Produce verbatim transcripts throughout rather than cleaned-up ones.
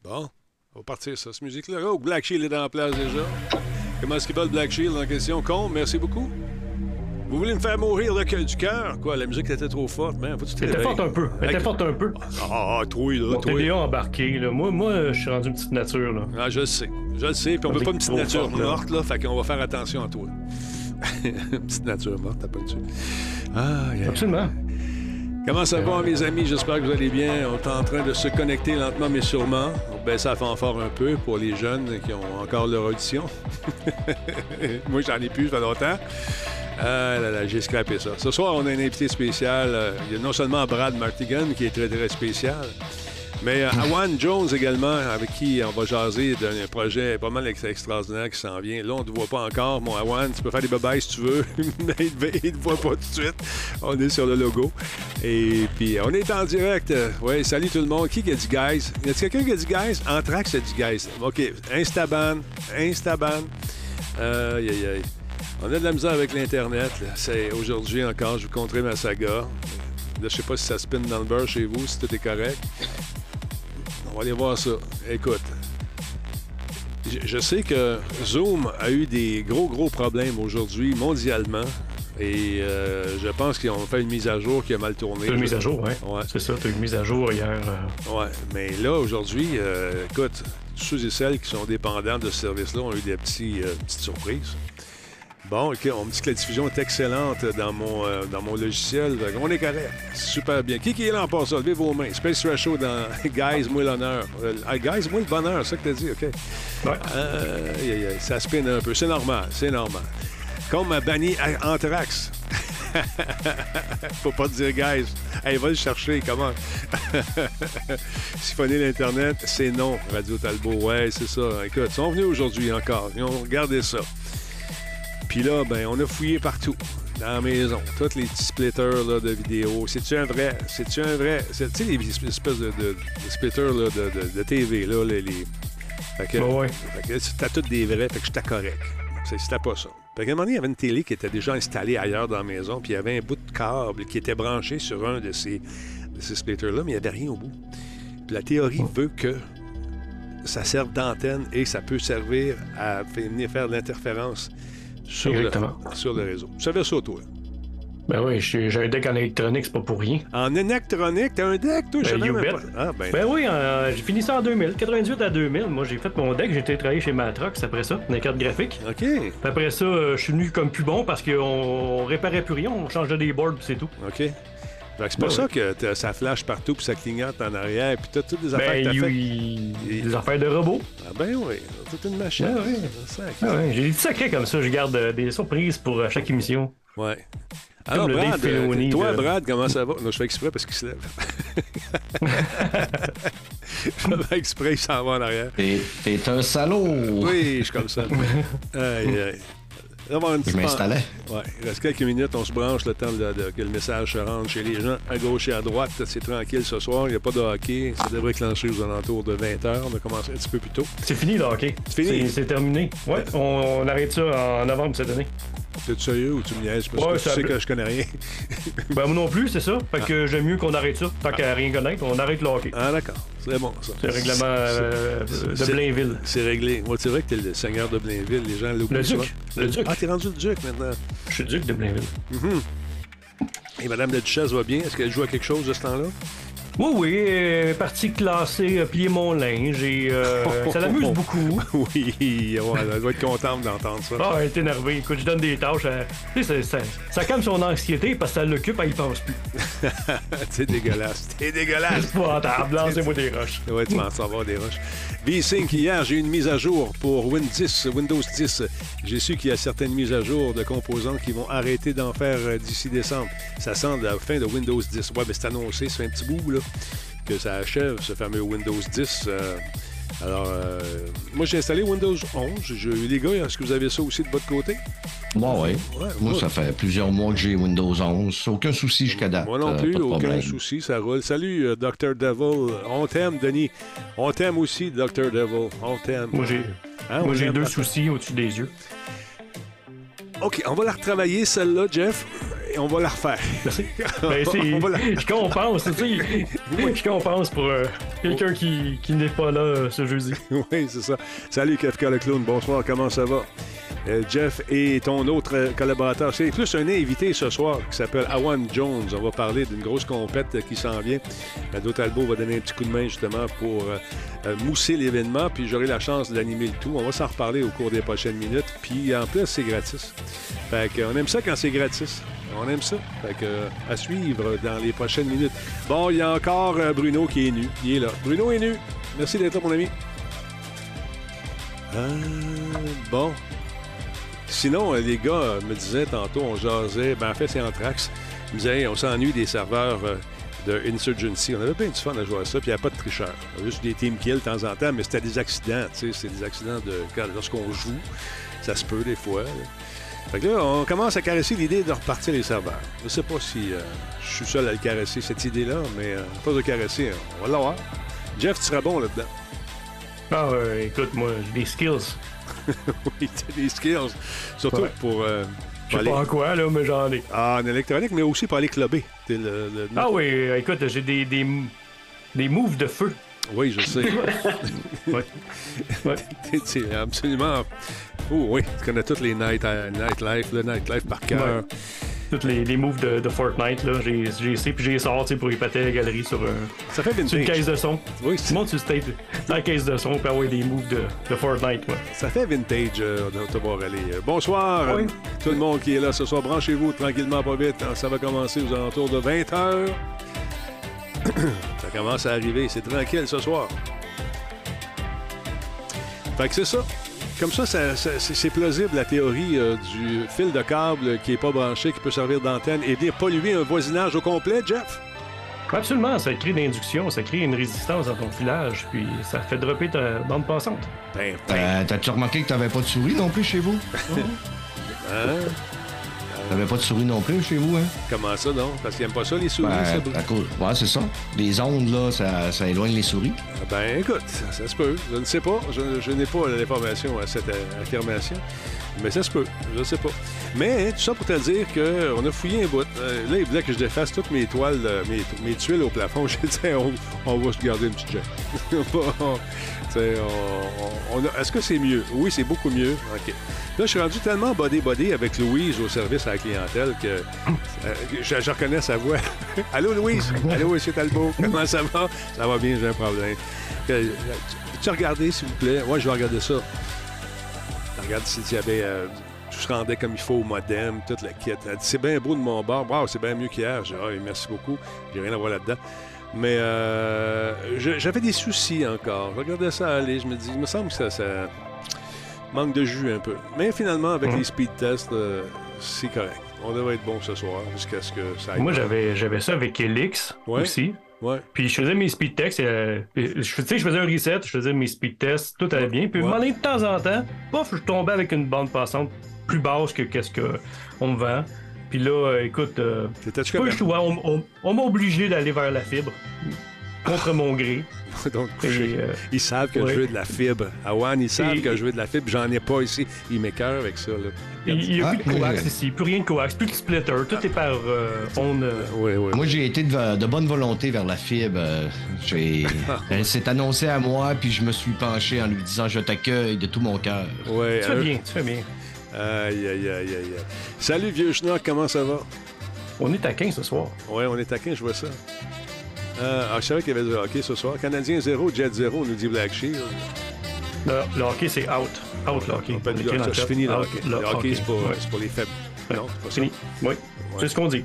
Bon, on va partir ça, cette musique-là. Oh, Black Shield est dans la place déjà. Comment est-ce qu'il va le Black Shield en question? Con, merci beaucoup. Vous voulez me faire mourir le cœur du cœur? Quoi, la musique était trop forte, man. Faut que tu te Elle était forte un peu. Elle était forte un peu. Ah, ah, toi, là. Mon toi. T D A embarqué, là. Moi, moi, je suis rendu une petite nature, là. Ah, je le sais. Je le sais. Puis on veut pas une petite nature forte, morte, là. Fait qu'on va faire attention à toi. Une petite nature morte, t'as pas dessus. Ah, yeah. Absolument. Comment ça va, mes amis? J'espère que vous allez bien. On est en train de se connecter lentement, mais sûrement. On baisse la fanfare un peu pour les jeunes qui ont encore leur audition. Moi, j'en ai plus, ça fait longtemps. Ah là là, j'ai scrappé ça. Ce soir, on a un invité spécial. Euh, il y a non seulement Brad Martigan, qui est très, très spécial, mais euh, Awan Jones également, avec qui on va jaser d'un projet pas mal extraordinaire qui s'en vient. Là, on ne te voit pas encore, mon Awan. Tu peux faire des babayes si tu veux, mais il ne te voit pas tout de suite. On est sur le logo. Et puis, on est en direct. Oui, salut tout le monde. Qui a dit guys? Y a-t-il quelqu'un qui a dit guys? Anthrax a dit guys. OK, Instaban. Instaban. Euh, aïe, aïe, aïe. On a de la misère avec l'Internet. Là. C'est aujourd'hui encore, je vous conterai ma saga. Là, je sais pas si ça spin dans le beurre chez vous, si tout est correct. On va aller voir ça. Écoute, je, je sais que Zoom a eu des gros, gros problèmes aujourd'hui, mondialement. Et euh, je pense qu'ils ont fait une mise à jour qui a mal tourné. Une mise à jour, oui. Ouais. C'est ça, tu as eu une mise à jour hier. Euh... Oui, mais là, aujourd'hui, euh, écoute, tous ceux et celles qui sont dépendants de ce service-là ont eu des petits, euh, petites surprises. Bon, OK, on me dit que la diffusion est excellente dans mon, euh, dans mon logiciel. On est correct. Super bien. Qui qui est là en passant? Levez vos mains. Space Ratio dans Guys, moi l'honneur. Euh, Guys, moi le bonheur, c'est ça que t'as dit, OK? Ouais. Euh, aïe, aïe, aïe, ça spinne un peu. C'est normal, c'est normal. Comme m'a banni Anthrax. Faut pas te dire, guys. Hey, va le chercher, comment? Siphonner l'Internet, c'est non, Radio Talbot. Ouais, c'est ça. Écoute, ils sont venus aujourd'hui encore. Ils ont regardé ça. Puis là, ben, on a fouillé partout, dans la maison. Tous les petits splitters là, de vidéos. C'est-tu un vrai? C'est-tu un vrai? Tu sais, les espèces de, de, de splitters là, de, de, de T V, là, les... les... Fait que, oh, ouais. fait que t'as tous des vrais, fait que j'étais correct. C'était pas ça. Fait qu'à un moment donné, il y avait une télé qui était déjà installée ailleurs dans la maison, puis il y avait un bout de câble qui était branché sur un de ces, de ces splitters-là, mais il n'y avait rien au bout. Puis la théorie veut que ça serve d'antenne et ça peut servir à venir faire de l'interférence sur le, sur le réseau. Tu savais ça, toi? Ben oui, j'ai un deck en électronique, c'est pas pour rien. En électronique? T'as un deck, toi? Ben, je you même bet. pas. Ah, ben... ben oui, euh, j'ai fini ça en deux mille. quatre-vingt-dix-huit à deux mille. Moi, j'ai fait mon deck, j'ai été travailler chez Matrox après ça, dans les cartes graphiques. OK. Puis après ça, euh, je suis venu comme plus bon parce qu'on réparait plus rien, on changeait des boards, puis c'est tout. OK. Fait que c'est pour ben, ça oui. que ça flash partout, puis ça clignote en arrière, puis t'as toutes des affaires ben, que t'as oui, faites. Et... des affaires de robots. Ah ben oui, c'est une machine. Ah, oui. Ah, oui. J'ai des petits secrets comme ça, je garde euh, des surprises pour euh, chaque émission. Ouais. Alors, comme Brad, euh, toi, de... Brad, comment ça va? Non, je fais exprès parce qu'il se lève. Je fais exprès, il s'en va en arrière. T'es, t'es un salaud! Oui, je suis comme ça. Aïe, aïe. Je m'installais. Ouais, il reste quelques minutes, on se branche le temps de, de, que le message se rende chez les gens. À gauche et à droite, c'est tranquille ce soir. Il n'y a pas de hockey. Ça devrait clencher aux alentours de vingt heures. On a commencé un petit peu plus tôt. C'est fini le hockey. C'est fini? C'est, c'est terminé. Ouais, on, on arrête ça en novembre cette année. T'es sérieux ou tu me niaises? Parce ouais, que tu sais que je connais rien. Ben moi non plus, c'est ça. Fait que ah. j'aime mieux qu'on arrête ça. Tant ah. qu'à rien connaître, on arrête le hockey. Ah d'accord, c'est bon ça. C'est le règlement euh, de c'est, Blainville. C'est réglé. Moi, c'est vrai que t'es le seigneur de Blainville. Les gens l'oublient. Le duc. Le duc. Ah, t'es rendu le duc maintenant. Je suis duc de Blainville. Mm-hmm. Et Madame la Duchesse va bien? Est-ce qu'elle joue à quelque chose de ce temps-là? Oui, oui, euh, partie classée, euh, plier mon linge et euh, ça l'amuse beaucoup. Oui, ouais, elle doit être contente d'entendre ça. Ah, elle est énervée. Écoute, je donne des tâches. À... Tu sais, ça, ça, ça calme son anxiété parce que ça l'occupe, elle y pense plus. C'est dégueulasse. C'est dégueulasse. C'est pas rentable. Lancez-moi des roches. Ouais, tu m'en savoir des roches. V-Sync, hier, j'ai eu une mise à jour pour Win dix, Windows dix. J'ai su qu'il y a certaines mises à jour de composants qui vont arrêter d'en faire d'ici décembre. Ça sent la fin de Windows dix. Ouais, ben c'est annoncé, ça fait un petit bout, là, que ça achève, ce fameux Windows dix. Euh, alors, euh, moi, j'ai installé Windows onze. Je, les gars, est-ce que vous avez ça aussi de votre côté? Moi, oui. Ouais, moi, moi, ça fait plusieurs mois que j'ai Windows onze. Aucun souci jusqu'à date. Moi non plus, euh, aucun problème. souci, ça roule. Salut, euh, docteur Devil. On t'aime, Denis. On t'aime aussi, docteur Devil. On t'aime. Moi, j'ai, hein, moi, j'ai deux soucis au-dessus des yeux. OK, on va la retravailler, celle-là, Jeff. Et on va la refaire. Merci. Ben, c'est, la... Je compense, tu sais. Je compense pour euh, quelqu'un qui, qui n'est pas là euh, ce jeudi. Oui, c'est ça. Salut, Kafka le clown. Bonsoir, comment ça va? Euh, Jeff et ton autre euh, collaborateur. C'est plus un invité ce soir qui s'appelle Awan Jones. On va parler d'une grosse compète qui s'en vient. Ado Talbot va donner un petit coup de main justement pour euh, euh, mousser l'événement. Puis j'aurai la chance d'animer le tout. On va s'en reparler au cours des prochaines minutes. Puis en plus, c'est gratis. Fait qu'on aime ça quand c'est gratis. On aime ça. Fait que, euh, à suivre dans les prochaines minutes. Bon, il y a encore euh, Bruno qui est nu. Il est là. Bruno est nu. Merci d'être là, mon ami. Euh, bon. Sinon, les gars me disaient tantôt, on jasait, ben en fait, c'est Anthrax. Ils me disaient, hey, on s'ennuie des serveurs euh, de Insurgency. On avait bien du fun à jouer à ça, puis il n'y a pas de tricheurs. Il y a juste des team kills de temps en temps, mais c'était des accidents, tu sais, c'est des accidents de quand, lorsqu'on joue. Ça se peut des fois. Là. Fait que là, on commence à caresser l'idée de repartir les serveurs. Je ne sais pas si euh, je suis seul à le caresser, cette idée-là, mais euh, pas de caresser, hein. On va l'avoir. Jeff, tu seras bon là-dedans. Ah, euh, écoute, moi, j'ai des skills. Oui, t'as des skills. Surtout ouais. pour... Euh, je sais aller... pas en quoi, là, mais j'en ai. Ah, en électronique, mais aussi pour aller clubber. Le, le... Ah oui, écoute, j'ai des, des, des moves de feu. Oui, je sais. ouais. ouais. C'est absolument... Oh oui, tu connais toutes les night, uh, nightlife, le nightlife par cœur. Ouais. Toutes les, les moves de, de Fortnite, là, j'ai, j'ai essayé, puis j'ai sorti pour épater la galerie sur, euh, ça fait sur une caisse de son. Oui, c'est... Tu montes sur le stage, dans la caisse de son, puis avoir des moves de, de Fortnite. Ouais. Ça fait vintage euh, de te voir aller. Bonsoir, oui. Tout le monde qui est là ce soir. Branchez-vous tranquillement, pas vite. Ça va commencer aux alentours de vingt heures. Ça commence à arriver. C'est tranquille ce soir. Fait que c'est ça. Comme ça, ça, ça c'est, c'est plausible la théorie euh, du fil de câble qui n'est pas branché, qui peut servir d'antenne et venir polluer un voisinage au complet, Jeff? Absolument, ça crée d'induction, ça crée une résistance dans ton filage, puis ça fait dropper ta bande passante. Ben, ben. Euh, t'as-tu remarqué que t'avais pas de souris non plus chez vous? Hein? T'avais pas de souris non plus chez vous, hein? Comment ça, non? Parce qu'ils aiment pas ça, les souris, ben, ça? À cause... Ouais, c'est ça. Les ondes, là, ça, ça éloigne les souris. Ben, écoute, ça, ça se peut. Je ne sais pas. Je, je n'ai pas l'information à cette affirmation. Mais ça se peut. Je ne sais pas. Mais tout ça pour te dire qu'on a fouillé un bout. Euh, là, il voulait que je défasse toutes mes toiles, mes, mes tuiles au plafond. J'ai dit, on, on va se garder une petite jet. on, on, on a... Est-ce que c'est mieux? Oui, c'est beaucoup mieux. OK. Là, je suis rendu tellement body-body avec Louise au service à la clientèle que euh, je, je reconnais sa voix. Allô, Louise? Allô, M. Talbot? Comment ça va? Ça va bien, j'ai un problème. Euh, tu regardé, s'il vous plaît? Oui, je vais regarder ça. Regarde si tu avais... Euh, tout se rendait comme il faut au modem, toute la kit. Elle dit, c'est bien beau de mon bord. Wow, c'est bien mieux qu'hier. J'ai dit, oh, merci beaucoup. J'ai rien à voir là-dedans. Mais euh, je, j'avais des soucis encore. Je regardais ça aller. Je me dis, il me semble que ça... ça... manque de jus un peu. Mais finalement, avec mmh. les speed tests, euh, c'est correct. On devrait être bon ce soir jusqu'à ce que ça aille. Moi, j'avais, j'avais ça avec Elix ouais. aussi. Ouais. Puis je faisais mes speed tests. Euh, je, je faisais un reset, je faisais mes speed tests, tout allait bien. Puis ouais. de temps en temps, pof, je tombais avec une bande passante plus basse que qu'est-ce qu'on me vend. Puis là, euh, écoute, euh, pas le choix. On, on, on m'a obligé d'aller vers la fibre contre mon gré. Donc, et, euh, ils savent que ouais. je veux de la fibre. Awan, ils savent et, que je veux de la fibre. J'en ai pas ici. Ils m'écœurent avec ça. Là. Il n'y a ah, plus de coax ici, plus rien de coax, plus de splitter. Tout ah. est par euh, onde. Euh... Oui, oui. Moi, j'ai été de, de bonne volonté vers la fibre. J'ai... Elle s'est annoncée à moi, puis je me suis penché en lui disant « Je t'accueille de tout mon cœur. » Ouais, tu fais euh... bien, tu fais bien. Aïe, aïe, aïe, aïe. Salut, vieux schnock, comment ça va? On est taquin ce soir. Oui, on est taquin, je vois ça. Euh, ah, je savais qu'il y avait du hockey ce soir. Canadien zéro, Jet zéro, nous dit Black Shield. Le, le hockey, c'est out. Out, le hockey. On le, c'est fini, le hockey. Le, le hockey, hockey. C'est, pour, ouais. c'est pour les faibles. Ouais. Non, c'est pas fini. ça? Oui, ouais. C'est ce qu'on dit.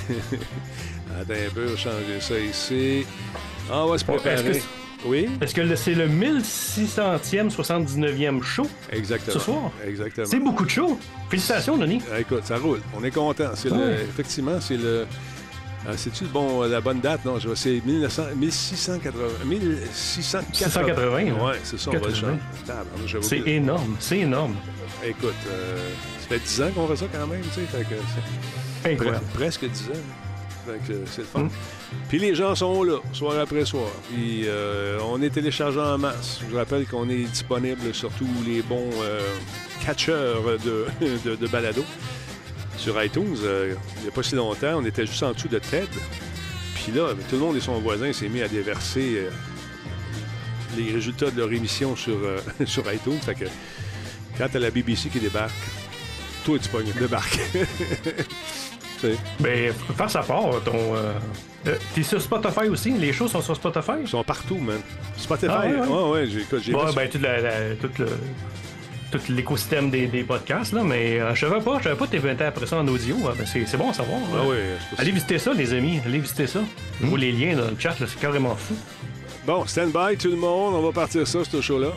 Attends un peu, changer ça ici. Ah, on va se préparer. Est-ce que, oui? Est-ce que c'est le mille six centième, soixante-dix-neuvième show? Exactement. Ce soir? Exactement. C'est beaucoup de shows. Félicitations, Denis. Ah, écoute, ça roule. On est content. C'est ouais. le, effectivement, c'est le... Ah, c'est-tu le bon, la bonne date? Non, je vois, c'est mille six cent quatre-vingts. mille six cent quatre-vingts. Oui, c'est ça, on va le changer. C'est plus. énorme, c'est énorme. Écoute, euh, ça fait dix ans qu'on fait ça quand même, tu sais. Fait que c'est incroyable. Pre- presque dix ans. Fait que c'est le fun. Mm. Puis les gens sont là, soir après soir. Puis euh, on est téléchargé en masse. Je vous rappelle qu'on est disponible sur tous les bons euh, catcheurs de, de, de balado. sur iTunes, euh, il n'y a pas si longtemps, on était juste en dessous de Ted. Puis là, tout le monde et son voisin s'est mis à déverser euh, les résultats de leur émission sur, euh, sur iTunes. Fait que quand t'as la B B C qui débarque, toi, tu pognes, débarque. Ben, faire sa part, ton. Euh, euh, T'es sur Spotify aussi? Les shows sont sur Spotify? Ils sont partout, man. Spotify, ah, ouais, ouais. ouais, ouais, j'ai, j'ai ouais, pas... ben, tout, la, la, tout, le, tout l'écosystème des, des podcasts, là, mais euh, je savais pas, je savais pas que t'étais après ça en audio. Hein, ben, c'est, c'est bon à savoir. Ah, ouais, allez visiter ça, les amis. Allez visiter ça. Mm. Ou les liens dans le chat, là, c'est carrément fou. Bon, stand by tout le monde. On va partir ça, ce show-là.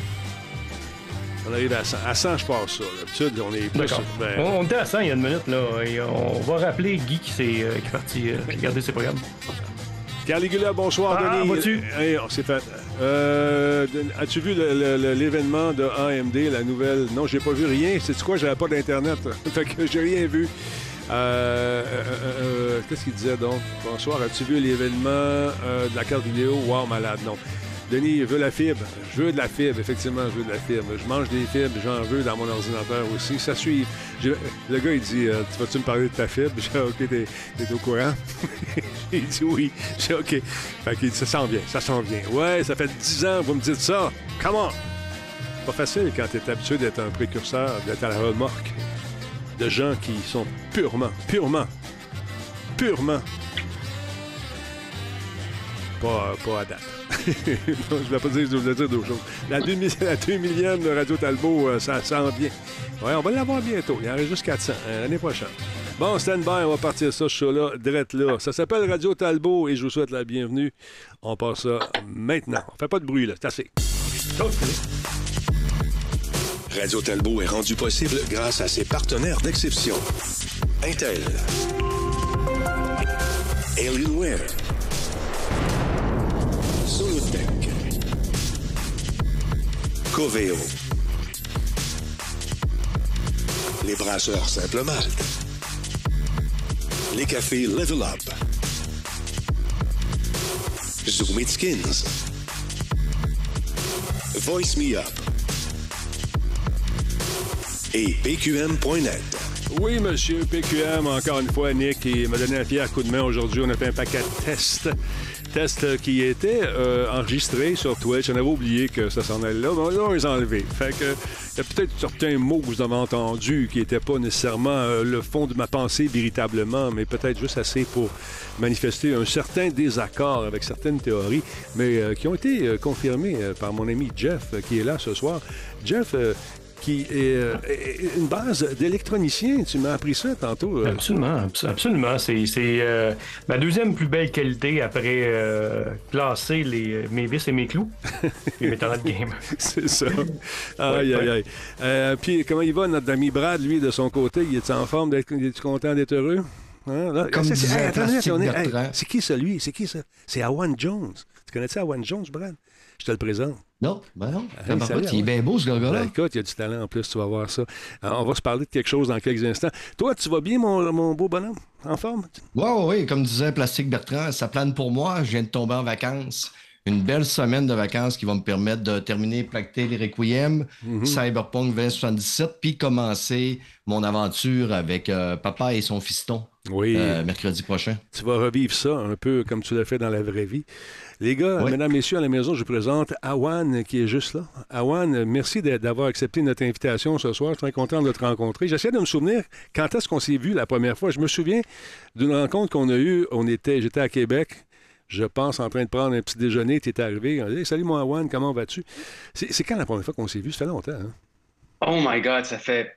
On arrive à cent. À cent, je passe ça. D'habitude, on est plus... D'accord. Ben... On, on était à cent il y a une minute, là. Et on va rappeler Guy qui, s'est, euh, qui est parti euh, regarder ses programmes. Caligula, bonsoir, ah, Denis. Vas-tu? Hey, on s'est fait... Euh, as-tu vu le, le, le, l'événement de A M D, la nouvelle... Non, j'ai pas vu rien. C'est quoi? J'avais pas d'Internet. Fait que j'ai rien vu. Euh, euh, euh, qu'est-ce qu'il disait, donc? Bonsoir, as-tu vu l'événement euh, de la carte vidéo? Wow, malade, non. Denis veut la fibre. Je veux de la fibre, effectivement, je veux de la fibre. Je mange des fibres, j'en veux dans mon ordinateur aussi. Ça suit. Je... Le gars, il dit euh, tu vas-tu me parler de ta fibre? Je dis OK, t'es, t'es au courant? Il dit oui. Je dis OK. Fait qu'il dit ça s'en vient, ça s'en vient. Ouais, ça fait dix ans que vous me dites ça. Come on! Pas facile quand t'es habitué d'être un précurseur, d'être à la remorque de gens qui sont purement, purement, purement pas, pas à date. Non, je ne vais pas dire que je voulais dire d'autres choses. La deux millième de Radio Talbot, euh, ça s'en vient. Oui, on va l'avoir bientôt. Il en reste juste quatre cents euh, l'année prochaine. Bon, stand-by, on va partir ça, ce show-là, drette là. Ça s'appelle Radio Talbot et je vous souhaite la bienvenue. On passe ça maintenant. On fait pas de bruit, là. C'est assez. Okay. Radio Talbot est rendu possible grâce à ses partenaires d'exception. Intel. Alienware. Solutech. Coveo. Les brasseurs Simple Malte. Les cafés Level Up. Zoom It Skins. Voice Me Up. Et P Q M point net. Oui, monsieur, P Q M, encore une fois, Nick, il m'a donné un fier coup de main aujourd'hui. On a fait un paquet de tests. Tests qui étaient euh, enregistrés sur Twitch. On avait oublié que ça s'en allait là. Mais là, on les a enlevés. Fait que il y a peut-être certains mots que vous avez entendus qui n'étaient pas nécessairement euh, le fond de ma pensée véritablement, mais peut-être juste assez pour manifester un certain désaccord avec certaines théories, mais euh, qui ont été euh, confirmées euh, par mon ami Jeff, euh, qui est là ce soir. Jeff... Euh, qui est euh, une base d'électronicien. Tu m'as appris ça tantôt. Euh. Absolument, absolument. C'est, c'est euh, ma deuxième plus belle qualité après euh, classer les, mes vis et mes clous et mes talents de game. C'est ça. Aïe, aïe, aïe. Euh, puis comment il va, notre ami Brad, lui, de son côté? Il est en forme? D'être, il est content d'être heureux? Hein? Là, Comme c'est, disait c'est, hey, Plastique attends, Bertrand. hey, c'est qui ça, lui? C'est qui ça? C'est Awan Jones. Tu connais-tu Awan Jones, Brad? Je te le présente. Non, ben non. Hey, par salut, contre, il est bien beau, ce gars-là. Ben, écoute, il y a du talent en plus, tu vas voir ça. Alors, on va se parler de quelque chose dans quelques instants. Toi, tu vas bien, mon, mon beau bonhomme? En forme? Oui, oui, oui. Comme disait Plastique Bertrand, ça plane pour moi. Je viens de tomber en vacances. Une belle semaine de vacances qui va me permettre de terminer Placté les Requiem, mm-hmm. Cyberpunk vingt soixante-dix-sept, puis commencer mon aventure avec euh, papa et son fiston. Oui. Euh, mercredi prochain. Tu vas revivre ça un peu comme tu l'as fait dans la vraie vie. Les gars, oui. Mesdames, messieurs, à la maison, je vous présente Awan qui est juste là. Awan, merci d'avoir accepté notre invitation ce soir. Je suis très content de te rencontrer. J'essaie de me souvenir quand est-ce qu'on s'est vu la première fois. Je me souviens d'une rencontre qu'on a eue. On était, j'étais à Québec. Je pense en train de prendre un petit déjeuner. Tu es arrivé. On a dit hey, salut, mon Awan, comment vas-tu? C'est, c'est quand la première fois qu'on s'est vu? Ça fait longtemps, hein? Oh my God, ça fait...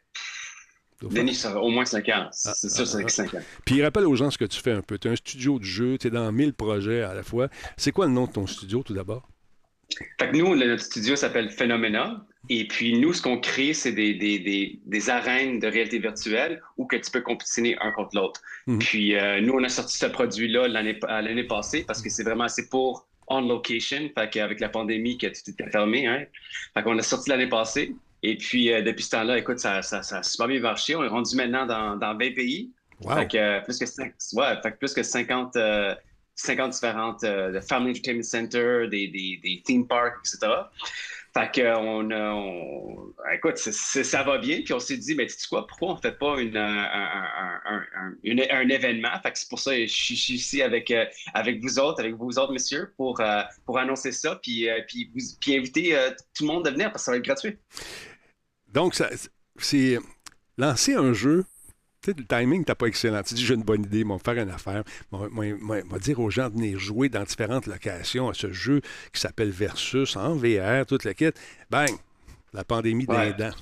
Denis, ça fait au moins cinq ans. C'est ah, sûr, ça fait ah, cinq ans. Puis rappelle aux gens ce que tu fais un peu. Tu as un studio de jeu, tu es dans mille projets à la fois. C'est quoi le nom de ton studio, tout d'abord? Fait que nous, notre studio s'appelle Phenomena. Et puis, nous, ce qu'on crée, c'est des, des, des, des arènes de réalité virtuelle où que tu peux compétiner un contre l'autre. Mm-hmm. Puis, euh, nous, on a sorti ce produit-là l'année, l'année passée parce que c'est vraiment, c'est pour on location. Fait qu'avec la pandémie, que tout était fermé, hein. Fait qu'on a sorti l'année passée. Et puis, euh, depuis ce temps-là, écoute, ça, ça, ça a super bien marché. On est rendu maintenant dans, dans vingt pays. Wow. Fait que, euh, plus, que, ouais, fait que plus que cinquante, euh, cinquante différentes euh, Family Entertainment Center, des, des, des theme parks, et cetera. Fait que on, a, on écoute, c'est, c'est, ça va bien. Puis on s'est dit, mais tu sais quoi, pourquoi on ne fait pas une, un, un, un, un, une, un événement? Fait que c'est pour ça que je suis, je suis ici avec, euh, avec vous autres, avec vous autres, messieurs, pour, euh, pour annoncer ça, puis, euh, puis, vous, puis inviter euh, tout le monde à venir parce que ça va être gratuit. Donc, ça, c'est lancer un jeu. Tu sais, le timing n'était pas excellent. Tu dis, j'ai une bonne idée, on va faire une affaire. On va dire aux gens de venir jouer dans différentes locations à ce jeu qui s'appelle Versus, en V R, toute la quête. Bang! La pandémie Ouais. d'un dent.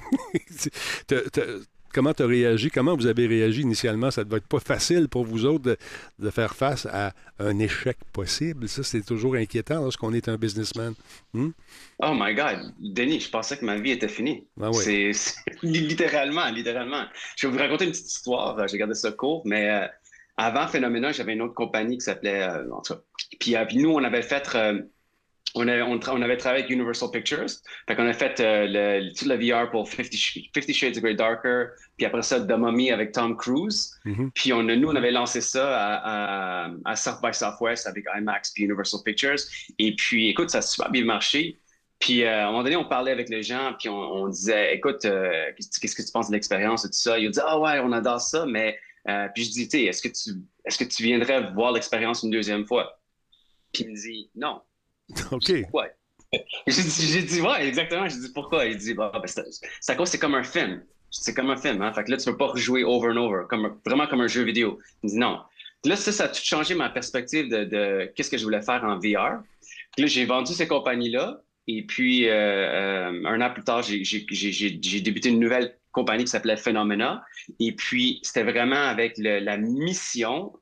t'as, t'as, comment tu as réagi? Comment vous avez réagi initialement? Ça ne doit être pas facile pour vous autres de, de faire face à un échec possible. Ça, c'est toujours inquiétant lorsqu'on est un businessman. Hmm? Oh my God, Denis, je pensais que ma vie était finie. Ah oui. c'est, c'est littéralement, littéralement. Je vais vous raconter une petite histoire. J'ai gardé ça court, mais euh, avant Phénoména, j'avais une autre compagnie qui s'appelait. Euh, en tout cas. Puis, euh, puis nous, on avait fait. Euh, On, a, on, on avait travaillé avec Universal Pictures. Fait qu'on a fait euh, le, tout le V R pour Fifty, Fifty Shades of Grey Darker. Puis après ça, The Mummy avec Tom Cruise. Mm-hmm. Puis on a, nous, on avait lancé ça à, à, à South by Southwest avec IMAX puis Universal Pictures. Et puis, écoute, ça a super bien marché. Puis euh, à un moment donné, on parlait avec les gens, puis on, on disait, écoute, euh, qu'est-ce que tu penses de l'expérience et tout ça? Ils ont dit, ah ouais, on adore ça, mais... Euh, puis je dis, tu sais, est-ce que tu, est-ce que tu viendrais voir l'expérience une deuxième fois? Puis il me dit, non. OK. Ouais. J'ai dit, j'ai dit, ouais, exactement. J'ai dit, pourquoi? Il dit, bah, ben, c'est, c'est à cause, c'est comme un film. C'est comme un film, hein. Fait que là, tu peux pas rejouer over and over, comme, vraiment comme un jeu vidéo. Il me dit, non. Puis là, ça, ça a tout changé ma perspective de, de qu'est-ce que je voulais faire en V R. Puis là, j'ai vendu ces compagnies-là. Et puis, euh, euh, un an plus tard, j'ai, j'ai, j'ai, j'ai débuté une nouvelle compagnie qui s'appelait Phenomena. Et puis, c'était vraiment avec le, la mission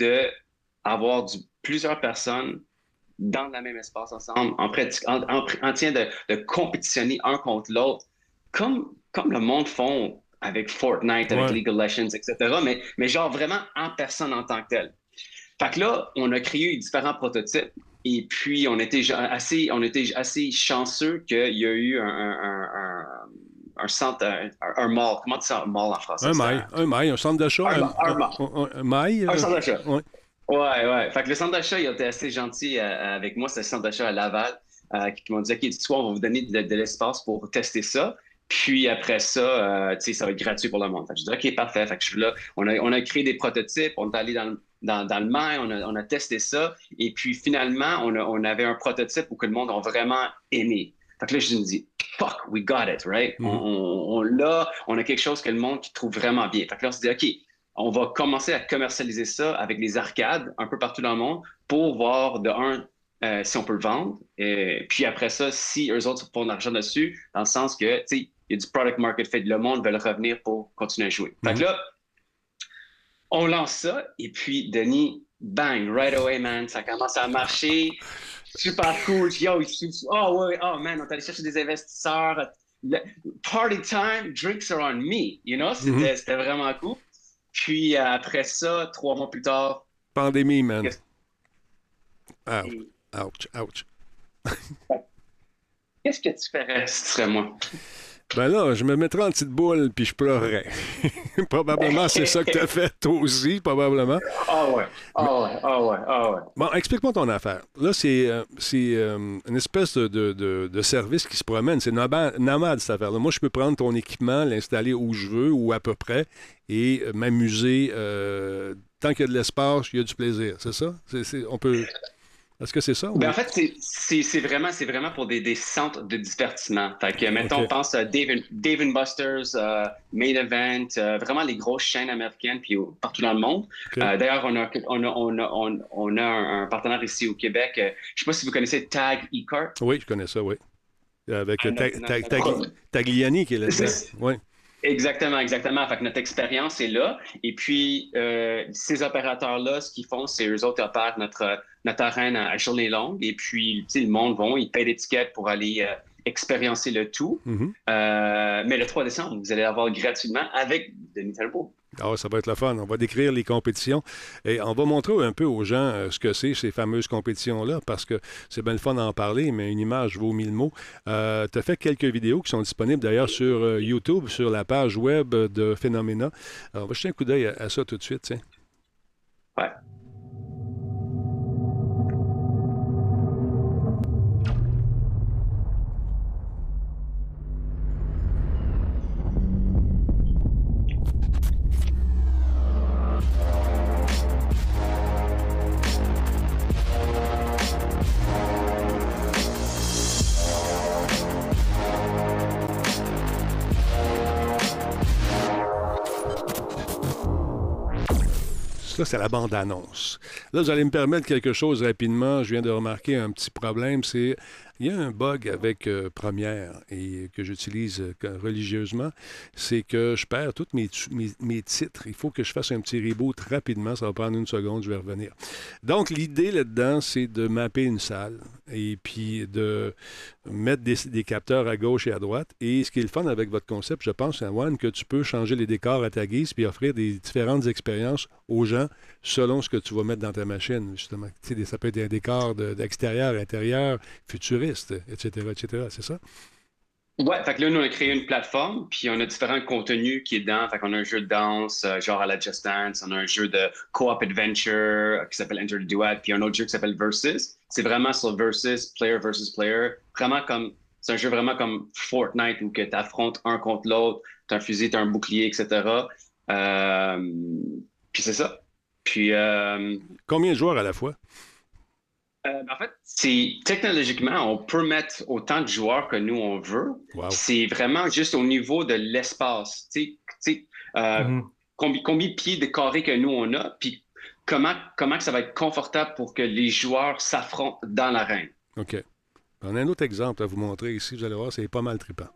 d'avoir plusieurs personnes dans le même espace ensemble, en, en, en, en train de, de compétitionner un contre l'autre, comme, comme le monde font avec Fortnite, avec ouais. League of Legends, et cetera, mais, mais genre vraiment en personne en tant que tel. Fait que là, on a créé différents prototypes et puis on était assez, on était assez chanceux qu'il y a eu un, un, un, un centre, un, un mall. Comment tu dis un mall en français? Un mail, un mail, un centre d'achat. Un, un, un, un, un, un mail. Un centre d'achat. Ouais. Ouais, ouais. Fait que le centre d'achat, il a été assez gentil euh, avec moi. C'est le centre d'achat à Laval euh, qui m'ont dit, OK, du soir, on va vous donner de, de l'espace pour tester ça. Puis après ça, euh, tu sais, ça va être gratuit pour le monde. Fait que je dis, OK, parfait. Fait que je suis là. On a, on a créé des prototypes. On est allé dans, dans, dans le mail. On a, on a testé ça. Et puis finalement, on, a, on avait un prototype où que le monde a vraiment aimé. Fait que là, je me dis, fuck, we got it, right? Mm-hmm. On, on, on l'a. On a quelque chose que le monde qui trouve vraiment bien. Fait que là, on se dit, OK, on va commencer à commercialiser ça avec les arcades un peu partout dans le monde pour voir, de un, euh, si on peut le vendre. Et puis après ça, si eux autres font de l'argent dessus, dans le sens que, tu sais, il y a du product market fit. Le monde veut revenir pour continuer à jouer. Mm-hmm. Fait que là, on lance ça. Et puis, Denis, bang, right away, man, ça commence à marcher. Super cool. Yo, oh, ouais, oh, man, on est allé chercher des investisseurs. Party time, drinks are on me. You know, c'était, mm-hmm. c'était vraiment cool. Puis après ça, trois mois plus tard... Pandémie, man. Qu'est-ce... Ouch, ouch, ouch. Qu'est-ce que tu ferais si tu serais moi? Ben là, je me mettrais en petite boule puis je pleurerais. Probablement, c'est ça que tu as fait, toi aussi, probablement. Ah ouais, ah ouais, ah ouais, ah ouais. Bon, explique-moi ton affaire. Là, c'est, euh, c'est euh, une espèce de, de, de, de service qui se promène. C'est nomade, cette affaire-là. Moi, je peux prendre ton équipement, l'installer où je veux ou à peu près et m'amuser. Euh, tant qu'il y a de l'espace, il y a du plaisir. C'est ça? C'est, c'est, on peut... Est-ce que c'est ça? Ou... Ben en fait, c'est, c'est, c'est, vraiment, c'est vraiment pour des, des centres de divertissement. Fait que, mettons, okay. on pense à Dave, Dave and Buster's, uh, Main Event, uh, vraiment les grosses chaînes américaines puis uh, partout dans le monde. Okay. Uh, d'ailleurs, on a, on a, on a, on, on a un, un partenaire ici au Québec. Uh, je ne sais pas si vous connaissez Tag E-Cart. Oui, je connais ça, oui. Avec ah, ta, ta, ta, Tagliani qui est là-dedans. Oui. Exactement, exactement. Fait que notre expérience est là. Et puis, euh, ces opérateurs-là, ce qu'ils font, c'est eux autres opèrent notre, notre arène à, à journée longue. Et puis, tu sais, le monde vont, ils payent des tickets pour aller euh, expériencer le tout. Mm-hmm. Euh, mais le trois décembre, vous allez l'avoir gratuitement avec Denis Talbot. Ah, ça va être le fun. On va décrire les compétitions et on va montrer un peu aux gens euh, ce que c'est, ces fameuses compétitions-là, parce que c'est bien le fun d'en parler, mais une image vaut mille mots. Euh, tu as fait quelques vidéos qui sont disponibles d'ailleurs sur euh, YouTube, sur la page web de Phenomena. Alors, on va jeter un coup d'œil à, à ça tout de suite. Tiens. Ouais. Ça, c'est la bande-annonce. Là, vous allez me permettre quelque chose rapidement. Je viens de remarquer un petit problème, c'est... Il y a un bug avec euh, Première et que j'utilise euh, religieusement, c'est que je perds tous mes, mes, mes titres. Il faut que je fasse un petit reboot rapidement. Ça va prendre une seconde, je vais revenir. Donc, l'idée là-dedans, c'est de mapper une salle et puis de mettre des, des capteurs à gauche et à droite. Et ce qui est le fun avec votre concept, je pense, One, que tu peux changer les décors à ta guise puis offrir des différentes expériences aux gens selon ce que tu vas mettre dans ta machine, justement. Tu sais, ça peut être un décor de, d'extérieur, intérieur, futuriste, et cetera, et cetera. C'est ça? Ouais, fait que là, nous, on a créé une plateforme, puis on a différents contenus qui est dedans. Fait qu'on a un jeu de danse, euh, genre à la Just Dance, on a un jeu de co-op adventure euh, qui s'appelle Enter the Duet, puis un autre jeu qui s'appelle Versus. C'est vraiment sur Versus, player versus player. Vraiment comme, c'est un jeu vraiment comme Fortnite où que tu affrontes un contre l'autre, tu as un fusil, tu as un bouclier, et cetera. Euh, puis c'est ça. Puis. Euh, Combien de joueurs à la fois? Euh, en fait, c'est technologiquement, on peut mettre autant de joueurs que nous on veut. Wow. C'est vraiment juste au niveau de l'espace. Tu sais, euh, mm-hmm. combien, combien de pieds de carré que nous on a, puis comment, comment que ça va être confortable pour que les joueurs s'affrontent dans l'arène. OK. On a un autre exemple à vous montrer ici. Vous allez voir, c'est pas mal trippant.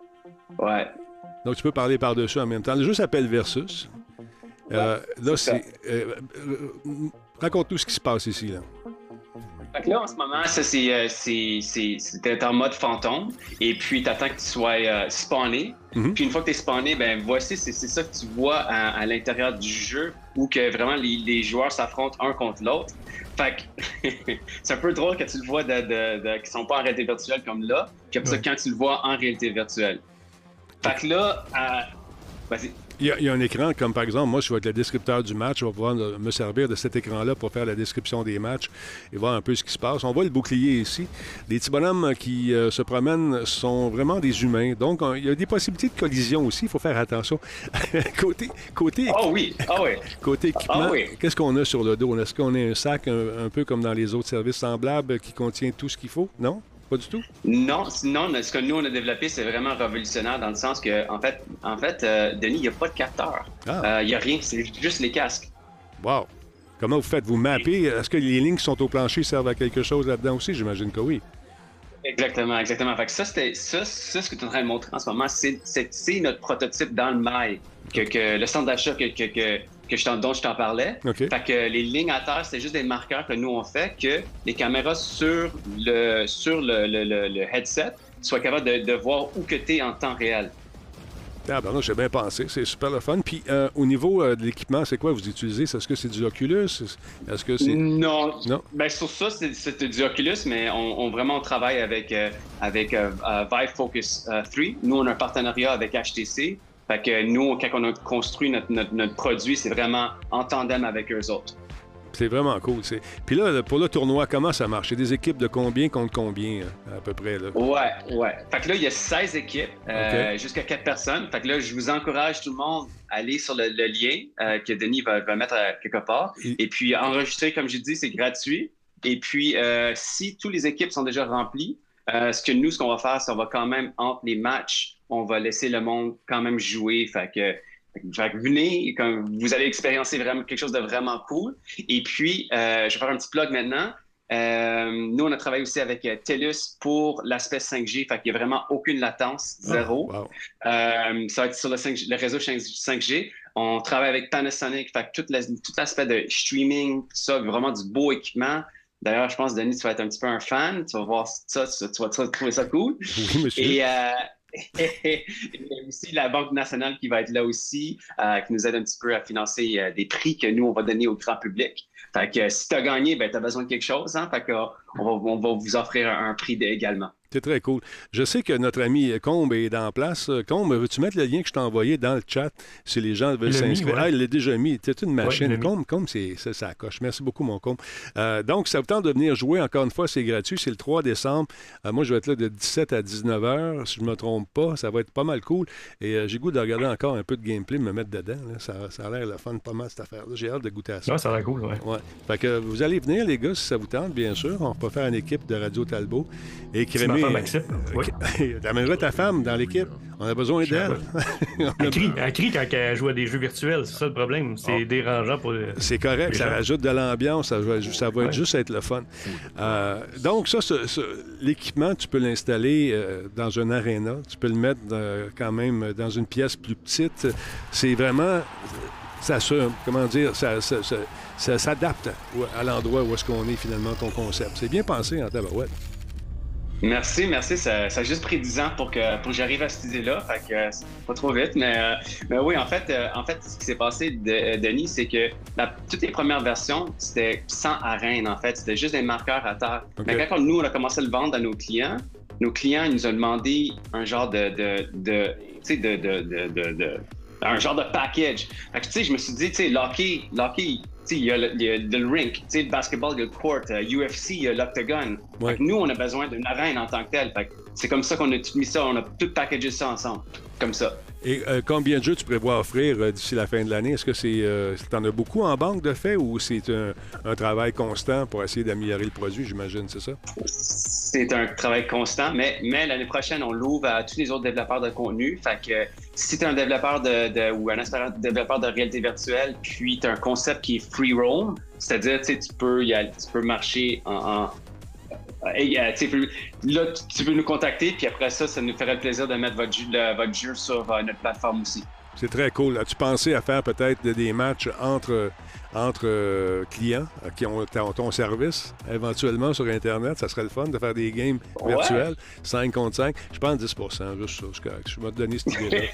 Ouais. Donc, tu peux parler par-dessus en même temps. Le jeu s'appelle Versus. Euh, ouais, là, c'est... c'est euh, euh, raconte-nous ce qui se passe ici, là. Fait que là, en ce moment, ça, c'est, euh, c'est, c'est, c'est en mode fantôme. Et puis, tu attends que tu sois euh, spawné. Mm-hmm. Puis, une fois que tu es spawné, ben voici, c'est, c'est ça que tu vois à, à l'intérieur du jeu où que vraiment les, les joueurs s'affrontent un contre l'autre. Fait que c'est un peu drôle quand tu le vois de, de, de, qui sont pas en réalité virtuelle comme là. Puis après ouais. ça, quand tu le vois en réalité virtuelle. Fait que là, euh, vas-y. Il y, a, il y a un écran, comme par exemple, moi, je vais être le descripteur du match. Je vais pouvoir me servir de cet écran-là pour faire la description des matchs et voir un peu ce qui se passe. On voit le bouclier ici. Les petits bonhommes qui euh, se promènent sont vraiment des humains. Donc, on, il y a des possibilités de collision aussi. Il faut faire attention. côté, côté, oh oui, oh oui. côté équipement, oh oui. Qu'est-ce qu'on a sur le dos? Est-ce qu'on a un sac un, un peu comme dans les autres services semblables qui contient tout ce qu'il faut? Non? Pas du tout? Non, non, ce que nous, on a développé, c'est vraiment révolutionnaire dans le sens que, en fait, en fait euh, Denis, il n'y a pas de capteur. Il ah. euh, n'y a rien, c'est juste les casques. Wow! Comment vous faites? Vous mappez? Est-ce que les lignes qui sont au plancher servent à quelque chose là-dedans aussi? J'imagine que oui. Exactement, exactement. Fait que ça, c'était, ça, ça, ce que tu es en train de montrer en ce moment, c'est, c'est, c'est notre prototype dans le mail, que, que le centre d'achat que, que, que, que je t'en, dont je t'en parlais. Okay. Fait que les lignes à terre, c'est juste des marqueurs que nous, on fait, que les caméras sur le, sur le, le, le, le headset soient capables de, de voir où que tu es en temps réel. Ah ben non, j'ai bien pensé. C'est super le fun. Puis euh, au niveau euh, de l'équipement, c'est quoi vous utilisez? Est-ce que c'est du Oculus? Est-ce que c'est... Non. non. Ben sur ça, c'est, c'est du Oculus, mais on, on vraiment on travaille avec, euh, avec euh, Vive Focus euh, trois. Nous, on a un partenariat avec H T C. Fait que nous, quand on a construit notre, notre, notre produit, c'est vraiment en tandem avec eux autres. C'est vraiment cool. C'est... Puis là, pour le tournoi, comment ça marche? C'est des équipes de combien contre combien, à peu près? Là? Ouais, ouais. Fait que là, il y a seize équipes, euh, okay. jusqu'à quatre personnes. Fait que là, je vous encourage tout le monde à aller sur le, le lien euh, que Denis va, va mettre à quelque part. Et... Et puis, enregistrer, comme j'ai dit, c'est gratuit. Et puis, euh, si toutes les équipes sont déjà remplies, euh, ce que nous, ce qu'on va faire, c'est qu'on va quand même, entre les matchs, on va laisser le monde quand même jouer. Fait que... Fait que venez, comme vous allez expériencer vraiment quelque chose de vraiment cool. Et puis, euh, je vais faire un petit plug maintenant. Euh, nous, on a travaillé aussi avec euh, TELUS pour l'aspect cinq G. Fait qu'il n'y a vraiment aucune latence, zéro. Oh, wow. euh, ça va être sur le, cinq G, le réseau cinq G. On travaille avec Panasonic. Fait que tout, la, tout l'aspect de streaming, tout ça, vraiment du beau équipement. D'ailleurs, je pense, Denis, tu vas être un petit peu un fan. Tu vas voir ça, tu, tu vas trouver ça cool. Oui, monsieur. Et... Euh, Et aussi la Banque nationale qui va être là aussi, euh, qui nous aide un petit peu à financer euh, des prix que nous, on va donner au grand public. Fait que euh, si tu as gagné, ben, tu as besoin de quelque chose. Hein? Fait que, euh, on, va, on va vous offrir un, un prix de, également. C'est très cool. Je sais que notre ami Combe est en place. Combe, veux-tu mettre le lien que je t'ai envoyé dans le chat si les gens veulent s'inscrire? Ouais. Ah, il l'a déjà mis. C'est une machine. Ouais, Combe, Combe, c'est, c'est ça coche. Merci beaucoup, mon Combe. Euh, donc, ça vous tente de venir jouer. Encore une fois, c'est gratuit. C'est le trois décembre. Euh, moi, je vais être là de dix-sept à dix-neuf heures. Si je ne me trompe pas, ça va être pas mal cool. Et euh, j'ai goût de regarder encore un peu de gameplay, me mettre dedans. Là. Ça, ça a l'air le fun, pas mal, cette affaire-là. J'ai hâte de goûter à ça. Ouais, ça a l'air cool, ouais. Ouais. Fait que vous allez venir, les gars, si ça vous tente, bien sûr. On peut faire une équipe de Radio Talbot. Et Si ma Crémé... femme accepte, oui. T'amèneras ta femme dans l'équipe. On a besoin d'elle. Elle crie, elle crie quand elle joue à des jeux virtuels. C'est ça le problème. C'est Oh. dérangeant pour les C'est correct, ça gens. rajoute de l'ambiance, ça va, ça va être Ouais. juste être le fun. Euh, donc, ça, ce- ce- l'équipement, tu peux l'installer euh, dans un aréna, tu peux le mettre dans- quand même dans une pièce plus petite. C'est vraiment, ça se, comment dire, ça, ça- ça- ça s'adapte à l'endroit où est-ce qu'on est finalement, ton concept. C'est bien pensé en tabarouette. Merci, merci. Ça, ça a juste pris dix ans pour que, pour que j'arrive à cette idée-là. Fait que euh, c'est pas trop vite. Mais, euh, mais oui, en fait, euh, en fait, ce qui s'est passé, de, Denis, c'est que la, toutes les premières versions, c'était sans arène, en fait. C'était juste des marqueurs à terre. OK. Mais quand nous, on a commencé à le vendre à nos clients, nos clients, ils nous ont demandé un genre de, de, de tu sais, de, de, de, de, de- un genre de package. Fait que, tu sais, je me suis dit, tu sais, l'hockey, l'hockey, tu sais, il y a le, il y a le rink, tu sais, le basketball, il y a le court, euh, U F C, il y a l'octagon. Ouais. Fait que nous, on a besoin d'une arène en tant que telle. Fait que c'est comme ça qu'on a tout mis ça, on a tout packagé ça ensemble, comme ça. Et euh, combien de jeux tu prévois offrir euh, d'ici la fin de l'année? Est-ce que c'est, euh, t'en as beaucoup en banque de fait ou c'est un, un travail constant pour essayer d'améliorer le produit, j'imagine, c'est ça? C'est un travail constant, mais, mais l'année prochaine, on l'ouvre à tous les autres développeurs de contenu. Fait que si tu es un développeur de, de, ou un aspirant développeur de réalité virtuelle, puis tu as un concept qui est free roam, c'est-à-dire tu sais, tu peux, y aller, tu peux marcher en. en et, euh, tu sais, là, tu- tu peux nous contacter, puis après ça, ça nous ferait le plaisir de mettre votre jeu, le- votre jeu sur euh, notre plateforme aussi. C'est très cool. As-tu pensé à faire peut-être des matchs entre, entre euh, clients euh, qui ont ton, ton service éventuellement sur Internet? Ça serait le fun de faire des games Ouais. virtuels, cinq contre cinq. Je pense dix pour cent, juste ça. C'est correct. Je vais te donner cette idée-là.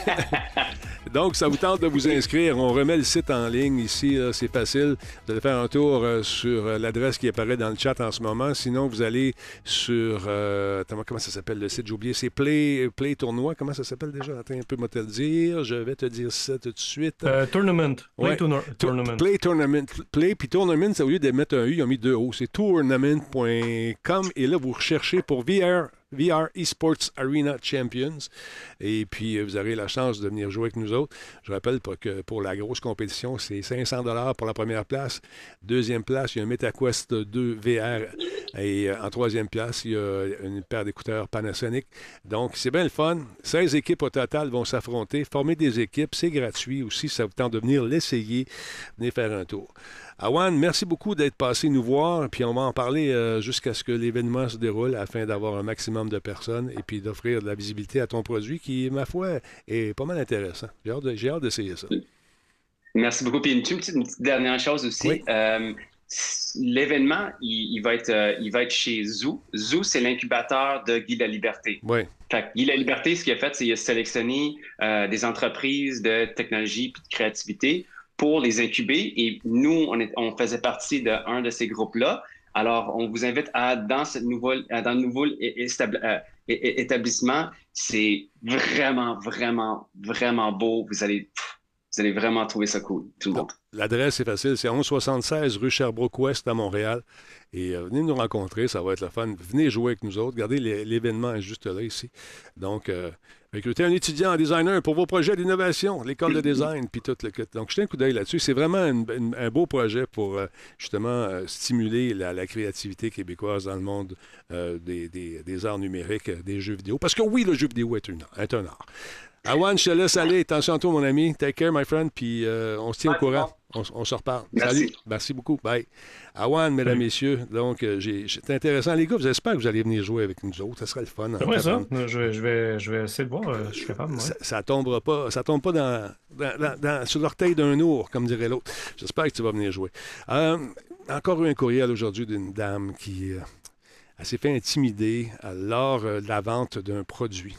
Donc, ça vous tente de vous inscrire. On remet le site en ligne ici. là. C'est facile. Vous allez faire un tour euh, sur euh, l'adresse qui apparaît dans le chat en ce moment. Sinon, vous allez sur... euh, attends, comment ça s'appelle le site? J'ai oublié. C'est Play, Play Tournoi. Comment ça s'appelle déjà? Attends un peu, moi te le dire. Je vais te dire ça tout de suite. Euh, tournament. Play Ouais. tourna- Tour- tournament. Play Tournament. Play, puis Tournament, ça, au lieu de mettre un U, ils ont mis deux O. C'est tournament point com. Et là, vous recherchez pour V R, V R Esports Arena Champions. Et puis, euh, vous aurez la chance de venir jouer avec nous autres. Je rappelle pas que pour la grosse compétition, c'est cinq cents dollars pour la première place. Deuxième place, il y a un MetaQuest deux V R. Et euh, en troisième place, il y a une paire d'écouteurs Panasonic. Donc, c'est bien le fun. seize équipes au total vont s'affronter. Former des équipes, c'est gratuit aussi. Ça vous tente de venir l'essayer. Venez faire un tour. Awan, merci beaucoup d'être passé nous voir. Puis on va en parler euh, jusqu'à ce que l'événement se déroule afin d'avoir un maximum de personnes et puis d'offrir de la visibilité à ton produit qui, ma foi, est pas mal intéressant. J'ai hâte, de- j'ai hâte d'essayer ça. Merci beaucoup. Puis une petite, une petite dernière chose aussi. Oui. Euh, l'événement, il, il va être, euh, il va être chez Zoo. Zoo, c'est l'incubateur de Guy Laliberté. Oui. Fait que Guy Laliberté, ce qu'il a fait, c'est qu'il a sélectionné euh, des entreprises de technologie et de créativité pour les incuber. Et nous, on, est, on faisait partie d'un de ces groupes-là. Alors, on vous invite à, dans, cette nouvelle, à, dans le nouveau é- établi- euh, é- é- établissement, c'est vraiment, vraiment, vraiment beau. Vous allez, pff, vous allez vraiment trouver ça cool, tout le monde. L'adresse est facile, c'est onze soixante-seize rue Sherbrooke-Ouest à Montréal. Et euh, venez nous rencontrer, ça va être le fun. Venez jouer avec nous autres. Regardez, l'é- l'événement est juste là, ici. Donc, euh, recrutez un étudiant en designer pour vos projets d'innovation, l'école de design, puis tout le kit. Donc, jetez un coup d'œil là-dessus. C'est vraiment une- une- un beau projet pour, euh, justement, euh, stimuler la, la créativité québécoise dans le monde euh, des, des- des arts numériques, euh, des jeux vidéo. Parce que oui, le jeu vidéo est, une, est un art. Awan, je te laisse aller. Attention à toi, mon ami. Take care, my friend. Puis euh, on se tient au Ouais, courant. bon. On, on se reparle. Merci. Salut. Merci beaucoup. Bye. Awan, mesdames, Salut. messieurs. Donc, euh, j'ai- c'est intéressant. Les gars, j'espère que vous allez venir jouer avec nous autres. Ça serait le fun. hein, Ouais, ça. tabarnak. Je vais, je, vais, je vais essayer de voir euh, si je suis capable. Ouais. Ça, ça tombera pas, ça tombe pas dans, dans- dans- dans- sur l'orteil d'un ours, comme dirait l'autre. J'espère que tu vas venir jouer. Euh, encore eu un courriel aujourd'hui d'une dame qui euh, elle s'est fait intimider euh, lors euh, de la vente d'un produit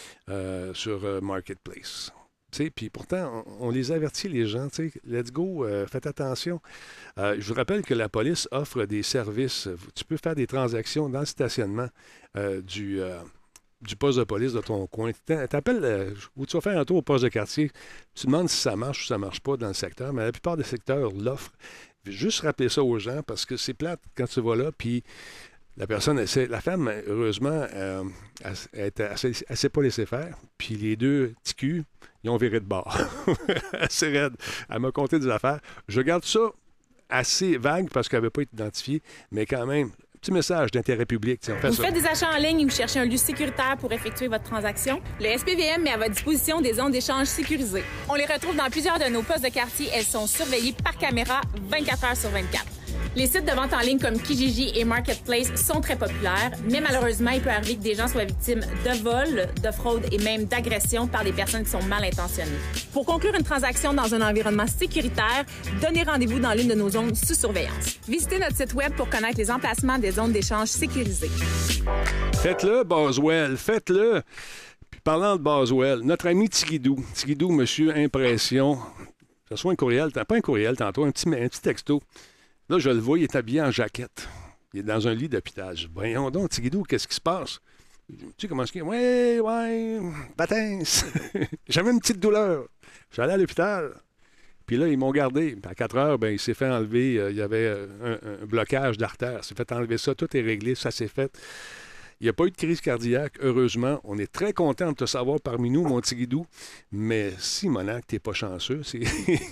euh, sur euh, Marketplace. Tu sais, puis pourtant, on, on les avertit, les gens, tu sais, let's go, euh, faites attention. Euh, je vous rappelle que la police offre des services. Tu peux faire des transactions dans le stationnement euh, du, euh, du poste de police de ton coin. Tu t'appelles, euh, ou tu vas faire un tour au poste de quartier, tu demandes si ça marche ou ça marche pas dans le secteur, mais la plupart des secteurs l'offrent. Juste rappeler ça aux gens parce que c'est plate quand tu vas là, puis la personne, elle sait- la femme, heureusement, euh, elle, elle, était- elle, s'est- elle s'est pas laissé faire. Puis les deux petits culs, ils ont viré de bord. C'est raide. Elle m'a conté des affaires. Je garde ça assez vague parce qu'elle n'avait pas été identifiée, mais quand même, petit message d'intérêt public. On fait vous ça. faites des achats en ligne et vous cherchez un lieu sécuritaire pour effectuer votre transaction? Le S P V M met à votre disposition des zones d'échange sécurisées. On les retrouve dans plusieurs de nos postes de quartier. Elles sont surveillées par caméra vingt-quatre heures sur vingt-quatre. Les sites de vente en ligne comme Kijiji et Marketplace sont très populaires, mais malheureusement, il peut arriver que des gens soient victimes de vols, de fraude et même d'agressions par des personnes qui sont mal intentionnées. Pour conclure une transaction dans un environnement sécuritaire, donnez rendez-vous dans l'une de nos zones sous surveillance. Visitez notre site web pour connaître les emplacements des zones d'échange sécurisées. Faites-le, Boswell, faites-le. Puis parlant de Boswell, notre ami Tigidou, Tigidou, monsieur Impression, ce soit un courriel, pas un courriel tantôt, un petit, un petit texto. Là, je le vois, il est habillé en jaquette. Il est dans un lit d'hôpital. Je dis, voyons donc, Tigidou, qu'est-ce qui se passe? Tu sais comment est-ce qu'il est? Ouais, ouais, patins. J'avais une petite douleur. J'allais à l'hôpital. Puis là, ils m'ont gardé. Puis à quatre heures, ben, il s'est fait enlever. Euh, il y avait euh, un, un blocage d'artère. Il s'est fait enlever ça. Tout est réglé. Ça s'est fait. Il n'y a pas eu de crise cardiaque, heureusement. On est très content de te savoir parmi nous, mon Tigidou. Mais Simonac, t'es pas chanceux. C'est...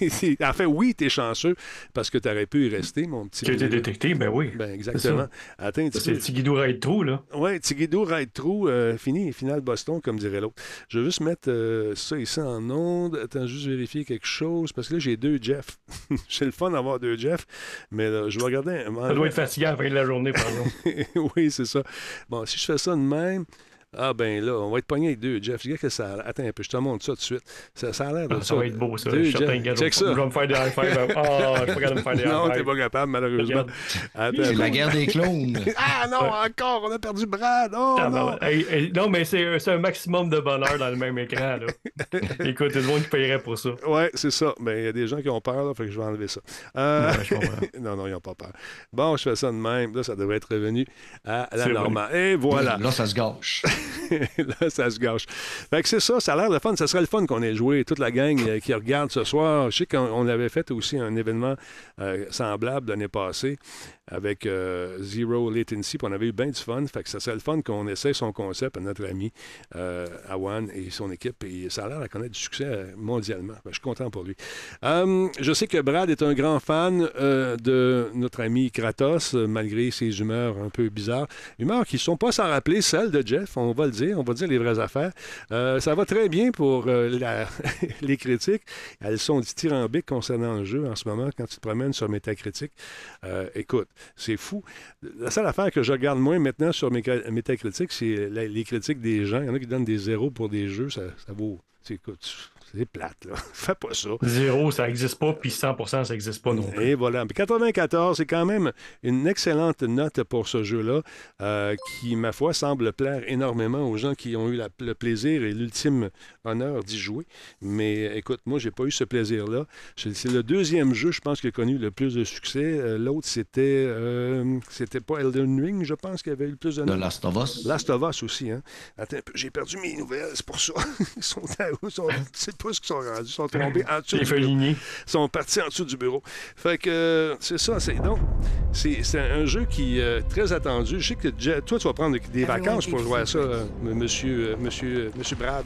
en fait, oui, t'es chanceux parce que tu aurais pu y rester, mon petit. Qui a été détecté, ben oui. Ben exactement. Attends, ça, c'est Tigidou Ride-Trou, là. Oui, Tigidou Ride-Trou, euh, fini, finale Boston, comme dirait l'autre. Je vais juste mettre euh, ça ici en onde. Attends, juste vérifier quelque chose, parce que là, j'ai deux Jeff. C'est le fun d'avoir deux Jeff, mais là, je vais regarder. Un... Ça doit être fatigant à la fin de la journée, par exemple. Oui, c'est ça. Bon, si je fais ça de même, ah ben là, on va être pogné avec deux Jeff. Je dis que ça. Attends un peu, je te montre ça tout de suite. Ça, ça a l'air de ah, ça. Ça va être beau, ça. Deux je suis certain que Check ça. je vais me faire des high five. Ah, je suis pas capable de me faire des high five. Non, t'es pas capable, malheureusement. Attends, c'est la guerre des clones. Ah non, encore, on a perdu Brad. Oh, ah, non. Hey, hey, non, mais c'est, c'est un maximum de bonheur dans le même écran. Là. Écoute, il y a des gens qui paieraient pour ça. Oui, c'est ça. Mais il y a des gens qui ont peur, là, fait que je vais enlever ça. Euh... Ouais, non, non, ils n'ont pas peur. Bon, je fais ça de même. Là, ça devrait être revenu à la c'est normale. Vrai. Et voilà. Là, ça se gâche. Là, ça se gâche. Fait que c'est ça, ça a l'air le fun. Ça serait le fun qu'on ait joué, toute la gang euh, qui regarde ce soir. Je sais qu'on avait fait aussi un événement euh, semblable l'année passée avec euh, Zero Latency, puis on avait eu bien du fun. Fait que ça serait le fun qu'on essaie son concept à notre ami euh, Awan et son équipe. Et ça a l'air à connaître du succès euh, mondialement. Ben, je suis content pour lui. Euh, je sais que Brad est un grand fan euh, de notre ami Kratos, euh, malgré ses humeurs un peu bizarres. Humeurs qui ne sont pas sans rappeler celles de Jeff, on va le dire, on va dire les vraies affaires. Euh, ça va très bien pour euh, la... les critiques. Elles sont dithyrambiques concernant le jeu en ce moment quand tu te promènes sur Metacritic. Euh, écoute, c'est fou. La seule affaire que je regarde moins maintenant sur Metacritic, c'est la, les critiques des gens. Il y en a qui donnent des zéros pour des jeux. Ça, ça vaut... C'est, écoute, c'est plate, là. Fais pas ça. Zéro, ça n'existe pas, puis cent pour cent, ça n'existe pas non plus. Et voilà. Mais quatre-vingt-quatorze, c'est quand même une excellente note pour ce jeu-là, euh, qui, ma foi, semble plaire énormément aux gens qui ont eu la, le plaisir et l'ultime honneur d'y jouer. Mais écoute, moi, j'ai pas eu ce plaisir-là. C'est le deuxième jeu, je pense, qui a connu le plus de succès. Euh, l'autre, c'était... Euh, c'était pas Elden Ring, je pense, qui avait eu le plus de notes. The Last of Us. Last of Us aussi, hein. Attends un peu, j'ai perdu mes nouvelles, c'est pour ça. Ils sont à où? Ils sont... C'est pas ce qu'ils sont rendus. Ils sont tombés en dessous du bureau. Ils sont partis en dessous du bureau. Fait que euh, c'est ça. C'est, donc, c'est, c'est un jeu qui est euh, très attendu. Je sais que toi, tu vas prendre des vacances pour jouer à ça, euh, monsieur, euh, monsieur, euh, monsieur Brad.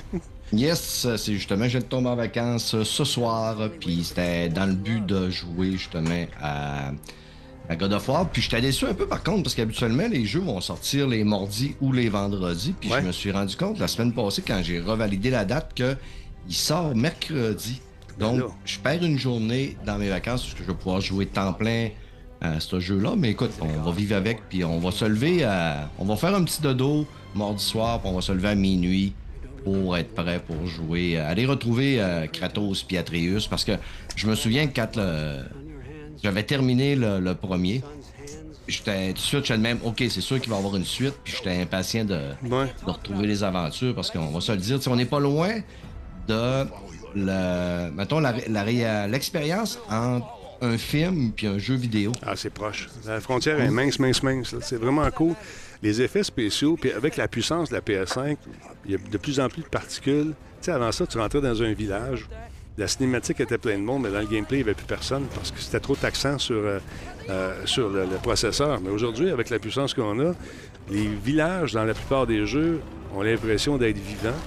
Yes, c'est justement, je viens de tomber en vacances ce soir, puis c'était dans le but de jouer justement à, à God of War. Puis j'étais déçu un peu par contre, parce qu'habituellement, les jeux vont sortir les mardis ou les vendredis. Puis ouais. Je me suis rendu compte la semaine passée, quand j'ai revalidé la date, que il sort mercredi. Donc, là, je perds une journée dans mes vacances parce que je vais pouvoir jouer temps plein à ce jeu-là. Mais écoute, on va vivre avec, puis on va se lever à... On va faire un petit dodo mardi soir, puis on va se lever à minuit pour être prêt pour jouer, aller retrouver euh, Kratos puis Atreus. Parce que je me souviens que quand le... j'avais terminé le, le premier, j'étais tout de suite, j'étais de même, OK, c'est sûr qu'il va y avoir une suite, puis j'étais impatient de, ouais. de retrouver les aventures, parce qu'on va se le dire, on n'est pas loin de, le, mettons, la, la, l'expérience entre un film puis un jeu vidéo. Ah, c'est proche. La frontière est mince, mince, mince. Là. C'est vraiment cool. Les effets spéciaux, puis avec la puissance de la P S cinq, il y a de plus en plus de particules. Tu sais, avant ça, tu rentrais dans un village, la cinématique était pleine de monde, mais dans le gameplay, il n'y avait plus personne parce que c'était trop taxant sur, euh, euh, sur le, le processeur. Mais aujourd'hui, avec la puissance qu'on a, les villages, dans la plupart des jeux, ont l'impression d'être vivants.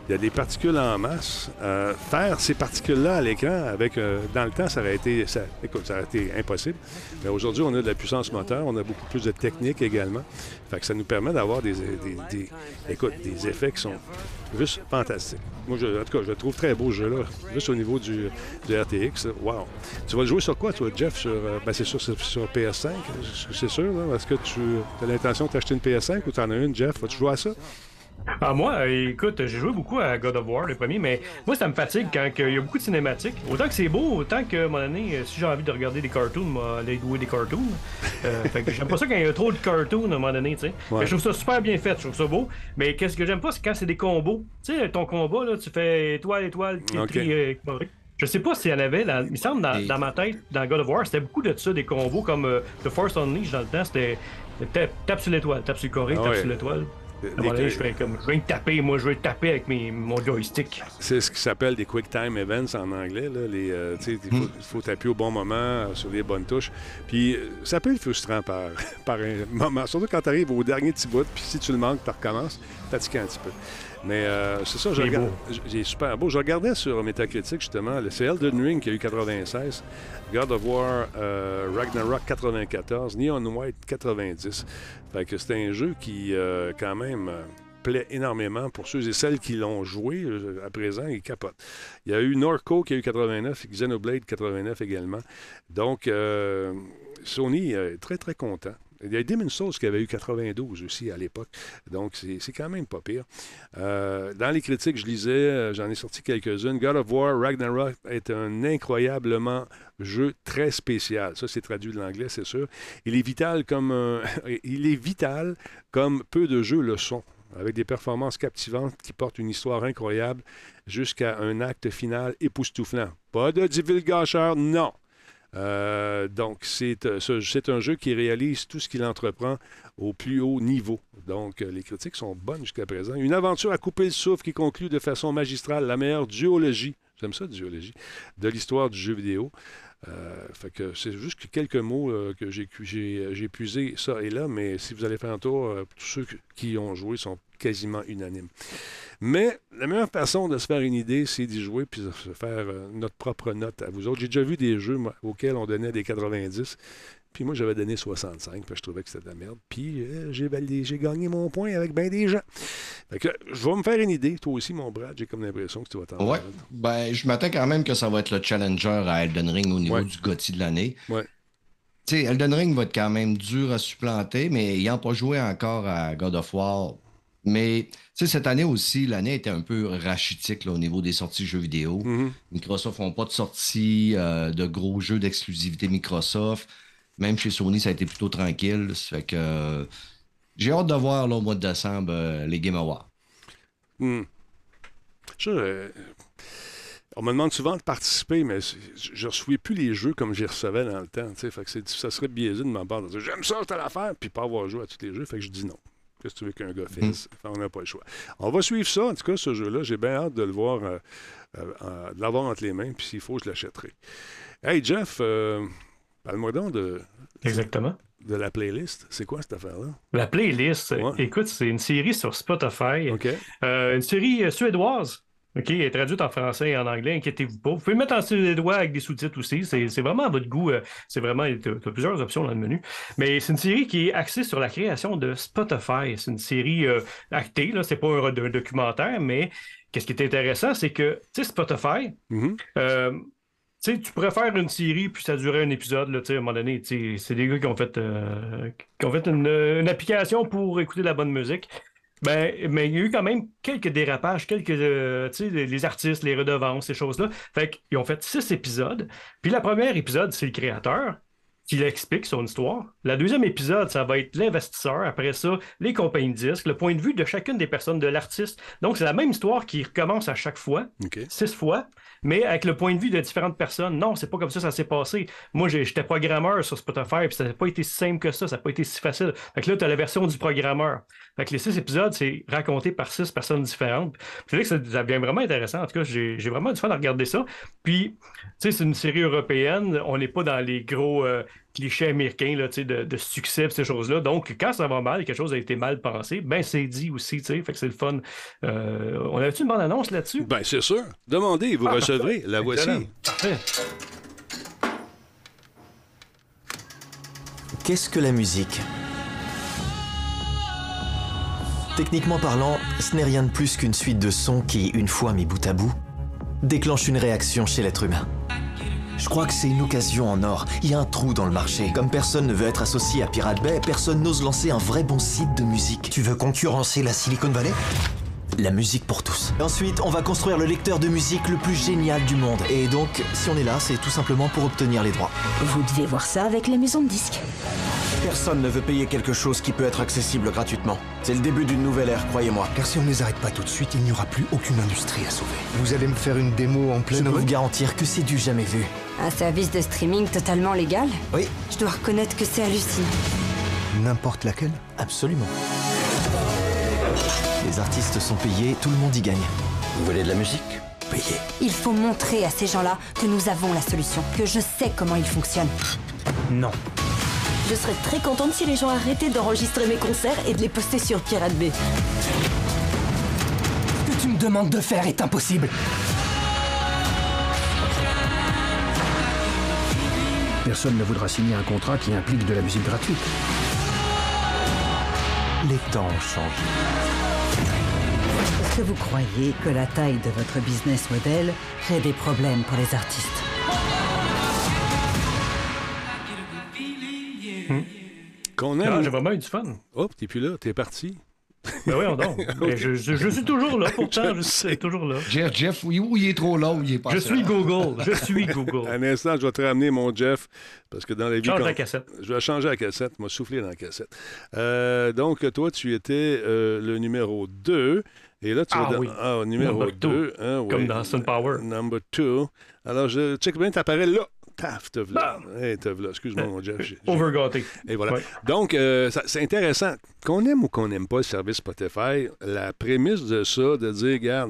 il y a des particules en masse. Euh, faire ces particules-là à l'écran, avec euh, dans le temps, ça aurait été, ça, écoute, ça aurait été impossible. Mais aujourd'hui, on a de la puissance moteur, on a beaucoup plus de technique également. Fait que ça nous permet d'avoir des, des, des, écoute, des effets qui sont juste fantastiques. Moi, je, en tout cas, je le trouve très beau, ce jeu-là, juste au niveau du, du R T X. Wow! Tu vas le jouer sur quoi, toi, Jeff? Sur, euh, ben, c'est sûr, c'est sur P S cinq, c'est sûr. Là. Est-ce que tu as l'intention de t'acheter une P S cinq ou tu en as une, Jeff? Vas-tu jouer à ça? Ah, moi, écoute, j'ai joué beaucoup à God of War, le premier, mais moi, ça me fatigue quand il y a beaucoup de cinématiques. Autant que c'est beau, autant que, à un moment donné, si j'ai envie de regarder des cartoons, moi, aller jouer des cartoons. Euh, fait que j'aime pas ça quand il y a trop de cartoons, à un moment donné, tu sais. Ouais. Je trouve ça super bien fait, je trouve ça beau. Mais qu'est-ce que j'aime pas, c'est quand c'est des combos. Tu sais, ton combat, là, tu fais étoile, étoile, tri, euh, je sais pas s'il y en avait, dans, il me semble, dans, dans ma tête, dans God of War, c'était beaucoup de ça, des combos comme euh, The Force Unleashed dans le temps, c'était tape sur l'étoile, tape sur le corée, ah, tape ouais. sur l'étoile. Voilà, je fais comme, je vais taper, moi je vais taper avec mes, mon joystick. C'est ce qui s'appelle des Quick Time Events en anglais. Là. Les, euh, il faut, mm. faut taper au bon moment, euh, sur les bonnes touches. Puis ça peut être frustrant par, par un moment, surtout quand tu arrives au dernier petit bout, puis si tu le manques, tu recommences, fatiguant un petit peu. Mais euh, c'est ça, je regarde. J'ai super beau. Je regardais sur Metacritic, justement, c'est Elden Ring qui a eu quatre-vingt-seize, God of War euh, Ragnarok quatre-vingt-quatorze, Neon White quatre-vingt-dix. Fait que c'est un jeu qui, euh, quand même, euh, plaît énormément pour ceux et celles qui l'ont joué. Euh, à présent, ils capotent. Il y a eu Norco qui a eu quatre-vingt-neuf, Xenoblade quatre-vingt-neuf également. Donc, euh, Sony est très, très content. Il y a Demon's Souls qui avait eu quatre-vingt-douze aussi à l'époque. Donc, c'est, c'est quand même pas pire. Euh, dans les critiques, je lisais, j'en ai sorti quelques-unes. God of War Ragnarok est un incroyablement jeu très spécial. Ça, c'est traduit de l'anglais, c'est sûr. Il est vital comme un... Il est vital comme peu de jeux le sont, avec des performances captivantes qui portent une histoire incroyable jusqu'à un acte final époustouflant. Pas de divulgacheur, non! Euh, donc, c'est, euh, c'est un jeu qui réalise tout ce qu'il entreprend au plus haut niveau. Donc, euh, les critiques sont bonnes jusqu'à présent. Une aventure à couper le souffle qui conclut de façon magistrale la meilleure duologie, j'aime ça, duologie, de l'histoire du jeu vidéo. Euh, fait que c'est juste quelques mots euh, que j'ai, j'ai, j'ai puisé ça et là, mais si vous allez faire un tour, euh, tous ceux qui ont joué sont quasiment unanimes. Mais la meilleure façon de se faire une idée, c'est d'y jouer puis de se faire euh, notre propre note à vous autres. J'ai déjà vu des jeux moi, auxquels on donnait des quatre-vingt-dix, puis moi j'avais donné soixante-cinq, puis je trouvais que c'était de la merde. Puis euh, j'ai, validé, j'ai gagné mon point avec bien des gens. Fait que je vais me faire une idée. Toi aussi, mon Brad, j'ai comme l'impression que tu vas t'en Ouais, ben je m'attends quand même que ça va être le challenger à Elden Ring au niveau ouais. du G O T Y de l'année. Ouais. Tu sais, Elden Ring va être quand même dur à supplanter, mais ayant pas joué encore à God of War... Mais, tu sais, cette année aussi, l'année était un peu rachitique là, au niveau des sorties jeux vidéo. Mm-hmm. Microsoft n'ont pas de sortie euh, de gros jeux d'exclusivité Microsoft. Même chez Sony, ça a été plutôt tranquille. Ça fait que euh, j'ai hâte de voir là, au mois de décembre euh, les Game Awards. Mm. Je, euh, on me demande souvent de participer, mais je ne recevais plus les jeux comme j'y recevais dans le temps. Fait que c'est, ça serait biaisé de m'en parler. J'aime ça, c'est à l'affaire, puis pas avoir joué à tous les jeux. Fait que je dis non. Qu'est-ce que tu veux qu'un gars fasse? Enfin, on n'a pas le choix. On va suivre ça, en tout cas, ce jeu-là. J'ai bien hâte de le voir, euh, euh, de l'avoir entre les mains, puis s'il faut, je l'achèterai. Hey, Jeff, euh, parle-moi donc de... Exactement. De la playlist. C'est quoi cette affaire-là? La playlist, ouais. Écoute, c'est une série sur Spotify. Okay. Euh, une série suédoise. OK, elle est traduite en français et en anglais, inquiétez-vous pas. Vous pouvez mettre en suédois avec des sous-titres aussi, c'est, c'est vraiment à votre goût. C'est vraiment, tu as plusieurs options dans le menu. Mais c'est une série qui est axée sur la création de Spotify. C'est une série euh, actée, là, c'est pas un, un documentaire, mais qu'est-ce qui est intéressant, c'est que, tu sais, Spotify, mm-hmm. euh, tu sais, tu pourrais faire une série, puis ça durait un épisode, là, tu sais, à un moment donné, tu sais, c'est des gars qui ont fait, euh, qui ont fait une, une application pour écouter de la bonne musique. Ben, mais il y a eu quand même quelques dérapages, quelques, euh, tu sais, les, les artistes, les redevances, ces choses-là. Fait qu'ils ont fait six épisodes. Puis le premier épisode, c'est le créateur qui explique son histoire. Le deuxième épisode, ça va être l'investisseur. Après ça, les compagnies de disques, le point de vue de chacune des personnes, de l'artiste. Donc, c'est la même histoire qui recommence à chaque fois, okay. six fois, mais avec le point de vue de différentes personnes. Non, c'est pas comme ça que ça s'est passé. Moi, j'ai, j'étais programmeur sur Spotify, puis ça n'a pas été si simple que ça, ça n'a pas été si facile. Fait que là, tu as la version du programmeur. Fait que les six épisodes, c'est raconté par six personnes différentes. Puis c'est vrai que ça, ça devient vraiment intéressant. En tout cas, j'ai, j'ai vraiment du fun à regarder ça. Puis, tu sais, c'est une série européenne. On n'est pas dans les gros... Euh, cliché américain là, de, de succès, ces choses-là. Donc, quand ça va mal et quelque chose a été mal pensé, ben c'est dit aussi, tu sais, fait que c'est le fun. Euh, on avait-tu une bande-annonce là-dessus? Ben, c'est sûr. Demandez, vous ah, recevrez. La voici. Parfait. Qu'est-ce que la musique? Techniquement parlant, ce n'est rien de plus qu'une suite de sons qui, une fois mis bout à bout, déclenche une réaction chez l'être humain. Je crois que c'est une occasion en or. Il y a un trou dans le marché. Comme personne ne veut être associé à Pirate Bay, personne n'ose lancer un vrai bon site de musique. Tu veux concurrencer la Silicon Valley? La musique pour tous. Ensuite, on va construire le lecteur de musique le plus génial du monde. Et donc, si on est là, c'est tout simplement pour obtenir les droits. Vous devez voir ça avec les maisons de disques. Personne ne veut payer quelque chose qui peut être accessible gratuitement. C'est le début d'une nouvelle ère, croyez-moi. Car si on ne les arrête pas tout de suite, il n'y aura plus aucune industrie à sauver. Vous allez me faire une démo en pleine Je peux rue? vous garantir que c'est du jamais vu. Un service de streaming totalement légal? Oui. Je dois reconnaître que c'est hallucinant. N'importe laquelle? Absolument. Les artistes sont payés, tout le monde y gagne. Vous voulez de la musique? Payez. Il faut montrer à ces gens-là que nous avons la solution, que je sais comment ils fonctionnent. Non. Je serais très contente si les gens arrêtaient d'enregistrer mes concerts et de les poster sur Pirate Bay. Ce que tu me demandes de faire est impossible. Personne ne voudra signer un contrat qui implique de la musique gratuite. Les temps ont changé. Est-ce que vous croyez que la taille de votre business model crée des problèmes pour les artistes? Hmm. Qu'on aime... Ah, j'ai vraiment eu du fun. Oh, t'es plus là, t'es parti. Ben oui, on donc. Ben, je, je, je suis toujours là, pourtant, je suis toujours là. Jeff, Jeff, oui, ou il est trop là, ou il est pas. Je suis Google, je suis Google. Un instant, je vais te ramener mon Jeff, parce que dans la vie... Change quand... la cassette. Je vais changer la cassette, m'a soufflé dans la cassette. Euh, donc, toi, tu étais euh, le numéro deux, et là, tu ah, vas... Oui. Ah, numéro deux. Hein, Comme oui. dans Sun Power. Number two. Alors, je check bien, t'apparais là. Taf, te v'là. Hey, te v'là. Excuse-moi, mon Jeff. J'ai... Overgâté. Et voilà. Ouais. Donc, euh, ça, c'est intéressant. Qu'on aime ou qu'on n'aime pas le service Spotify, la prémisse de ça, de dire, regarde,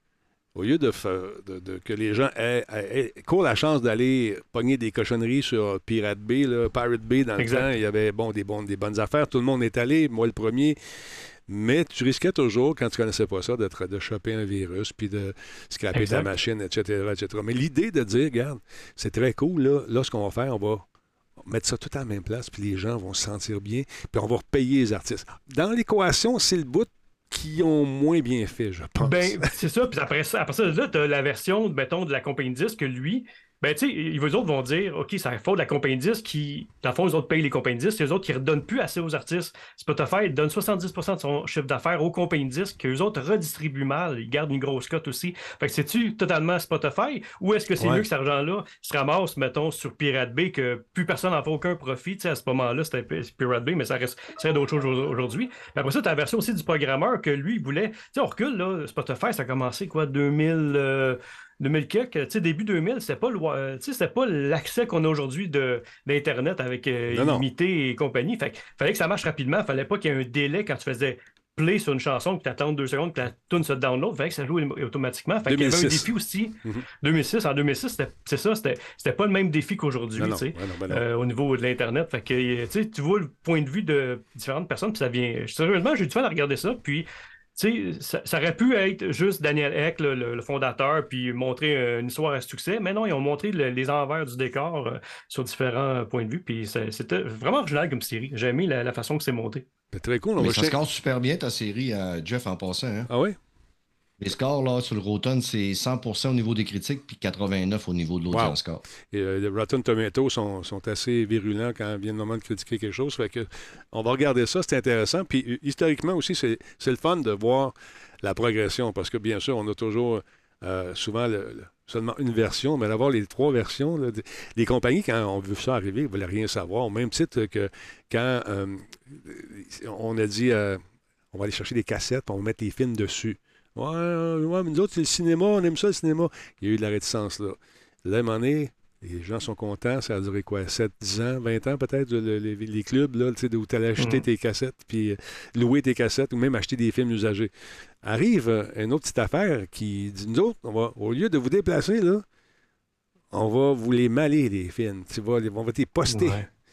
au lieu de, faire, de, de que les gens aient, aient, aient, courent la chance d'aller pogner des cochonneries sur Pirate Bay, là, Pirate Bay, dans exact. Le temps, il y avait bon, des, bon, des bonnes affaires. Tout le monde est allé, moi le premier. Mais tu risquais toujours, quand tu ne connaissais pas ça, d'être, de choper un virus, puis de scraper exact. Ta machine, et cetera, et cetera. Mais l'idée de dire, regarde, c'est très cool, là, là ce qu'on va faire, on va mettre ça tout à la même place, puis les gens vont se sentir bien, puis on va repayer les artistes. Dans l'équation, c'est le bout qui ont moins bien fait, je pense. Ben, c'est ça. Puis après ça, après ça, là, tu as la version, mettons, de la compagnie de disques que lui... Ben, tu sais, eux autres vont dire, OK, ça faut de la compagnie de disques qui, dans le fond, eux autres payent les compagnies de disques, c'est eux autres qui ne redonnent plus assez aux artistes. Spotify donne soixante-dix pour cent de son chiffre d'affaires aux compagnies de disques, qu'eux autres redistribuent mal, ils gardent une grosse cote aussi. Fait que c'est-tu totalement Spotify, ou est-ce que c'est ouais. mieux que cet argent-là se ramasse, mettons, sur Pirate Bay, que plus personne n'en fait aucun profit? Tu sais, à ce moment-là, c'était Pirate Bay, mais ça reste, ça reste d'autres choses aujourd'hui. Mais après ça, tu as la version aussi du programmeur que lui, il voulait... Tu sais, on recule, là, Spotify, ça a commencé, quoi, deux mille... Euh... deux mille quelques, tu sais, début deux mille, c'était pas, le, euh, c'était pas l'accès qu'on a aujourd'hui de, d'Internet avec euh, illimité et compagnie. Fait fallait que ça marche rapidement. Fallait pas qu'il y ait un délai quand tu faisais play sur une chanson, que tu attendes deux secondes, que la tune se download. Fallait que ça joue automatiquement. Fait qu'il y avait un défi aussi. Mm-hmm. deux mille six, en deux mille six, c'était, c'est ça, c'était, c'était pas le même défi qu'aujourd'hui, tu sais, ben euh, au niveau de l'Internet. Fait que, tu vois le point de vue de différentes personnes, puis ça vient... Sérieusement, j'ai eu du fun à regarder ça, puis... Tu sais, ça, ça aurait pu être juste Daniel Ek, le, le, le fondateur, puis montrer une histoire à succès, mais non, ils ont montré le, les envers du décor euh, sur différents points de vue, puis ça, c'était vraiment original comme série. J'ai aimé la, la façon que c'est monté. C'est très cool. On mais va ça se score super bien, ta série, euh, Jeff, en passant. Hein? Ah oui? Les scores, là, sur le Rotten, c'est cent pour cent au niveau des critiques, puis quatre-vingt-neuf pour cent au niveau de l'audience wow. score. Et euh, les Rotten Tomatoes sont, sont assez virulents quand vient le moment de critiquer quelque chose. Fait que on va regarder ça, c'est intéressant. Puis historiquement aussi, c'est, c'est le fun de voir la progression, parce que bien sûr, on a toujours euh, souvent le, le, seulement une version, mais d'avoir les trois versions, là, les compagnies, quand on veut ça arriver, ils ne veulent rien savoir. Au même titre que quand euh, on a dit euh, on va aller chercher des cassettes, on va mettre les films dessus. Ouais, ouais, mais nous autres, c'est le cinéma, on aime ça, le cinéma. Il y a eu de la réticence, là. Là, à un moment donné, les gens sont contents. Ça a duré quoi, sept, dix ans, vingt ans peut-être, le, les, les clubs, là, où tu allais acheter mmh. tes cassettes, puis euh, louer tes cassettes, ou même acheter des films usagés. Arrive euh, une autre petite affaire qui dit, nous autres, on va, au lieu de vous déplacer, là, on va vous les maler, les films. Tu vas, on va les poster. Ouais.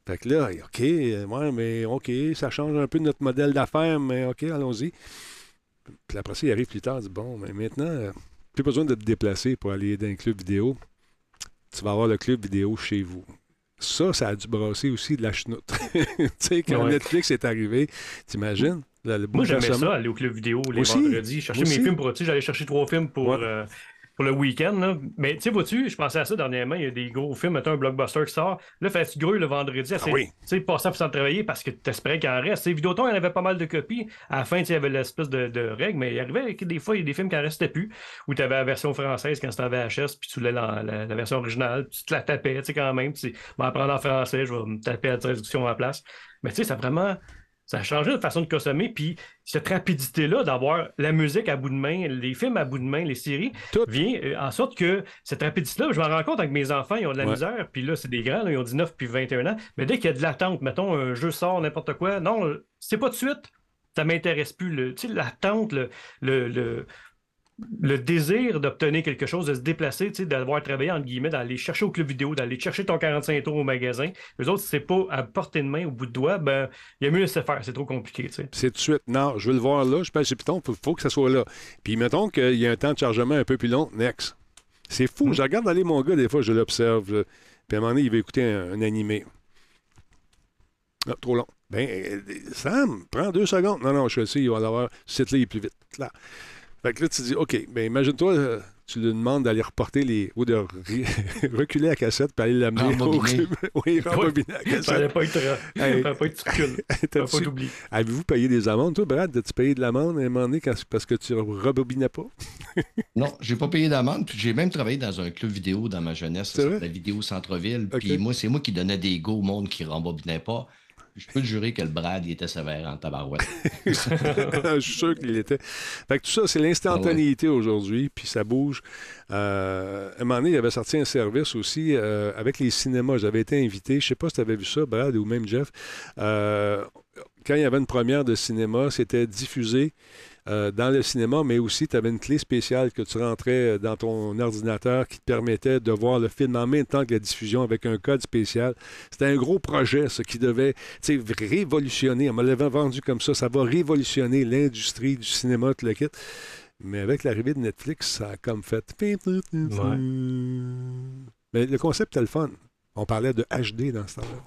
Fait que là, OK, ouais, mais OK, ça change un peu de notre modèle d'affaires, mais OK, allons-y. Puis après ça, il arrive plus tard, il dit, bon, mais maintenant, euh, plus besoin de te déplacer pour aller dans un club vidéo. Tu vas avoir le club vidéo chez vous. Ça, ça a dû brasser aussi de la chenoute. Tu sais, quand ouais. Netflix est arrivé, t'imagines? Le, le Moi, j'aimais ça, aller au club vidéo les aussi, vendredis. Chercher mes films pour... Tu sais, j'allais chercher trois films pour... Ouais. Euh, pour le week-end, là. Mais tu sais, vois-tu, je pensais à ça dernièrement, il y a des gros films, mettons un blockbuster qui sort. Là, fait grue le vendredi, ah oui. tu sais, passer pour s'en travailler parce que tu espérais qu'il en reste. T'sais, Vidéoton, il y en avait pas mal de copies. À la fin, il y avait l'espèce de, de règle, mais il arrivait que des fois, il y a des films qui en restaient plus, où tu avais la version française quand c'était en V H S, puis tu voulais la, la, la version originale, puis tu te la tapais, tu sais, quand même. Tu m'en apprendre en français, je vais me taper la traduction en place. Mais tu sais, ça vraiment. Ça a changé de façon de consommer, puis cette rapidité-là d'avoir la musique à bout de main, les films à bout de main, les séries, Tout. vient euh, en sorte que cette rapidité-là, je m'en rends compte avec mes enfants, ils ont de la ouais. misère, puis là, c'est des grands, là, ils ont dix-neuf puis vingt et un ans, mais dès qu'il y a de l'attente, mettons, un jeu sort, n'importe quoi, non, c'est pas de suite, ça m'intéresse plus. Le, tu sais, l'attente, le... le, le le désir d'obtenir quelque chose, de se déplacer, d'avoir travaillé, entre guillemets, d'aller chercher au club vidéo, d'aller chercher ton quarante-cinq tours au magasin. Eux autres, si c'est pas à portée de main, au bout de doigt, ben, il y a mieux laisser faire. C'est trop compliqué, tu sais. C'est tout de suite. Non, je veux le voir là, je pèse sur piton, il faut que ça soit là. Puis mettons qu'il y a un temps de chargement un peu plus long, next. C'est fou. Mm. Je regarde aller mon gars, des fois, je l'observe. Là. Puis à un moment donné, il va écouter un, un animé. Ah, trop long. Ben, Sam, prends deux secondes. Non, non, je sais, il va l'avoir. Ce site-là, il est plus vite. Là. Fait que là, tu dis, OK, bien, imagine-toi, euh, tu lui demandes d'aller reporter les. ou de re- reculer la cassette puis aller l'amener au club. Oui, rembobiner la cassette. Ça n'allait pas être. Hey. Ça pas être recul. Ça pas d'oublier. Avez-vous payé des amendes, toi, Brad? As-tu payé de l'amende à un moment donné quand, parce que tu rebobinais pas? Non, j'ai pas payé d'amende. Puis j'ai même travaillé dans un club vidéo dans ma jeunesse. C'est ça, la vidéo Centre-Ville. Okay. Puis moi, c'est moi qui donnais des go au monde qui rembobinait pas. Je peux te jurer que le Brad, il était sévère en tabarouette. Je suis sûr qu'il était. Fait que tout ça, c'est l'instantanéité ah ouais. aujourd'hui, puis ça bouge. Euh, à un moment donné, il avait sorti un service aussi euh, avec les cinémas. J'avais été invité, je ne sais pas si tu avais vu ça, Brad, ou même Jeff. Euh, quand il y avait une première de cinéma, c'était diffusé Euh, dans le cinéma, mais aussi tu avais une clé spéciale que tu rentrais dans ton ordinateur qui te permettait de voir le film en même temps que la diffusion avec un code spécial. C'était un gros projet, ça, qui devait révolutionner. On me l'avait vendu comme ça. Ça va révolutionner l'industrie du cinéma, tout le kit. Mais avec l'arrivée de Netflix, ça a comme fait... Ouais. Mais le concept était le fun. On parlait de H D dans ce temps-là.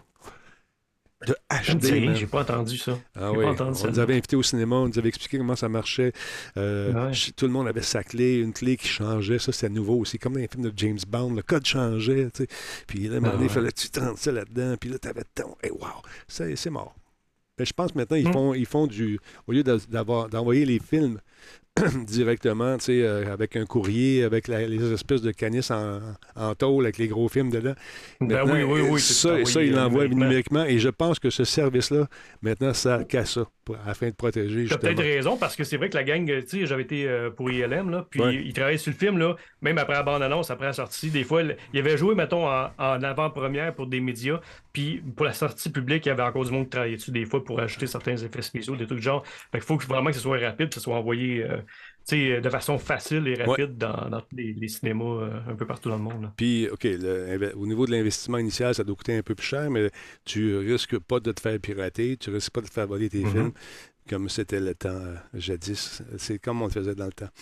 De H D. J'ai pas entendu ça. Ah oui. On ça. nous avait invités au cinéma, on nous avait expliqué comment ça marchait. Euh, ouais. Tout le monde avait sa clé, une clé qui changeait. Ça, c'était nouveau aussi. Comme dans les films de James Bond, le code changeait. T'sais. Puis là, ah, il ouais. fallait que tu tentes ça là-dedans. Puis là, tu avais ton. Et hey, wow, c'est, c'est mort. Mais je pense que maintenant, ils, mm. font, ils font du. Au lieu d'avoir, d'envoyer les films directement, tu sais, euh, avec un courrier, avec la, les espèces de canisses en, en tôle, avec les gros films dedans. Ben oui, oui, oui. Ça, ça il l'envoie numériquement. numériquement. Et je pense que ce service-là, maintenant, ça casse ça, pour, afin de protéger. Tu as peut-être raison, parce que c'est vrai que la gang, tu sais, j'avais été euh, pour I L M, là, puis ouais. ils travaillaient sur le film, là, même après la bande-annonce, après la sortie. Des fois, il avait joué, mettons, en, en avant-première pour des médias, puis pour la sortie publique, il y avait encore du monde qui travaillait dessus, des fois, pour ajouter certains effets spéciaux, des trucs genre. Fait qu'il faut vraiment que ce soit rapide, que ce soit envoyé. Euh, T'sais, de façon facile et rapide ouais. dans, dans les, les cinémas euh, un peu partout dans le monde. Là. Puis, OK, le, au niveau de l'investissement initial, ça doit coûter un peu plus cher, mais tu risques pas de te faire pirater, tu risques pas de te faire voler tes mm-hmm. films, comme c'était le temps euh, jadis. C'est comme on le faisait dans le temps.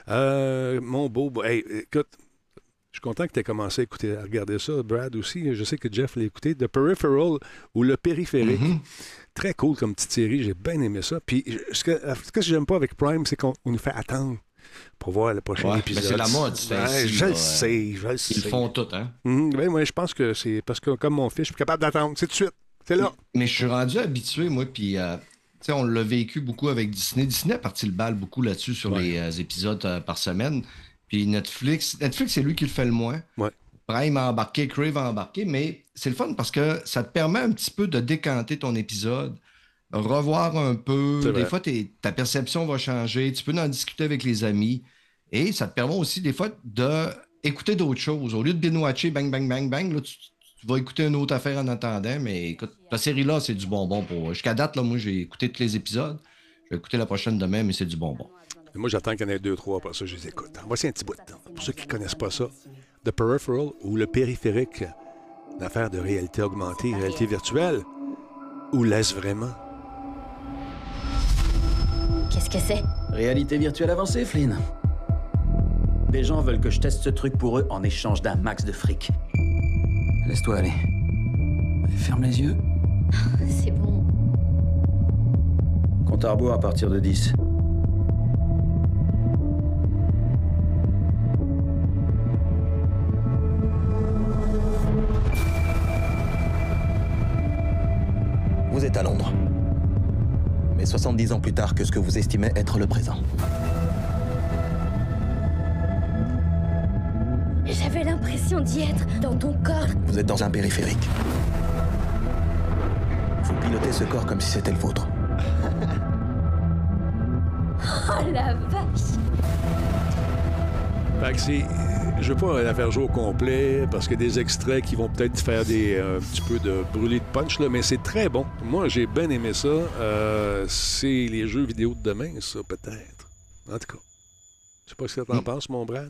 Euh, mon beau... Hey, écoute, je suis content que tu aies commencé à écouter, à regarder ça. Brad aussi, je sais que Jeff l'a écouté. The Peripheral ou Le Périphérique. Mm-hmm. Très cool comme petite série, j'ai bien aimé ça. Puis ce que, ce que j'aime pas avec Prime, c'est qu'on nous fait attendre pour voir le prochain ouais, épisode. Mais c'est la mode, c'est ouais, ainsi, Je là, le sais, je le sais. Ils le font tout, hein? Mm-hmm. Ben, moi, je pense que c'est parce que comme mon fils, je suis capable d'attendre. C'est tout de suite. C'est là. Mais, mais je suis rendu habitué, moi, puis euh, tu sais, on l'a vécu beaucoup avec Disney. Disney a parti le bal beaucoup là-dessus sur ouais. les euh, épisodes euh, par semaine. Puis Netflix, Netflix, c'est lui qui le fait le moins. Ouais. Prime a embarqué, Crave a embarqué, mais c'est le fun parce que ça te permet un petit peu de décanter ton épisode, revoir un peu. Des fois, ta perception va changer. Tu peux en discuter avec les amis. Et ça te permet aussi, des fois, d'écouter d'autres choses. Au lieu de binge-watcher, bang, bang, bang, bang, là, tu, tu vas écouter une autre affaire en attendant. Mais écoute, la série-là, c'est du bonbon pour... Jusqu'à date, là, moi, j'ai écouté tous les épisodes. Je vais écouter la prochaine demain, mais c'est du bonbon. Et moi, j'attends qu'il y en ait deux, trois. Après ça, je les écoute. Voici un petit bout de temps. Pour ceux qui ne connaissent pas ça, The Peripheral ou Le Périphérique, une affaire de réalité augmentée, réalité virtuelle? Ou l'est-ce vraiment? Qu'est-ce que c'est? Réalité virtuelle avancée, Flynn. Des gens veulent que je teste ce truc pour eux en échange d'un max de fric. Laisse-toi aller. Ferme les yeux. C'est bon. Compte à rebours à partir de dix. Vous êtes à Londres. Mais soixante-dix ans plus tard que ce que vous estimez être le présent. J'avais l'impression d'y être dans ton corps. Vous êtes dans un périphérique. Vous pilotez ce corps comme si c'était le vôtre. Oh la vache! Fait que c'est... Je veux pas la faire jouer au complet parce qu'il y a des extraits qui vont peut-être faire des, un petit peu de brûlé de punch, là, mais c'est très bon. Moi, j'ai bien aimé ça. Euh, c'est les jeux vidéo de demain, ça, peut-être. En tout cas. Je sais pas ce que t'en mm. penses, mon Brad.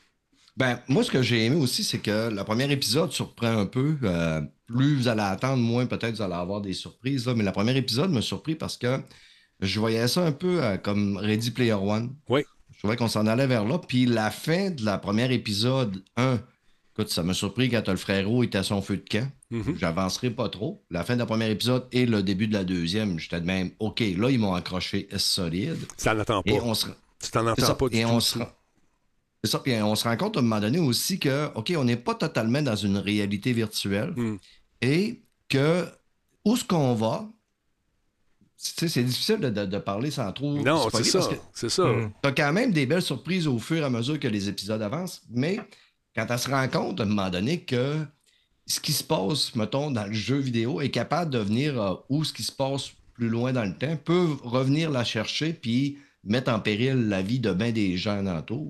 Ben, moi, ce que j'ai aimé aussi, c'est que le premier épisode surprend un peu. Euh, plus vous allez attendre, moins peut-être vous allez avoir des surprises. Là. Mais le premier épisode m'a surpris parce que je voyais ça un peu euh, comme Ready Player One. Oui. Je trouvais qu'on s'en allait vers là. Puis la fin de la première épisode un, écoute, ça m'a surpris quand le frérot était à son feu de camp. Mm-hmm. J'avancerai pas trop. La fin de la première épisode et le début de la deuxième, j'étais de même, OK, là, ils m'ont accroché solide. Ça n'attend pas. Et on se... Tu t'en entends pas du et tout. On se... C'est ça. Puis on se rend compte à un moment donné aussi que, OK, on n'est pas totalement dans une réalité virtuelle mm. et que où est-ce qu'on va? Tu sais, c'est difficile de, de, de parler sans trop... Non, c'est ça, c'est ça. Mm. T'as quand même des belles surprises au fur et à mesure que les épisodes avancent, mais quand on se rend compte à un moment donné que ce qui se passe, mettons, dans le jeu vidéo est capable de venir euh, où ce qui se passe plus loin dans le temps, peut revenir la chercher puis mettre en péril la vie de bien des gens alentours.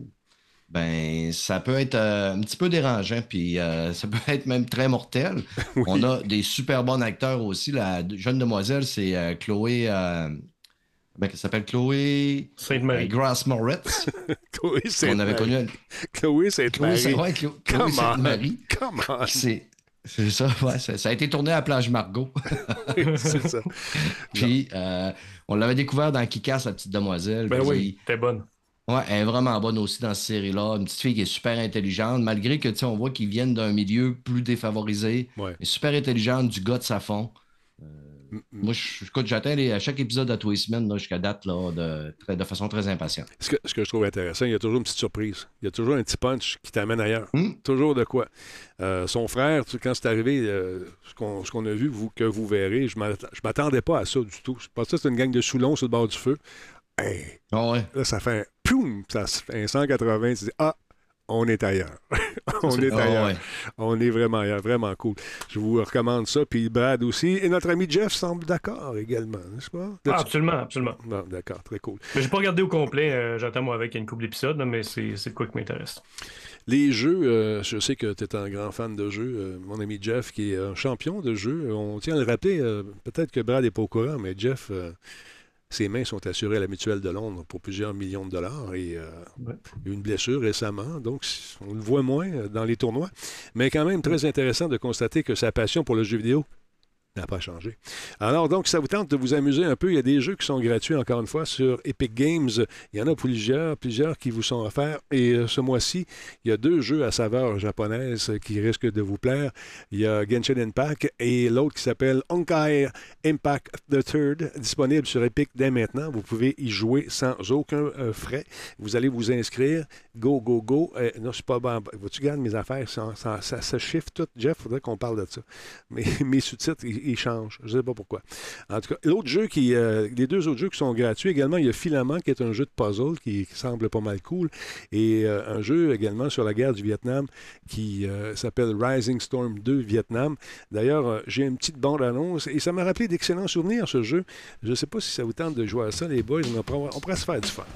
Ben, ça peut être euh, un petit peu dérangeant, puis euh, ça peut être même très mortel. Oui. On a des super bons acteurs aussi. La jeune demoiselle, c'est euh, Chloé... Euh, comment elle s'appelle? Chloé... Sainte-Marie. Euh, Grace Moretz. Chloé Sainte-Marie. On avait connu... Elle... Chloé Sainte-Marie. Chloé, ouais, Chloé, Chloé Sainte-Marie. Comment? C'est... C'est ça, ouais. Ça, ça a été tourné à la plage Margot. C'est ça. Puis, euh, on l'avait découvert dans Kick-Ass, la petite demoiselle. Ben puis, oui, t'es bonne. Ouais, elle est vraiment bonne aussi dans cette série-là. Une petite fille qui est super intelligente, malgré que, tu sais, on voit qu'ils viennent d'un milieu plus défavorisé. Ouais. Elle est super intelligente, du gars de sa fond. Euh, mm-hmm. Moi, je, écoute, j'attends les, à chaque épisode à tous les semaines, là, jusqu'à date, là, de, de façon très impatiente. Ce que, ce que je trouve intéressant, il y a toujours une petite surprise. Il y a toujours un petit punch qui t'amène ailleurs. Mm. Toujours de quoi. Euh, son frère, tu sais, quand c'est arrivé, euh, ce, qu'on, ce qu'on a vu, vous, que vous verrez, je ne m'attendais pas à ça du tout. Je pensais que c'était une gang de Soulons sur le bord du feu. Hey, oh ouais. Là, ça fait un poum, ça fait un cent quatre-vingts. Tu dis, ah, on est ailleurs. on est, est ailleurs. Oh ouais. On est vraiment ailleurs. Vraiment cool. Je vous recommande ça. Puis Brad aussi. Et notre ami Jeff semble d'accord également, n'est-ce pas? Ah, absolument, absolument. Bon, d'accord, très cool. Mais j'ai pas regardé au complet. Euh, j'attends, moi, avec une couple d'épisodes, là, mais c'est, c'est quoi qui m'intéresse. Les jeux, euh, je sais que tu es un grand fan de jeux. Euh, mon ami Jeff, qui est un champion de jeux. On tient à le rappeler. Euh, peut-être que Brad n'est pas au courant, mais Jeff... Euh, ses mains sont assurées à la Mutuelle de Londres pour plusieurs millions de dollars et euh, ouais. il y a eu une blessure récemment, donc on le voit moins dans les tournois. Mais quand même très intéressant de constater que sa passion pour le jeu vidéo n'a pas changé. Alors donc, ça vous tente de vous amuser un peu. Il y a des jeux qui sont gratuits, encore une fois, sur Epic Games. Il y en a plusieurs, plusieurs qui vous sont offerts. Et euh, ce mois-ci, il y a deux jeux à saveur japonaise qui risquent de vous plaire. Il y a Genshin Impact et l'autre qui s'appelle Honkai Impact the Third, disponible sur Epic dès maintenant. Vous pouvez y jouer sans aucun euh, frais. Vous allez vous inscrire. Go, go, go. Euh, non, je suis pas bon. Vas-tu garder mes affaires? Ça, ça, ça, ça chiffre tout. Jeff, il faudrait qu'on parle de ça. Mais mes sous-titres, ils, ils changent. Je ne sais pas pourquoi. En tout cas, l'autre jeu qui, euh, les deux autres jeux qui sont gratuits également, il y a Filament qui est un jeu de puzzle qui, qui semble pas mal cool et euh, un jeu également sur la guerre du Vietnam qui euh, s'appelle Rising Storm deux Vietnam. D'ailleurs, euh, j'ai une petite bande-annonce et ça m'a rappelé d'excellents souvenirs ce jeu. Je ne sais pas si ça vous tente de jouer à ça, les boys, mais on pourrait, on pourrait se faire du fun.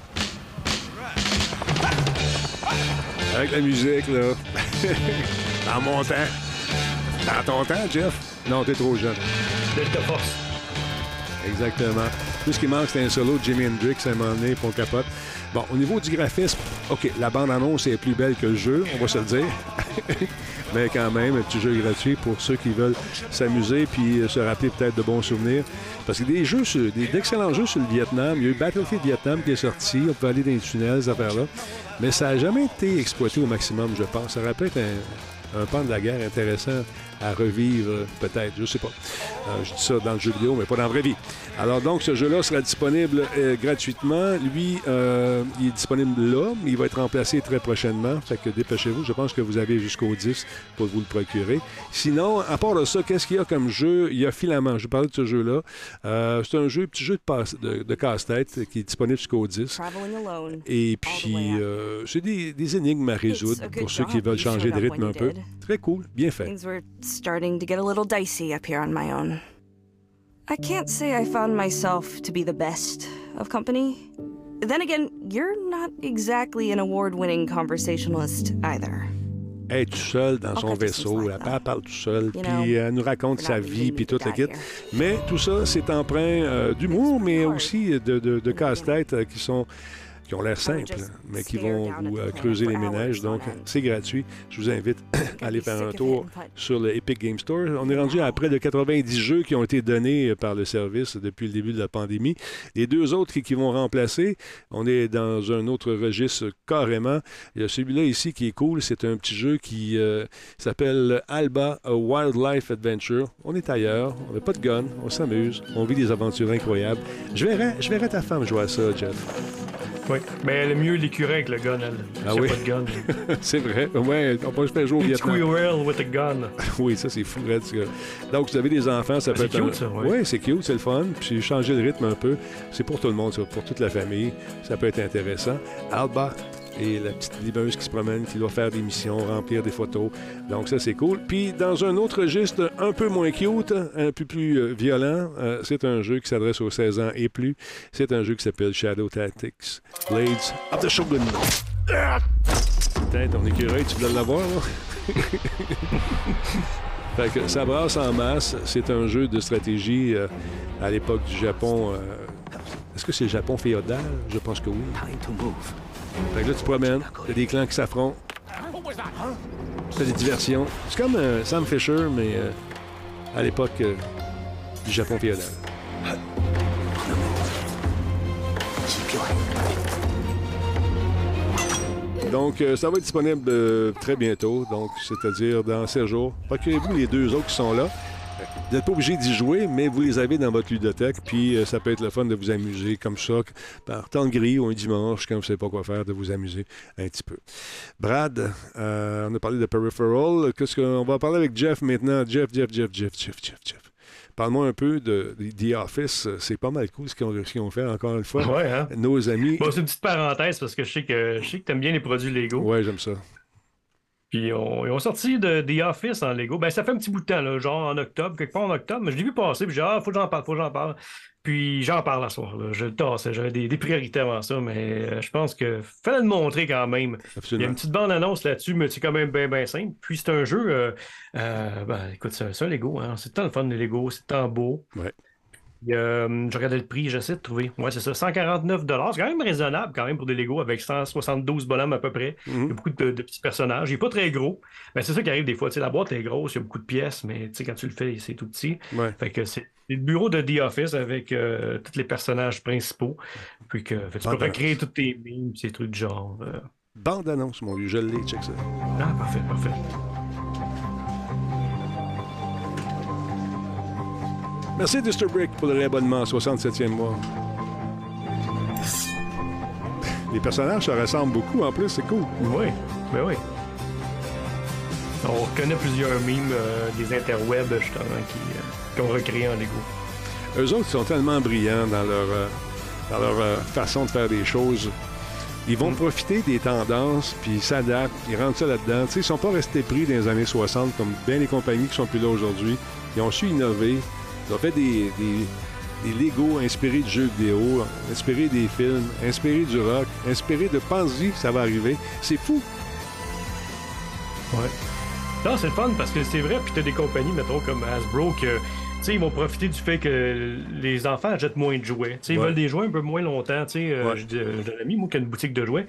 Avec la musique, là. Dans mon temps. Dans ton temps, Jeff? Non, t'es trop jeune. Delta Force. Exactement. Tout ce qui manque, c'est un solo de Jimi Hendrix à un moment donné pour capote. Bon, au niveau du graphisme, OK, la bande-annonce est plus belle que le jeu, on va se le dire. Mais quand même, un petit jeu gratuit pour ceux qui veulent s'amuser puis se rappeler peut-être de bons souvenirs. Parce que des jeux, sur, des, d'excellents jeux sur le Vietnam. Il y a eu Battlefield Vietnam qui est sorti. On peut aller dans les tunnels, ces affaires-là. Mais ça n'a jamais été exploité au maximum, je pense. Ça aurait pu être un, un pan de la guerre intéressant à revivre, peut-être. Je sais pas. Euh, je dis ça dans le jeu vidéo, mais pas dans la vraie vie. Alors donc, ce jeu-là sera disponible euh, gratuitement. Lui, euh, il est disponible là, mais il va être remplacé très prochainement. Fait que dépêchez-vous. Je pense que vous avez jusqu'au dix pour vous le procurer. Sinon, à part de ça, qu'est-ce qu'il y a comme jeu? Il y a Filament. Je parlais de ce jeu-là. Euh, c'est un jeu, petit jeu de, passe, de, de casse-tête qui est disponible jusqu'au dix. Et puis, euh, c'est des, des énigmes à résoudre pour ceux qui veulent changer de rythme un peu. Très cool. Bien fait. Starting to get a little dicey up here on my own. I can't say I found myself to be the best of company. Then again, you're not exactly an award-winning conversationalist either. Elle est tout seul dans son vaisseau, elle parle, parle tout seul, puis elle nous raconte sa vie, puis toute la kit. Mais tout ça, c'est empreint euh, d'humour, mais aussi de, de, de casse-tête euh, qui sont... qui ont l'air simples, mais qui vont vous euh, creuser les ménages. Donc, c'est gratuit. Je vous invite à aller faire un tour sur le Epic Game Store. On est rendu à près de quatre-vingt-dix jeux qui ont été donnés par le service depuis le début de la pandémie. Les deux autres qui, qui vont remplacer, on est dans un autre registre carrément. Il y a celui-là ici qui est cool. C'est un petit jeu qui euh, s'appelle Alba, A Wildlife Adventure. On est ailleurs, on n'a pas de gun, on s'amuse, on vit des aventures incroyables. Je verrai, je verrai ta femme jouer à ça, Jeff. Oui, mais elle est mieux l'écureuil avec le gun, elle. Ah oui? Pas de gun. C'est vrai. Ouais, on peut se faire jouer au Vietnam. Squirrel with a gun. Oui, ça, c'est fou, Red. Donc, vous avez des enfants, ça peut c'est être... cute, un... ça, oui. Oui, c'est cute, c'est le fun. Puis, changer le rythme un peu. C'est pour tout le monde, c'est pour toute la famille. Ça peut être intéressant. Alba et la petite limeuse qui se promène, qui doit faire des missions, remplir des photos. Donc, ça, c'est cool. Puis, dans un autre registre un peu moins cute, un peu plus euh, violent, euh, c'est un jeu qui s'adresse aux seize ans et plus. C'est un jeu qui s'appelle Shadow Tactics Blades of the Shogun. Putain, ton écureuil, tu voulais l'avoir, là? Fait que ça brasse en masse. C'est un jeu de stratégie euh, à l'époque du Japon. Euh... Est-ce que c'est le Japon féodal? Je pense que oui. Fait que là, tu promènes, il y a des clans qui s'affrontent. C'est des diversions. C'est comme euh, Sam Fisher, mais euh, à l'époque euh, du Japon féodal. Donc, euh, ça va être disponible euh, très bientôt, donc c'est-à-dire dans sept jours. Procurez-vous les deux autres qui sont là. Vous n'êtes pas obligé d'y jouer, mais vous les avez dans votre ludothèque, puis euh, ça peut être le fun de vous amuser comme ça, par temps gris ou un dimanche, quand vous ne savez pas quoi faire, de vous amuser un petit peu. Brad, euh, on a parlé de Peripheral. Qu'est-ce qu'on va parler avec Jeff maintenant? Jeff, Jeff, Jeff, Jeff, Jeff, Jeff, Jeff. Parle-moi un peu de, de The Office. C'est pas mal cool ce qu'ils ont, ce qu'ils ont fait, encore une fois. Ouais, hein? Nos amis... Bon, c'est une petite parenthèse, parce que je sais que je sais que tu aimes bien les produits Lego. Ouais, j'aime ça. Puis on, ils ont sorti de The Office en Lego. Ben, ça fait un petit bout de temps, là, genre en octobre, quelque part en octobre, mais je l'ai vu passer, puis j'ai dit, ah, faut que j'en parle, faut que j'en parle. Puis j'en parle à soir, là. Je le tassais, j'avais des, des priorités avant ça, mais euh, je pense que fallait le montrer quand même. Absolument. Il y a une petite bande-annonce là-dessus, mais c'est quand même bien, bien simple. Puis c'est un jeu, euh, euh, ben, écoute, c'est, c'est un Lego, hein. C'est tant le fun, les Lego, c'est tant beau. Ouais. Puis, euh, je regardais le prix, j'essaie de trouver. Ouais, c'est ça, cent quarante-neuf dollars. C'est quand même raisonnable quand même pour des Lego avec cent soixante-douze bonhommes à peu près. Mm-hmm. Il y a beaucoup de, de petits personnages. Il n'est pas très gros. Mais c'est ça qui arrive des fois. Tu sais, la boîte est grosse, il y a beaucoup de pièces, mais tu sais, quand tu le fais, c'est tout petit. Ouais. Fait que c'est le bureau de The Office avec euh, tous les personnages principaux. Puis que fait, tu peux recréer tous tes mimes, ces trucs de genre. Euh... Bande-annonce, mon vieux, je l'ai, check ça. Ah, parfait, parfait. Merci, Mister Brick, pour le réabonnement, soixante-septième mois. Les personnages se ressemblent beaucoup, en plus, c'est cool. Oui, ben oui. On reconnaît plusieurs mimes euh, des interwebs, justement, qui, euh, qui ont recréé en Lego. Eux autres, ils sont tellement brillants dans leur, euh, dans leur euh, façon de faire des choses. Ils vont mm. profiter des tendances, puis ils s'adaptent, ils rentrent ça là-dedans. Tu sais, ils sont pas restés pris dans les années soixante, comme bien les compagnies qui sont plus là aujourd'hui. Ils ont su innover. Ils ont fait des, des, des Lego inspirés de jeux vidéo, inspirés des films, inspirés du rock, inspirés de pense-y, ça va arriver. C'est fou. Ouais. Non, c'est le fun parce que c'est vrai, puis t'as des compagnies, mettons, comme Hasbro, que, tu sais, ils vont profiter du fait que les enfants achètent moins de jouets. Tu sais, ils ouais. veulent des jouets un peu moins longtemps, tu sais. Euh, ouais. j'ai un ami, moi, qui a une boutique de jouets.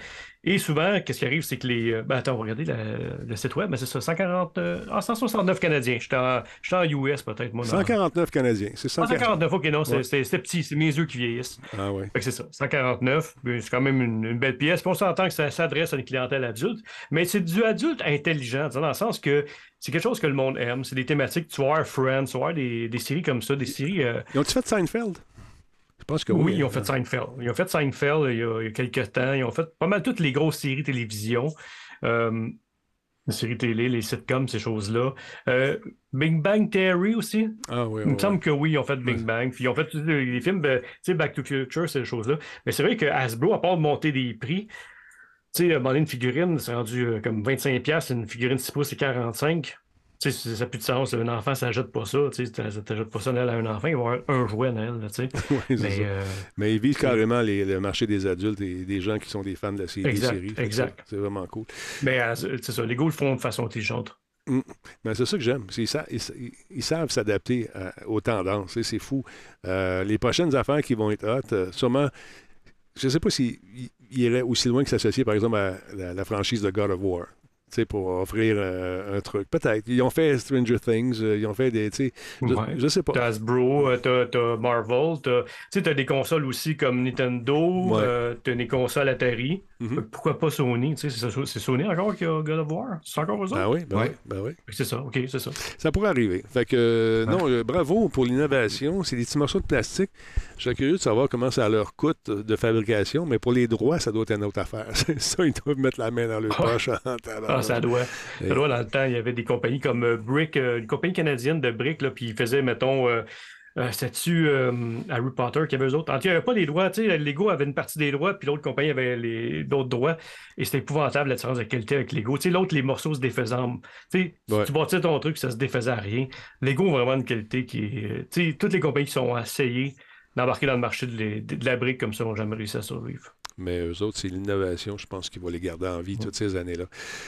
Et souvent, qu'est-ce qui arrive, c'est que les... Ben, attends, on va regarder la- le site web, mais c'est ça, cent quarante... euh, Ah, cent soixante-neuf Canadiens. J'étais en, j'étais en U S, peut-être, moi. non? cent quarante-neuf Canadiens. C'est Ah, cent quarante... cent quarante-neuf, OK, non, c'est, Ouais. c'est, c'est petit, c'est mes yeux qui vieillissent. Ah ouais. Fait que c'est ça, cent quarante-neuf, puis c'est quand même une, une belle pièce. Puis on s'entend que ça s'adresse à une clientèle adulte, mais c'est du adulte intelligent, dans le sens que c'est quelque chose que le monde aime. C'est des thématiques, tu vas voir Friends, tu vas voir des, des séries comme ça, des séries... euh, Ils ont-tu fait Seinfeld? Je pense que oui. Oui, ils ont fait Seinfeld. Ils ont fait Seinfeld il y a, il y a quelques temps. Ils ont fait pas mal toutes les grosses séries télévision. Euh, les séries télé, les sitcoms, ces choses-là. Euh, Big Bang Theory aussi. Ah oui, Il me oui, semble oui. que oui, ils ont fait Big Bang. Puis ils ont fait tous les, les films, ben, tu sais, Back to the Future, ces choses-là. Mais c'est vrai que Hasbro, à part de monter des prix, tu sais, à un moment donné, une figurine, c'est rendu euh, comme vingt-cinq piastres, une figurine six pouces, c'est quarante-cinq. Tu sais, ça n'a plus de sens. Un enfant, ça n'achète pas ça. Tu sais, ça n'achète pas ça à Noël à un enfant. Il va avoir un jouet à Noël, là, tu sais. Oui, c'est Mais, ça. euh, Mais ils visent carrément les- le marché des adultes et des gens qui sont des fans de la série. Exact, des séries. Fait que exact. ça, C'est vraiment cool. Mais euh, c'est ça, les gars le font de façon intelligente. Mm. Ben, c'est ça que j'aime. C'est- Ils, sa- ils- ils savent s'adapter à- aux tendances. C'est c'est fou. Euh, les prochaines affaires qui vont être hot, euh, sûrement, je ne sais pas s'ils ils iraient aussi loin que s'associer, par exemple, à la, la franchise de God of War. Tu sais, pour offrir euh, un truc. Peut-être. Ils ont fait Stranger Things, euh, ils ont fait des. tu sais, Je, Ouais. je sais pas. T'as Hasbro, euh, t'as, t'as Marvel, t'as, tu sais, t'as des consoles aussi comme Nintendo, Ouais. euh, t'as des consoles Atari. Mhm. Pourquoi pas Sony? Tu sais, c'est, c'est Sony encore qui a God of War? C'est encore eux autres? Ben oui, ben Ouais. oui, ben oui. C'est ça, ok, c'est ça. Ça pourrait arriver. Fait que, euh, non, euh, bravo pour l'innovation. C'est des petits morceaux de plastique. Je serais curieux de savoir comment ça leur coûte de fabrication, mais pour les droits, ça doit être une autre affaire. C'est ça, ils doivent mettre la main dans leur Ah. poche. en tabarnak. Ah, ça doit. Et- Ça doit, dans le temps, il y avait des compagnies comme euh, Brick, euh, une compagnie canadienne de briques, là, puis ils faisaient, mettons, euh, euh, c'était-tu euh, Harry Potter qui avait eux autres? En tout cas, il n'y avait pas les droits, tu sais, Lego avait une partie des droits, puis l'autre compagnie avait les, d'autres droits, et c'était épouvantable la différence de qualité avec Lego. Tu sais, l'autre, les morceaux se défaisaient. en- Tu sais, si Ouais. tu bâtissais ton truc, ça se défaisait à rien. Lego a vraiment une qualité qui est... euh, Tu sais, toutes les compagnies qui sont essayées d'embarquer dans le marché de, les- de la brique comme ça n'ont jamais réussi à survivre. Mais eux autres, c'est l'innovation, je pense, qui va les garder en vie toutes ces années-là.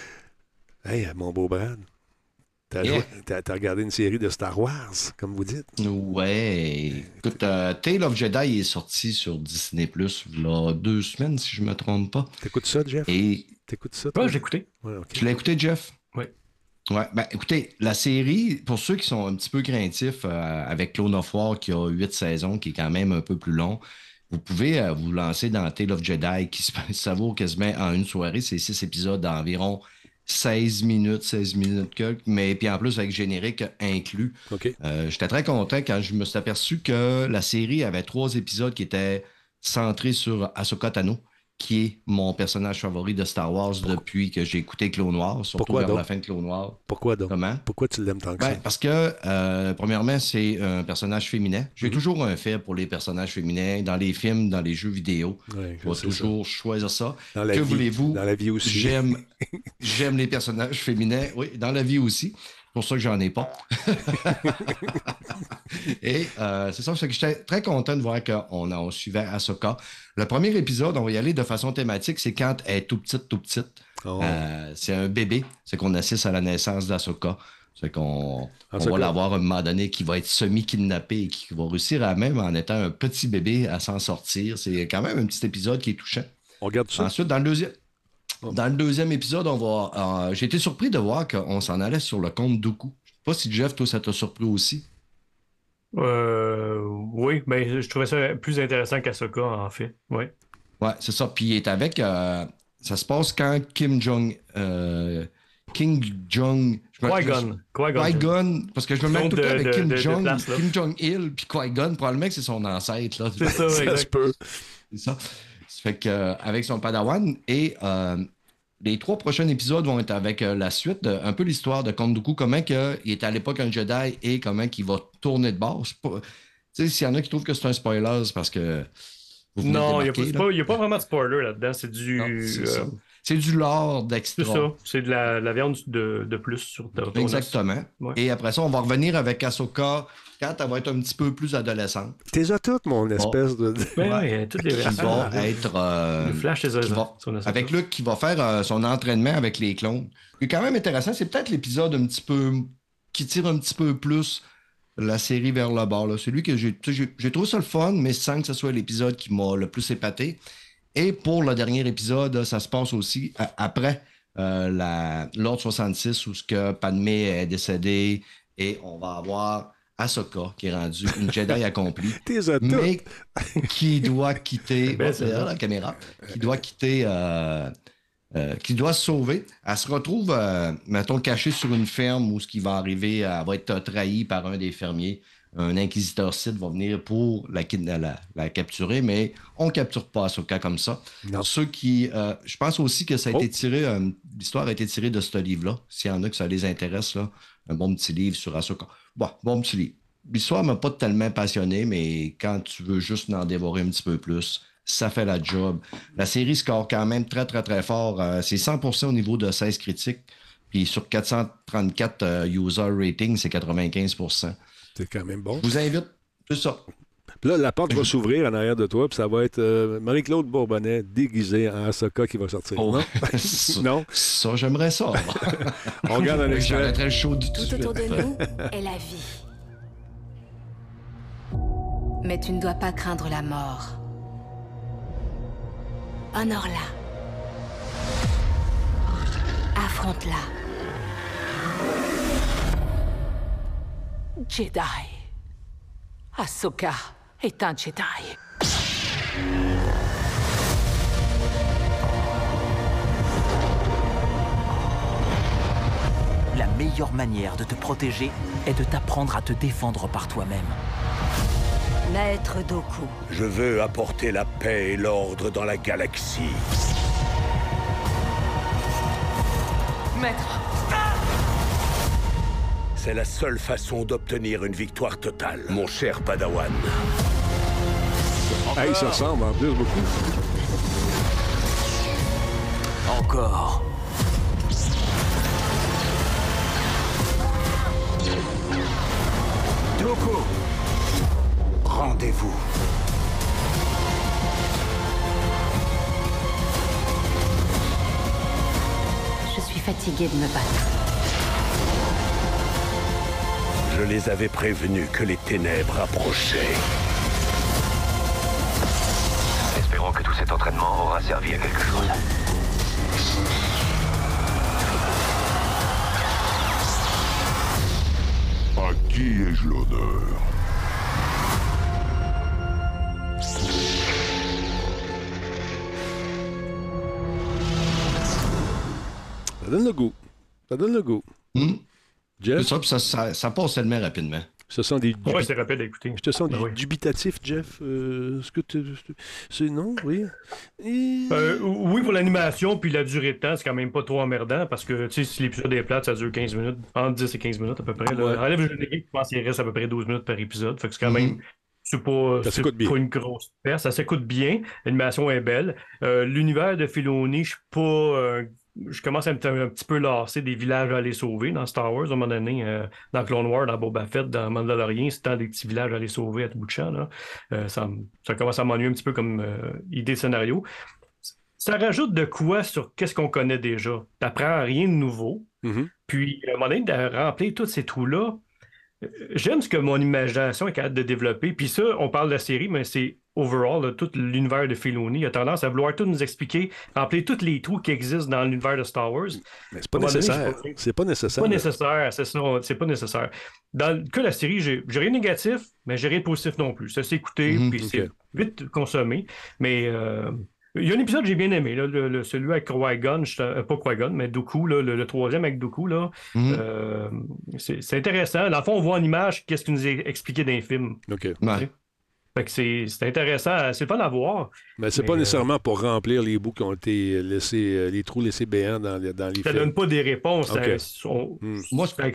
Hey, mon beau Brad, t'as, Yeah. joué- t'as- t'as regardé une série de Star Wars, comme vous dites. Ouais. Écoute, euh, Tale of Jedi est sorti sur Disney Plus il y a deux semaines, si je ne me trompe pas. T'écoutes ça, Jeff? Et T'écoutes ça? Ouais, toi? j'ai écouté. Ouais, ok. tu l'as écouté, Jeff? Oui. Ouais, ben écoutez, la série, pour ceux qui sont un petit peu craintifs, euh, avec Clone of War qui a huit saisons, qui est quand même un peu plus long, vous pouvez euh, vous lancer dans Tale of Jedi qui se savoure quasiment en une soirée. C'est six épisodes d'environ seize minutes, seize minutes quelques, mais puis en plus avec générique inclus. OK. Euh, J'étais très content quand je me suis aperçu que la série avait trois épisodes qui étaient centrés sur Ahsoka Tano, qui est mon personnage favori de Star Wars depuis que j'ai écouté Clone Wars, surtout Pourquoi vers donc? la fin de Clone Wars. Pourquoi donc? Comment? Pourquoi tu l'aimes tant que Ben, ça? parce que, euh, premièrement, c'est un personnage féminin. J'ai Mhm. toujours un fait pour les personnages féminins dans les films, dans les jeux vidéo. Ouais, Je vais sais toujours choisir ça. ça. Dans la Que vie, voulez-vous? Dans la vie aussi. J'aime, j'aime les personnages féminins. Oui, dans la vie aussi. C'est pour ça que j'en ai pas. Et euh, c'est ça, c'est que j'étais très content de voir qu'on on suivait Ahsoka. Le premier épisode, on va y aller de façon thématique, c'est quand elle est tout petite, tout petite. Oh. Euh, c'est un bébé. C'est qu'on assiste à la naissance d'Ahsoka. C'est qu'on on Ahsoka. va l'avoir à un moment donné qui va être semi-kidnappé et qui va réussir à même, en étant un petit bébé, à s'en sortir. C'est quand même un petit épisode qui est touchant. On regarde ça? Ensuite, dans le deuxième, dans le deuxième épisode, on va. euh, j'ai été surpris de voir qu'on s'en allait sur le compte Dooku. Je sais pas si Jeff, toi, ça t'a surpris aussi. Euh, oui, mais je trouvais ça plus intéressant qu'Ahsoka, en fait. Oui. Ouais, c'est ça. Puis il est avec. euh, ça se passe quand Kim Jong. euh, King Jong. je me- Qui-Gon. Qui-Gon. Qui-Gon, parce que je me mets Nom tout le temps de- avec de- Kim de- de Jong, place, là. Kim Jong-il, puis Qui-Gon. Probablement que c'est son ancêtre. Là. C'est ça, Ça exact. se peut. C'est ça. Ça fait que, euh, avec son Padawan. Et euh, les trois prochains épisodes vont être avec euh, la suite, de- un peu l'histoire de Count Dooku, comment que, il est à l'époque un Jedi et comment il va tourner de bord. C'est pas- Tu sais, s'il y en a qui trouvent que c'est un spoiler, c'est parce que. vous venez de Non, il débarquer, n'y là. a, a pas vraiment de spoiler là-dedans. C'est du. Non, c'est euh, ça. C'est du lore c'est d'extra. ça. C'est de la, la viande de, de plus sur ta ton os. Exactement. Ouais. Et après ça, on va revenir avec Ahsoka quand elle va être un petit peu plus adolescente. T'es à toutes, mon espèce de. Ben oui, il y a toutes les Qui versions. va être. euh, Le Flash, c'est ça. qui va- son Ahsoka. avec Luke qui va faire euh, son entraînement avec les clones. C'est quand même intéressant. C'est peut-être l'épisode un petit peu qui tire un petit peu plus la série vers le bord. là. C'est lui que j'ai tu sais, j'ai j'ai trouvé ça le fun, mais sans que ce soit l'épisode qui m'a le plus épaté. Et pour le dernier épisode, ça se passe aussi à, après euh, la, l'Ordre soixante-six, où ce que Padmé est décédée, et on va avoir Ahsoka, qui est rendue une Jedi accomplie, mais qui doit quitter, bon, c'est là, la caméra, qui doit quitter... Euh, Euh, qui doit se sauver. Elle se retrouve, euh, mettons, cachée sur une ferme où ce qui va arriver, elle va être trahie par un des fermiers. Un inquisiteur Sith va venir pour la, la, la capturer, mais on ne capture pas Ahsoka comme ça. Non. Ceux qui... Euh, je pense aussi que ça a oh. été tiré... Euh, l'histoire a été tirée de ce livre-là. S'il y en a que ça les intéresse, là, un bon petit livre sur Ahsoka. Bon, bon petit livre. L'histoire ne m'a pas tellement passionné, mais quand tu veux juste en dévorer un petit peu plus... ça fait la job. La série score quand même très, très, très fort. Euh, c'est cent pour cent au niveau de seize critiques. Puis sur quatre cent trente-quatre euh, user rating, c'est quatre-vingt-quinze pour cent. C'est quand même bon. Je vous invite. C'est ça. Puis là, la porte va s'ouvrir en arrière de toi, puis ça va être euh, Marie-Claude Bourbonnais déguisée en Ahsoka qui va sortir. Oh. Non? ça, non? Ça, j'aimerais ça. On regarde un extrait. J'arrêterais le show du tout. Tout autour de nous est la vie. Mais tu ne dois pas craindre la mort. Honore-la. Affronte-la. Jedi. Ahsoka est un Jedi. La meilleure manière de te protéger est de t'apprendre à te défendre par toi-même. Maître Dooku. Je veux apporter la paix et l'ordre dans la galaxie. Maître. C'est la seule façon d'obtenir une victoire totale, mon cher Padawan. Ah, il se ressemble en plus beaucoup. Encore. Dooku. Rendez-vous. Je suis fatiguée de me battre. Je les avais prévenus que les ténèbres approchaient. Espérons que tout cet entraînement aura servi à quelque chose. À qui ai-je l'honneur ? Ça donne le goût. Ça donne le goût. Mmh. Jeff? C'est ça, puis ça, ça, ça passe tellement rapidement. Ce sont des... Oui, c'est rapide à écouter. Je te sens ben du... oui. dubitatif, Jeff. Euh, est-ce que tu... C'est non, oui? Et... Euh, oui, pour l'animation, puis la durée de temps, c'est quand même pas trop emmerdant, parce que, tu sais, si l'épisode est plate, ça dure quinze minutes, entre dix et quinze minutes à peu près. Là. Ouais. Enlève le générique, je pense qu'il reste à peu près douze minutes par épisode. Fait que c'est quand même... Mm-hmm. C'est pas, ça c'est pas une grosse perte. Ça s'écoute bien. L'animation est belle. Euh, l'univers de Filoni, je suis pas... Euh, je commence à me un petit peu lasser des villages à aller sauver dans Star Wars, à un moment donné, euh, dans Clone Wars, dans Boba Fett, dans Mandalorian, c'est tant des petits villages à aller sauver à tout bout de champ. Là. Euh, ça, ça commence à m'ennuyer un petit peu comme euh, idée de scénario. Ça rajoute de quoi sur qu'est-ce qu'on connaît déjà. T'apprends rien de nouveau. Mm-hmm. Puis, à un moment donné, de remplir tous ces trous-là, j'aime ce que mon imagination est capable de développer. Puis ça, on parle de la série, mais c'est overall, là, tout l'univers de Filoni. Il a tendance à vouloir tout nous expliquer, remplir tous les trous qui existent dans l'univers de Star Wars. Mais c'est pas nécessaire. Pas... C'est pas nécessaire. C'est pas nécessaire, c'est ça. C'est pas nécessaire. Dans le cas de la série, j'ai, j'ai rien de négatif, mais j'ai rien de positif non plus. Ça s'est écouté, mm-hmm, puis okay. C'est vite consommé. Mais... Euh... Il y a un épisode que j'ai bien aimé, là, le, le, celui avec Qui-Gon, euh, pas Qui-Gon, mais Dooku, là, le, le troisième avec Dooku. Là, mm-hmm. euh, c'est, c'est intéressant. Dans le fond, on voit en image qu'est-ce qu'il nous est expliqué dans les films. OK. Ouais. Fait que c'est, c'est intéressant. C'est pas d'avoir. Mais c'est mais, pas nécessairement euh, pour remplir les bouts qui ont été laissés, les trous laissés béants dans, les, dans les ça films. Ça donne pas des réponses. Okay. À, on, mm. Moi, ce que,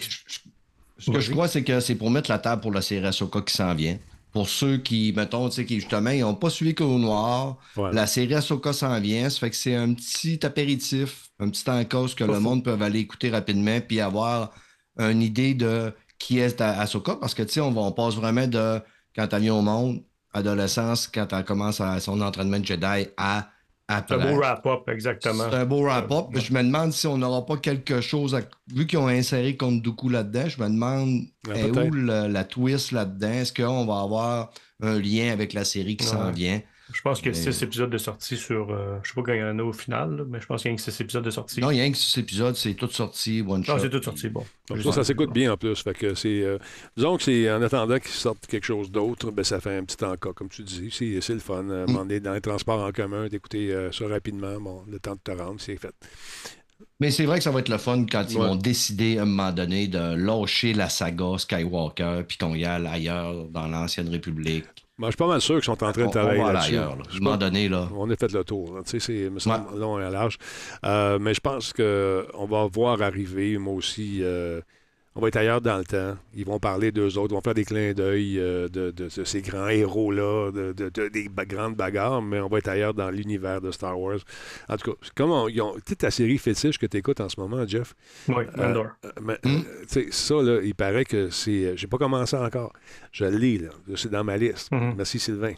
ce que je crois, c'est que c'est pour mettre la table pour la série Ahsoka qui s'en vient. Pour ceux qui, mettons, tu sais, qui justement, ils n'ont pas suivi Clone Noir, ouais. La série Ahsoka s'en vient. Ça fait que c'est un petit apéritif, un petit encause que pas le fou. Monde peut aller écouter rapidement puis avoir une idée de qui est Ahsoka. Parce que, tu sais, on, on passe vraiment de quand elle vient au monde, adolescence, quand elle commence à son entraînement de Jedi, à C'est un beau wrap-up, exactement. C'est un beau wrap-up. Ouais. Je me demande si on n'aura pas quelque chose, à... vu qu'ils ont inséré Count Dooku là-dedans, je me demande ouais, est où le, la twist là-dedans. Est-ce qu'on va avoir un lien avec la série qui ouais. s'en vient? Je pense qu'il y a Mais- six épisodes de sortie sur. Euh, je sais pas quand il y en a au final, là, mais je pense qu'il y a que six épisodes de sortie. Non, il y a rien que six épisodes, c'est tout sorti, one shot. Ah, c'est tout sorti, bon. Donc ça, ça s'écoute bien en plus. Fait que c'est, euh, disons que c'est en attendant qu'ils sortent quelque chose d'autre, ben, ça fait un petit encas, comme tu dis. C'est, c'est le fun. Euh, Mm. On est dans les transports en commun, d'écouter euh, ça rapidement. Bon, le temps de te rendre, c'est fait. Mais c'est vrai que ça va être le fun quand ils Ouais. vont décider à un moment donné de lâcher la saga Skywalker puis qu'on y aille ailleurs dans l'ancienne République. Moi, je suis pas mal sûr qu'ils sont en train de On- travailler on va aller là-dessus. ailleurs, là. Je À suis un moment pas- donné, là. On a fait le tour. Là. Tu sais, c'est me semble long et à large. Euh, mais je pense qu'on va voir arriver, moi aussi, euh, on va être ailleurs dans le temps. Ils vont parler d'eux autres, ils vont faire des clins d'œil euh, de, de- de ces grands héros-là, de, de- de- des ba- grandes bagarres, mais on va être ailleurs dans l'univers de Star Wars. En tout cas, comme on, ils ont, tu sais, ta série fétiche que tu écoutes en ce moment, Jeff. Oui, Andor. Euh, mais, euh, tu sais, ça, là, il paraît que c'est. J'ai pas commencé encore. Je le lis, là. C'est dans ma liste. Mhm. Merci, Sylvain.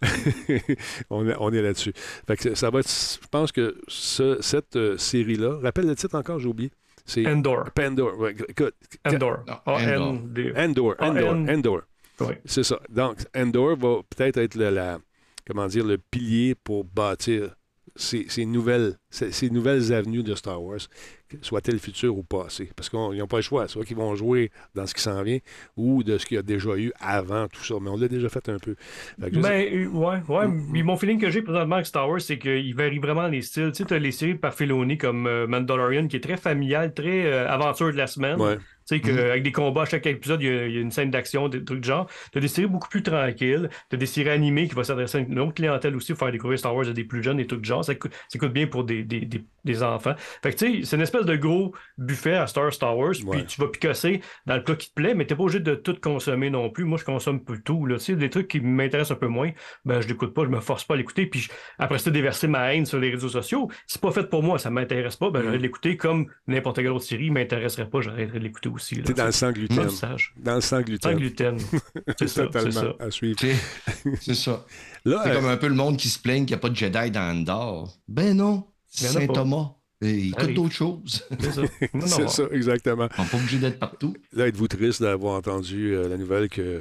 on, est, on est là-dessus. Fait que ça va être. Je pense que ce- cette euh, série-là. Rappelle le titre encore, j'ai oublié. C'est Andor. Pandore. Ouais, écoute. Andor. Non, A N Andor. D. Andor. Andor. A N Andor. Oui. C'est ça. Donc, Andor va peut-être être le, la, comment dire, le pilier pour bâtir ces, ces nouvelles, ces, ces nouvelles avenues de Star Wars, soit-elles futur ou passé. Parce qu'ils n'ont pas le choix. Soit qu'ils vont jouer dans ce qui s'en vient ou de ce qu'il y a déjà eu avant tout ça. Mais on l'a déjà fait un peu. Fait que je sais- Ben, euh, ouais, ouais. Mm. Mais mon feeling que j'ai présentement avec Star Wars, c'est qu'il varie vraiment les styles. Tu sais, t'as les séries par Filoni comme euh, Mandalorian qui est très familial, très euh, aventure de la semaine. Ouais. Tu sais, que, avec des combats à chaque épisode, il y, a, il y a une scène d'action, des trucs de genre. T'as des séries beaucoup plus tranquilles. T'as des séries animées qui vont s'adresser à une autre clientèle aussi pour faire découvrir Star Wars à des plus jeunes, des trucs de genre. Ça coûte, ça coûte bien pour des, des, des, des enfants. Fait que tu sais, c'est une espèce de gros buffet à Star Star Wars. Ouais. Puis tu vas picasser dans le plat qui te plaît, mais t'es pas obligé de tout consommer non plus. Moi, je consomme peu tout. Là. Tu sais, des trucs qui m'intéressent un peu moins, ben je l'écoute pas, je me force pas à l'écouter. Puis je- après ça, déverser ma haine sur les réseaux sociaux. C'est pas fait pour moi, ça m'intéresse pas. Ben j'arrête de l'écouter comme n'importe quelle autre série, il m'intéresserait pas, j'arrêterais de l'écouter aussi. Là. T'es dans le sang gluten. Pas sage. Dans le sang gluten. Sans gluten. C'est ça, Totalement c'est ça. à suivre. C'est c'est ça. Là, C'est euh, comme un peu le monde qui se plaigne qu'il n'y a pas de Jedi dans Andor. Ben non, Il y en a Saint pas. Thomas. Et il écoute Arrive. d'autres choses. C'est ça. Non, non. c'est ça, exactement. On n'est pas obligé d'être partout. Là, êtes-vous triste d'avoir entendu euh, la nouvelle que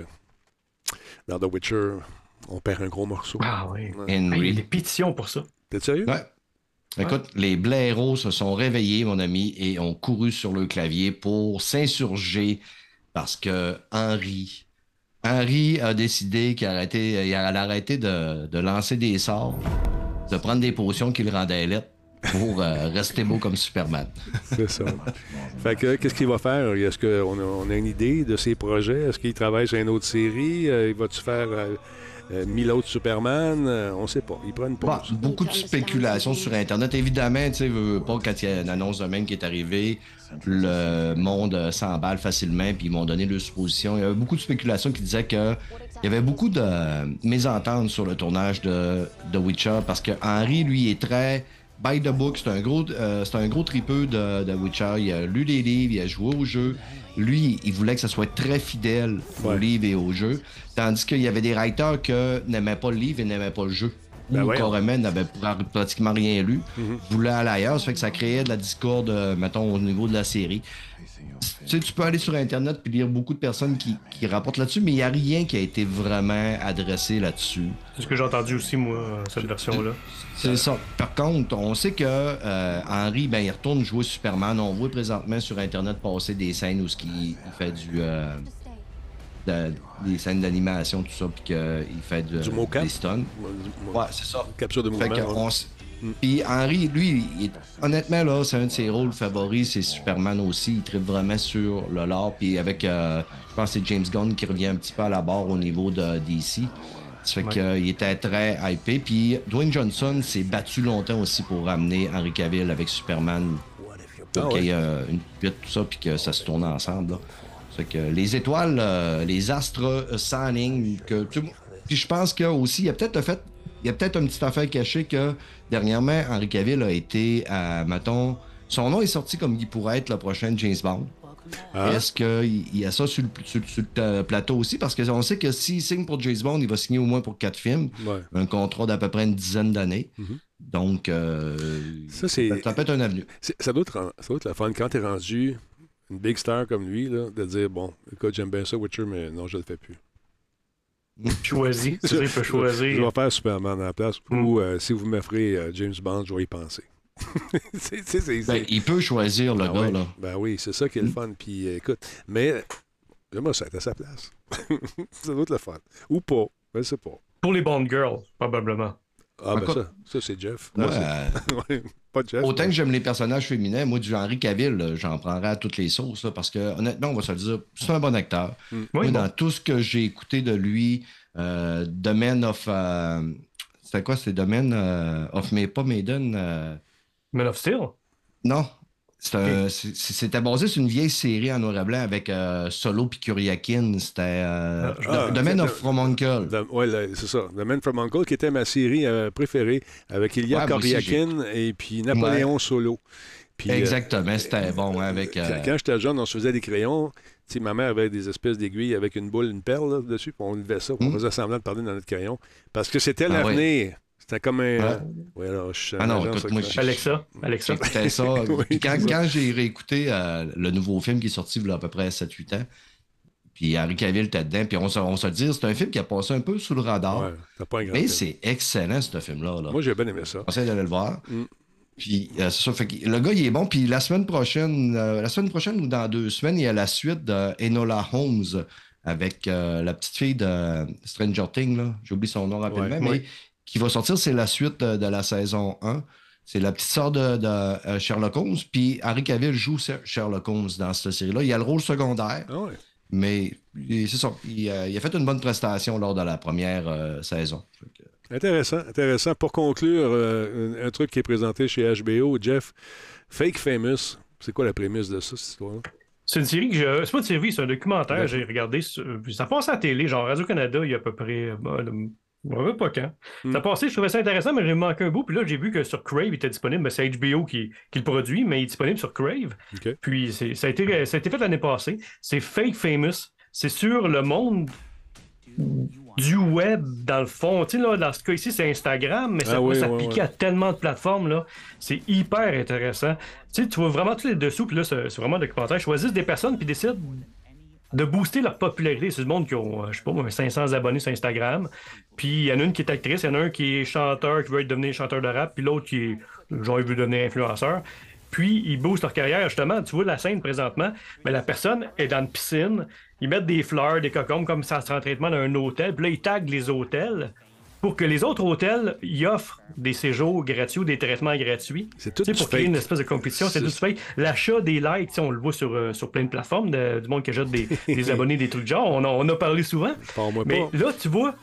dans The Witcher, on perd un gros morceau? Ah oui. Ouais. Ah, il y a Henry. des pétitions pour ça. T'es sérieux? Ouais. Écoute, les blaireaux se sont réveillés, mon ami, et ont couru sur le clavier pour s'insurger parce que Henry, Henry a décidé qu'il arrêtait, il allait arrêter de, de lancer des sorts, de prendre des potions qui le rendaient lettre pour euh, rester beau comme Superman. C'est ça. Fait que, qu'est-ce qu'il va faire? Est-ce qu'on a, on a une idée de ses projets? Est-ce qu'il travaille sur une autre série? Euh, il va-tu faire euh, euh, mille autres Superman? Euh, on sait pas. Il prend une Bon, pause. beaucoup de spéculations sur Internet. Évidemment, tu sais, veux, veux pas, quand il y a une annonce de même qui est arrivée, le monde euh, s'emballe facilement, puis ils m'ont donné leur supposition. Il y avait beaucoup de spéculations qui disaient que il y avait beaucoup de euh, mésententes sur le tournage de, de Witcher, parce que Henry, lui, est très by the book. C'est un gros, euh, c'est un gros tripeux de, de Witcher. Il a lu les livres, il a joué au jeu. Lui, il voulait que ça soit très fidèle aux Ouais. livres et au jeu. Tandis qu'il y avait des writers qui n'aimaient pas le livre et n'aimaient pas le jeu. Ben Ou voyons. carrément n'avaient pra- pratiquement rien lu, Mhm. voulaient aller ailleurs. Ça fait que ça créait de la discorde, euh, mettons, au niveau de la série. Tu sais, tu peux aller sur Internet et lire beaucoup de personnes qui, qui rapportent là-dessus, mais il n'y a rien qui a été vraiment adressé là-dessus. C'est ce que j'ai entendu aussi, moi, euh, cette version-là. C'est ça. Par contre, on sait que euh, Henry, ben, il retourne jouer Superman. On voit présentement sur Internet passer des scènes où ce qu'il il fait du... euh, de- des scènes d'animation, tout ça, puis qu'il fait de- Du mocap? des stuns. Ouais, c'est ça. Capture de Fait mouvement. que ouais. on s- Puis Henry, lui, il est- honnêtement, là, c'est un de ses rôles favoris, c'est Superman aussi. Il tripe vraiment sur le lore. Puis avec, euh, je pense que c'est James Gunn qui revient un petit peu à la barre au niveau de D C. Ça fait Ouais. qu'il était très hypé. Puis Dwayne Johnson s'est battu longtemps aussi pour ramener Henry Cavill avec Superman. Pour Ah qu'il y ait ouais. euh, une suite, tout ça, puis que ça se tourne ensemble. Là. Ça fait que les étoiles, euh, les astres euh, s'alignent. Que, tu sais, puis je pense que aussi, il y a peut-être le fait, il y a peut-être une petite affaire cachée que dernièrement, Henry Cavill a été à, mettons, son nom est sorti comme il pourrait être le prochain James Bond. Ah. Est-ce qu'il y a ça sur le, sur- sur le euh, plateau aussi? Parce qu'on sait que s'il signe pour James Bond, il va signer au moins pour quatre films. Ouais. Un contrat d'à peu près une dizaine d'années. Mhm. Donc, euh, Ça, c'est- ça peut être un avenue. C'est- Ça doit, être, ça doit être la fun quand t'es rendu une big star comme lui, là, de dire bon, écoute, j'aime bien ça, Witcher, mais non, je le fais plus. Choisis. Tu sais, il peut choisir. Je vais faire Superman à la place. Mm. Ou euh, si vous m'offrez euh, James Bond, je vais y penser. c'est, c'est, c'est, ben, il peut choisir le ben gars, oui. là. Ben oui, c'est ça qui est le fun. Puis écoute, mais moi, ça va être à sa place. Ça doit être le fun. Ou pas, je sais pas. Pour les Bond Girls, probablement. Ah, ben ça, ça, c'est Jeff. Ouais, ah, c'est... ouais, pas Jeff. Autant mais... que j'aime les personnages féminins, moi, du Henry Cavill, là, j'en prendrais à toutes les sauces, là, parce que, honnêtement, on va se le dire, c'est un bon acteur. Mm. Moi, oui, dans bon. tout ce que j'ai écouté de lui, euh, Domain of... Euh, c'était quoi? C'est Domain euh, of... Mais pas Maiden... Euh... Man of Steel? Non. C'était, okay. c'est, c'était basé sur une vieille série en noir et blanc avec euh, Solo puis Kuryakin. C'était euh, ah, The Man from Uncle. Oui, c'est ça. The Man from Uncle, qui était ma série euh, préférée, avec Ilya ouais, Kuryakin et puis Napoléon ouais. Solo. Puis, exactement, euh, c'était bon. Hein, avec, euh... Quand j'étais jeune, on se faisait des crayons. T'sais, ma mère avait des espèces d'aiguilles avec une boule, une perle là, dessus, puis on levait ça, puis mm. on faisait semblant de parler dans notre crayon. Parce que c'était ah, l'avenir. Ouais. C'était comme un... Ouais. Ouais, alors, je... Ah non, écoute, moi, je... Alexa. Alexa. J'écoutais ça. oui, quand, quand j'ai réécouté euh, le nouveau film qui est sorti il y a à peu près sept huit ans, puis Henry Cavill était dedans, puis on se, on se dit, c'est un film qui a passé un peu sous le radar. Ouais, c'est pas un grand mais film. C'est excellent, ce film-là. Là. Moi, j'ai bien aimé ça. Je conseille d'aller le voir. Mm. Puis, euh, c'est ça. Fait que le gars, il est bon. Puis la semaine prochaine, euh, la semaine prochaine ou dans deux semaines, il y a la suite de Enola Holmes avec euh, la petite fille de Stranger Things, là. J'oublie son nom rapidement, ouais, mais... Ouais. qui va sortir, c'est la suite de, de la saison un. C'est la petite sœur de, de euh, Sherlock Holmes. Puis Henry Cavill joue Sherlock Holmes dans cette série-là. Il a le rôle secondaire. Ah ouais. Mais il, c'est ça. Il, euh, il a fait une bonne prestation lors de la première euh, saison. Que... Intéressant, intéressant. Pour conclure, euh, un, un truc qui est présenté chez H B O, Jeff, Fake Famous. C'est quoi la prémisse de ça, cette histoire-là? C'est une série que je... C'est pas une série, c'est un documentaire. Ouais. J'ai regardé. Ça passe à la télé, genre Radio-Canada, il y a à peu près... Bon, ouais, pas quand. Mm. Ça passé, je trouvais ça intéressant, mais j'ai manqué un bout. Puis là, j'ai vu que sur Crave, il était disponible. Mais c'est H B O qui, qui le produit, mais il est disponible sur Crave. Okay. Puis c'est, ça, a été, ça a été fait l'année passée. C'est Fake Famous. C'est sur le monde du web, dans le fond. Tu sais, là, dans ce cas ici, c'est Instagram, mais ça ah, peut oui, s'appliquer ouais, ouais. à tellement de plateformes. Là. C'est hyper intéressant. Tu sais, tu vois vraiment tous les dessous. Puis là, c'est, c'est vraiment un documentaire. Ils choisissent des personnes, puis décident de booster leur popularité. C'est du monde qui ont, je sais pas, cinq cents abonnés sur Instagram. Puis il y en a une qui est actrice, il y en a un qui est chanteur, qui veut être devenir chanteur de rap, puis l'autre qui est, genre, il veut devenir influenceur. Puis ils boostent leur carrière, justement. Tu vois la scène présentement, mais la personne est dans une piscine, ils mettent des fleurs, des cocombes, comme ça se rend traitement dans un hôtel, puis là, ils taguent les hôtels pour que les autres hôtels y offrent des séjours gratuits ou des traitements gratuits. C'est tout pour créer une espèce de compétition. C'est, c'est tout fake. L'achat des likes, on le voit sur, euh, sur plein de plateformes, de, du monde qui achète des, des abonnés, des trucs de genre. On a, on a parlé souvent. Mais pas. Là, tu vois,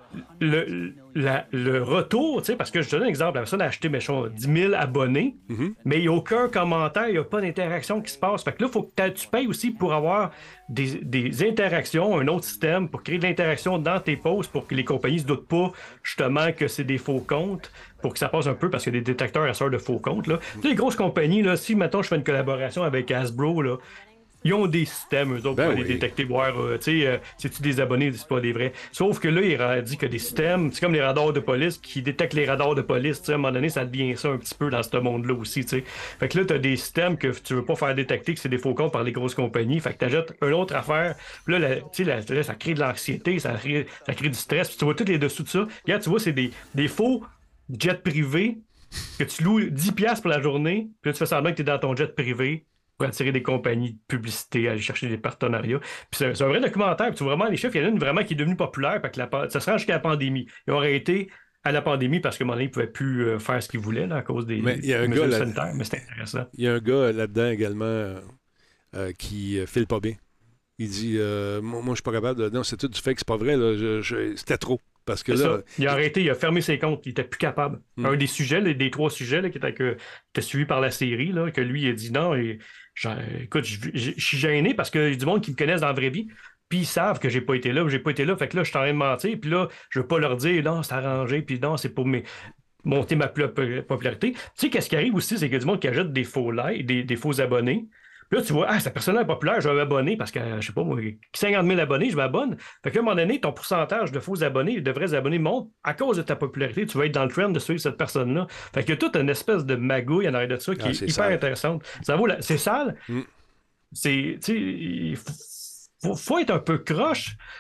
le, la, le retour, tu sais, parce que je te donne un exemple, la personne a acheté, mettons, dix mille abonnés, mm-hmm. mais il n'y a aucun commentaire, il n'y a pas d'interaction qui se passe. Fait que là, il faut que tu payes aussi pour avoir des, des interactions, un autre système, pour créer de l'interaction dans tes posts, pour que les compagnies ne se doutent pas, justement, que c'est des faux comptes, pour que ça passe un peu, parce qu'il y a des détecteurs à sorte de faux comptes, là. Mm-hmm. Tu sais, les grosses compagnies, là, si, mettons, je fais une collaboration avec Hasbro, là, ils ont des systèmes, eux autres, ben pour oui. les détecter, voir, euh, tu sais, euh, c'est-tu des abonnés, c'est pas des vrais. Sauf que là, il a dit que des systèmes, c'est comme les radars de police qui détectent les radars de police, tu sais, à un moment donné, ça devient ça un petit peu dans ce monde-là aussi, tu sais. Fait que là, t'as des systèmes que tu veux pas faire détecter que c'est des faux comptes par les grosses compagnies, fait que t'achètes une autre affaire, puis là, tu sais, là, ça crée de l'anxiété, ça crée, ça crée du stress, puis tu vois tous les dessous de ça. Regarde, tu vois, c'est des, des faux jets privés que tu loues dix dollars pour la journée, puis là, tu fais semblant que t'es dans ton jet privé pour attirer des compagnies de publicité, aller chercher des partenariats. Puis c'est, c'est un vrai documentaire. Puis tu vois vraiment les chiffres, il y en a une vraiment qui est devenue populaire, parce que la, ça se rend jusqu'à la pandémie. Ils ont arrêté à la pandémie parce qu'à un moment donné, ils ne pouvaient plus euh, faire ce qu'ils voulaient là, à cause des, mais y a un mesures gars sanitaires. Mais c'était intéressant. Il y a un gars là-dedans également euh, euh, qui euh, file pas bien. Il dit euh, moi, moi, je suis pas capable de. Non, c'est tout du fake, c'est pas vrai. Là. Je, je... C'était trop. Parce que là, il a arrêté, il a fermé ses comptes, il était plus capable. Mm. Un des sujets, les, des trois sujets là, qui était, que, qui était suivi par la série, là, que lui, il a dit non, et, genre, écoute, je, je, je suis gêné parce qu'il y a du monde qui me connaissent dans la vraie vie, puis ils savent que j'ai pas été là, j'ai pas été là, fait que là, je suis en train de mentir, puis là, je veux pas leur dire, non, c'est arrangé, puis non, c'est pour mes... monter ma popularité. Tu sais, qu'est-ce qui arrive aussi, c'est qu'il y a du monde qui ajoute des faux likes, des, des faux abonnés. Puis là, tu vois, ah, cette personne-là est populaire, je vais m'abonner parce que, je sais pas, moi, cinquante mille abonnés, je m'abonne. Fait que là, à un moment donné, ton pourcentage de faux abonnés, de vrais abonnés monte à cause de ta popularité. Tu vas être dans le trend de suivre cette personne-là. Fait qu'il y a toute une espèce de magouille en arrière de ça qui ah, est, est hyper sale. Intéressante. Ça vaut la... C'est sale. Mm. C'est, tu sais, il faut, faut être un peu croche. Mm.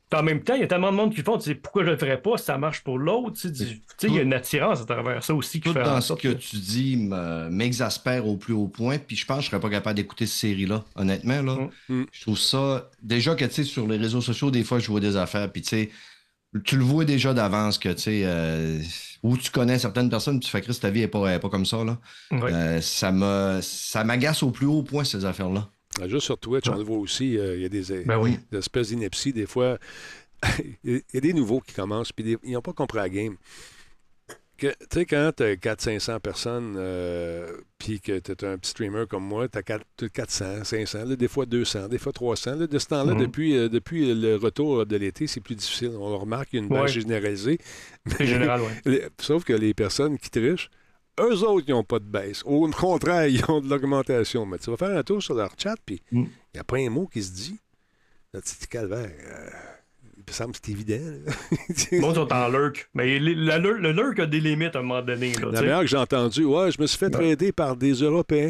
En même temps, il y a tellement de monde qui le font, tu sais, pourquoi je le ferais pas si ça marche pour l'autre? Tu sais, il y a une attirance à travers ça aussi qui Tout fait dans en ce sorte que tu dis me- m'exaspère au plus haut point, puis je pense que je serais pas capable d'écouter cette série-là, honnêtement. Là. Mm. Je trouve ça... Déjà que, tu sais, sur les réseaux sociaux, des fois, je vois des affaires, puis tu sais, tu le vois déjà d'avance que, tu sais, euh, où tu connais certaines personnes, tu fais Christ, ta vie n'est pas, elle est pas comme ça, là. Ouais. Euh, ça me- ça m'agace au plus haut point, ces affaires-là. Ah, juste sur Twitch, on le voit aussi, il euh, y a des, Ben oui. des espèces d'inepties. Des fois, il y a des nouveaux qui commencent, puis ils n'ont pas compris la game. Tu sais, quand tu as quatre cents cinq cents personnes, euh, puis que tu es un petit streamer comme moi, tu as quatre cents, cinq cents, là, des fois deux cents, des fois trois cents. Là, de ce temps-là, Mhm. depuis, euh, depuis le retour de l'été, c'est plus difficile. On le remarque, il y a une base Ouais. généralisée. C'est général, oui. Les- Sauf que les personnes qui trichent, eux autres, ils n'ont pas de baisse. Au contraire, ils ont de l'augmentation. Mais tu vas faire un tour sur leur chat, puis il Mm. n'y a pas un mot qui se dit. Là, tu te dis, calvaire, euh, il me semble que c'est évident. là. Le monde sont en lurk. Mais les- la lurk- le lurk a des limites à un moment donné. Là, La tu sais. meilleure que j'ai entendue, ouais, je me suis fait trader par des Européens.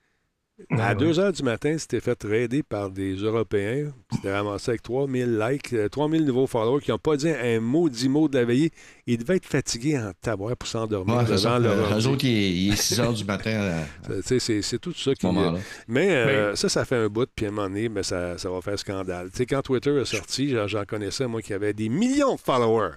À ouais. deux heures du matin, c'était fait trader par des Européens. C'était ramassé avec trois mille likes, euh, trois mille nouveaux followers qui n'ont pas dit un mot, dix mots de la veillée. Ils devaient être fatigués en tabouret pour s'endormir Ouais, c'est devant ça. leur Euh, ordi. eux autres, il est, il est six heures du matin. euh, Tu sais, C'est, c'est tout ça qui... moment-là. Mais euh, ça, ça fait un bout, puis à un moment donné, ben, ça, ça va faire scandale. Tu sais, quand Twitter est sorti, j'en, j'en connaissais, moi, qui avait des millions de followers.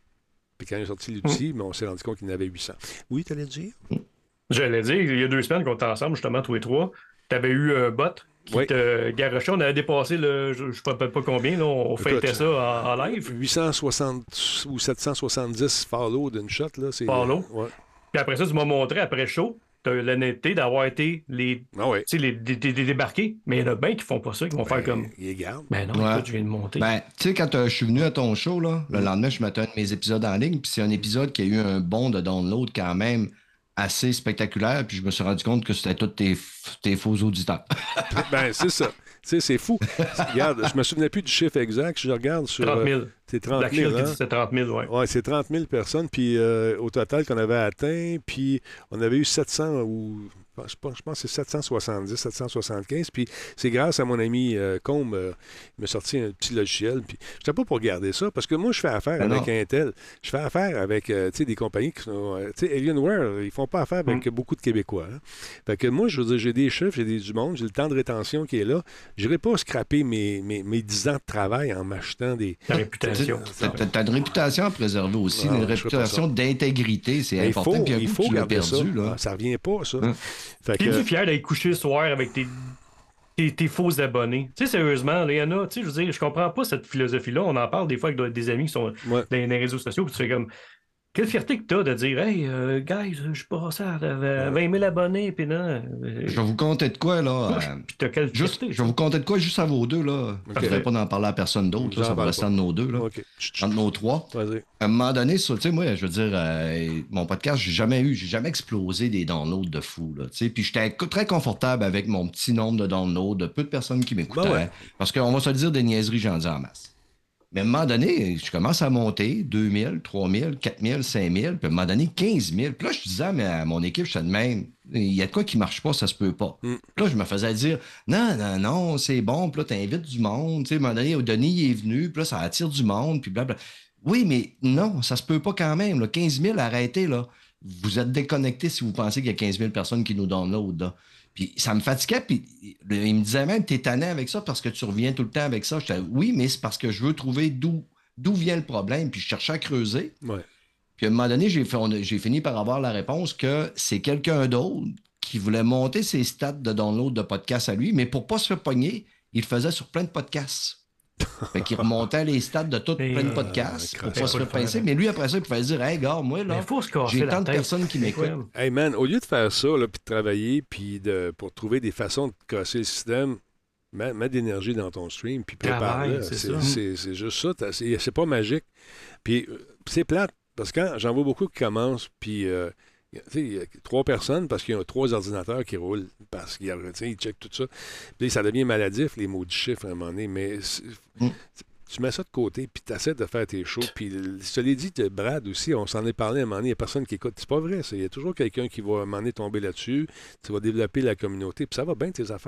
Puis quand il est sorti l'outil, ben, on s'est rendu compte qu'il en avait huit cents. Oui, t'allais dire? J'allais dire, il y a deux semaines qu'on était ensemble, justement, tous les trois. Tu avais eu un bot qui Oui. te garochait. On avait dépassé le. Je ne sais pas combien, là, on Écoute, fêtait ça en, en live. huit cent soixante ou sept cent soixante-dix follow d'une shot, là. C'est, Follow. Ouais. Puis après ça, tu m'as montré après le show, tu as eu l'honnêteté d'avoir été les, Ah ouais. tu sais, les, les, les- les débarqués. Mais il y en a bien qui font pas ça, qui vont faire comme. Il est garde. Ben non, Ouais. écoute, je viens de monter. Ben, tu sais, quand euh, je suis venu à ton show, là, le lendemain, je mettais un de mes épisodes en ligne, puis c'est un épisode qui a eu un bond de download quand même assez spectaculaire, puis je me suis rendu compte que c'était tous tes, f- tes faux auditeurs. Ben, c'est ça. Tu sais, c'est fou. Regarde, je me souvenais plus du chiffre exact. Je regarde sur... trente euh, mille. C'est trente Black mille, Shield qui hein? dit c'est trente mille, ouais. Oui, c'est trente mille personnes, puis euh, au total qu'on avait atteint, puis on avait eu sept cents ou... Je pense, je pense que c'est sept cent soixante-dix, sept cent soixante-quinze, puis c'est grâce à mon ami euh, Combe, euh, il m'a sorti un petit logiciel, puis je n'étais pas pour garder ça, parce que moi, je fais affaire Ben avec non. Intel, je fais affaire avec, euh, tu sais, des compagnies qui sont, euh, tu sais, Alienware, ils font pas affaire avec Mm. beaucoup de Québécois, hein. Fait que moi, je veux dire, j'ai des chiffres, j'ai des, du monde, j'ai le temps de rétention qui est là, je n'irai pas scraper mes, mes, mes dix ans de travail en m'achetant des... Ta réputation. T'as t'as une réputation à préserver aussi, Ah, une je ferais pas réputation ça. d'intégrité, c'est Mais il important. faut, puis un il coup, faut tu l'as garder ça. perdu, là. Ah, ça revient pas, ça. Hein? Fait T'es-tu que, fier d'aller coucher le soir avec tes, tes, tes faux abonnés? Tu sais, sérieusement, Léana, tu sais, je veux dire, je comprends pas cette philosophie-là. On en parle des fois avec des amis qui sont ouais. dans les réseaux sociaux, puis tu fais comme. Quelle fierté que t'as de dire, hey, euh, guys, je suis passé à vingt mille abonnés, puis là. euh, Je vais vous compter de quoi, là. euh, Puis t'as quelle juste, fierté? je vais vous compter de quoi juste à vos deux, là. Je ne vais pas en parler à personne d'autre, J'en là, ça va parle rester pas. entre nos deux, là. OK. Entre nos trois. Vas-y. À un moment donné, ça, tu sais, moi, je veux dire, euh, mon podcast, j'ai jamais eu, j'ai jamais explosé des downloads de fou, là, tu sais. Puis j'étais co- très confortable avec mon petit nombre de downloads, de peu de personnes qui m'écoutaient. Ben ouais. Parce qu'on va se le dire, des niaiseries, j'en dis en masse. Mais à un moment donné, je commence à monter deux mille, trois mille, quatre mille, cinq mille, puis à un moment donné, quinze mille. Puis là, je disais à ma- à mon équipe, je suis de même, il y a de quoi qui marche pas, ça se peut pas. Mm. Puis là, je me faisais dire, non, non, non, c'est bon, puis là, t'invites du monde. Tu sais, à un moment donné, Denis il est venu, puis là, ça attire du monde, puis blablabla. Oui, mais non, ça se peut pas quand même. Là. quinze mille, arrêtez, là. Vous êtes déconnectés si vous pensez qu'il y a quinze mille personnes qui nous downloadent, là. Puis ça me fatiguait, puis il me disait même, t'es tanné avec ça parce que tu reviens tout le temps avec ça. J'étais, oui, mais c'est parce que je veux trouver d'où d'où vient le problème, puis je cherchais à creuser. Ouais. Puis à un moment donné, j'ai, fait, on a- j'ai fini par avoir la réponse que c'est quelqu'un d'autre qui voulait monter ses stats de download de podcasts à lui, mais pour pas se faire pogner, il le faisait sur plein de podcasts. Fait qu'il remontait les stats de tout Et, plein de euh, podcasts pour c'est pas se pas faire le fun, pincer. hein. Mais lui, après ça, il pouvait dire, hey, gars, moi, là, Mais faut se casser j'ai la tant de tête. personnes qui m'écoutent. Hey man, au lieu de faire ça, là, puis de travailler, puis de, pour trouver des façons de casser le système, mets, mets d'énergie dans ton stream, puis prépare-le. Travaille, c'est C'est, ça. c'est- c'est juste ça. t'as- C'est, c'est pas magique. Puis euh, c'est plate, parce que quand j'en vois beaucoup qui commencent, puis euh, tu sais, il y a trois personnes parce qu'il y a trois ordinateurs qui roulent, parce qu'ils tu sais, ils checkent tout ça. Puis ça devient maladif, les maudits chiffres à un moment donné, mais c'est- Mm. tu mets ça de côté, puis tu essaies de faire tes shows. Puis je te l'ai dit, de Brad aussi, on s'en est parlé à un moment donné, il n'y a personne qui écoute. C'est pas vrai, ça. Il y a toujours quelqu'un qui va à un moment donné tomber là-dessus, tu vas développer la communauté, puis ça va bien tes affaires. Là.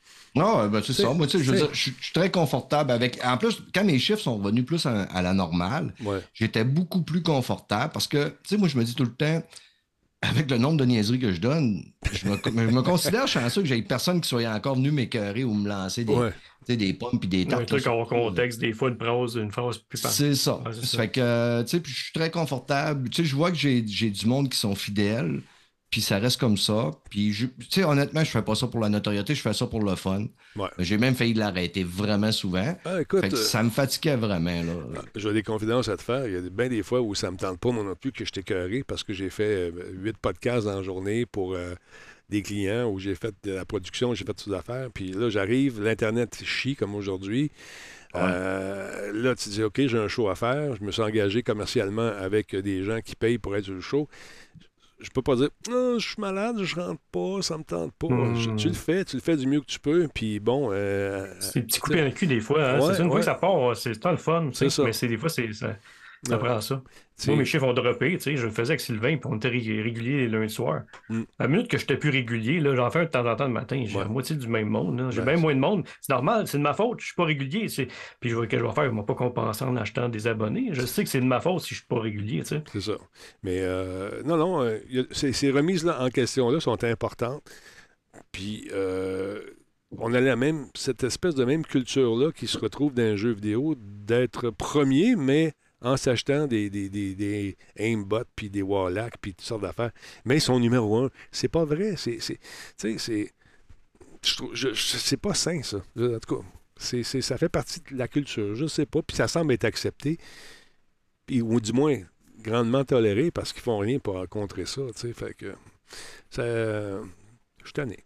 Non, ben, c'est C'est- ça. Moi, tu sais, je veux c'est- dire, je suis je suis très confortable avec. En plus, quand mes chiffres sont revenus plus à, à la normale, Ouais. j'étais beaucoup plus confortable parce que, tu sais, moi, je me dis tout le temps, avec le nombre de niaiseries que je donne, je me, je me considère chanceux que j'ai personne qui soit encore venu m'écœurer ou me lancer des, Ouais. tu sais, des pommes puis des Un tartes. truc là, en contexte, des fois, une phrase, une phrase plus par- C'est ça. Ouais, c'est Ça fait que, euh, tu sais, puis je suis très confortable. Tu sais, je vois que j'ai j'ai du monde qui sont fidèles, puis ça reste comme ça. Puis, je- tu sais, honnêtement, je fais pas ça pour la notoriété, je fais ça pour le fun. Ouais. J'ai même failli l'arrêter vraiment souvent. Ah, écoute, Fait que euh, ça me fatiguait vraiment, là. J'ai des confidences à te faire. Il y a bien des fois où ça me tente pas, moi non plus, que je t'ai écœuré parce que j'ai fait huit podcasts en journée pour euh, des clients où j'ai fait de la production, j'ai fait toutes les affaires. Puis là, j'arrive, l'Internet chie comme aujourd'hui. Euh, là, tu dis, OK, j'ai un show à faire. Je me suis engagé commercialement avec des gens qui payent pour être sur le show. Je peux pas dire, non, je suis malade, je rentre pas, ça me tente pas. Hmm. Je- tu le fais, tu le fais du mieux que tu peux. Puis bon. Euh, C'est des petits coups dans le cul des fois. Hein? Ouais, c'est ça, une fois ouais. que ça part, c'est tant le fun. tu sais, C'est ça. Mais c'est, des fois, c'est, ça, ça Ouais. prend ça. C'est- Moi, mes chiffres ont droppé. tu sais, Je le faisais avec Sylvain, puis on était ré- réguliers les lundis soirs. Mm. À la minute que j'étais plus régulier, là, j'en fais un de temps en temps le matin. J'ai Ouais. la moitié du même monde. là. J'ai Ouais, bien c'est- moins de monde. C'est normal, c'est de ma faute. Je suis pas régulier. c'est- Puis je vois que je vais faire, ils m'ont pas compensé en achetant des abonnés. Je sais que c'est de ma faute si je suis pas régulier. tu sais. C'est ça. Mais euh, non, non, euh, y a- ces, ces remises-là en question-là sont importantes. Puis euh, on a la même, cette espèce de même culture-là qui se retrouve dans un jeu vidéo d'être premier, mais en s'achetant des, des, des, des aimbots, puis des warlocks, puis toutes sortes d'affaires. Mais ils sont numéro un. C'est pas vrai. C'est, c'est, tu sais, c'est... je trouve- je- je- c'est pas sain, ça. En tout cas, c'est, c'est- ça fait partie de la culture. Je sais pas. Puis ça semble être accepté. Puis, ou du moins grandement toléré parce qu'ils font rien pour contrer ça. Tu sais, fait que ça, euh, je suis tanné.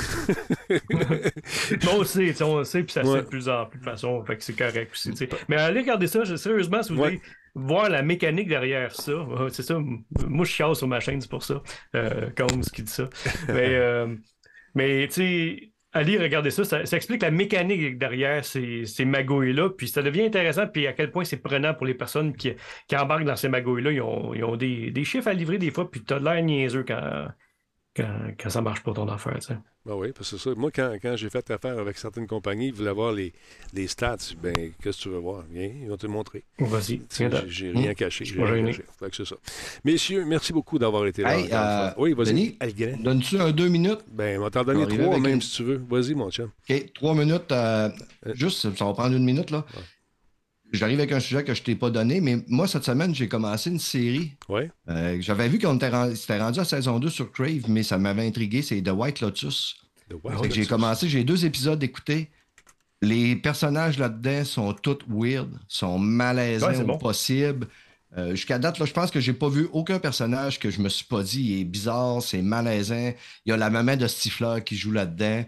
Moi aussi, tu sais, on le sait, puis ça se Ouais. fait de plus en plus de façon, fait que c'est correct aussi. tu sais. Mais allez regarder ça, je- sérieusement, si vous Ouais. voulez voir la mécanique derrière ça, euh, c'est ça, m- moi je chiale sur ma chaîne, c'est pour ça, euh, comme ce qui dit ça. Mais, euh, mais tu sais, allez regarder ça, ça, ça explique la mécanique derrière ces, ces magouilles-là, puis ça devient intéressant, puis à quel point c'est prenant pour les personnes qui, qui embarquent dans ces magouilles-là, ils ont, ils ont des, des chiffres à livrer des fois, puis t'as de l'air niaiseux quand, quand, quand ça marche pas ton affaire, tu sais. Ben oui, parce que ça, moi, quand, quand j'ai fait affaire avec certaines compagnies, ils voulaient voir les, les stats. Ben, qu'est-ce que tu veux voir? Viens, ils vont te le montrer. Vas-y, Tu sais, viens J'ai, j'ai donc. rien Mmh. caché. Je J'ai suis pas rien gêné. caché. Fait que c'est ça. Messieurs, merci beaucoup d'avoir été là. Hey, encore une euh, fois. oui, vas-y. Denis, Alguin. donnes-tu un deux minutes? Ben, on va t'en Je vais donner arriver trois, avec même une- si tu veux. Vas-y, mon chum. OK, trois minutes. euh, juste, ça va prendre une minute, là. J'arrive avec un sujet que je t'ai pas donné, mais moi, cette semaine, j'ai commencé une série. Ouais. Euh, j'avais vu qu'on était rendu, c'était rendu à saison deux sur Crave, mais ça m'avait intrigué. C'est The White Lotus. The White Fait que Lotus. j'ai commencé, j'ai deux épisodes d'écouter. Les personnages là-dedans sont tous weird, sont malaisants Ouais, c'est au bon. possible. Euh, jusqu'à date, là, je pense que j'ai pas vu aucun personnage que je me suis pas dit il est bizarre, c'est malaisant. Il y a la maman de Stifler qui joue là-dedans.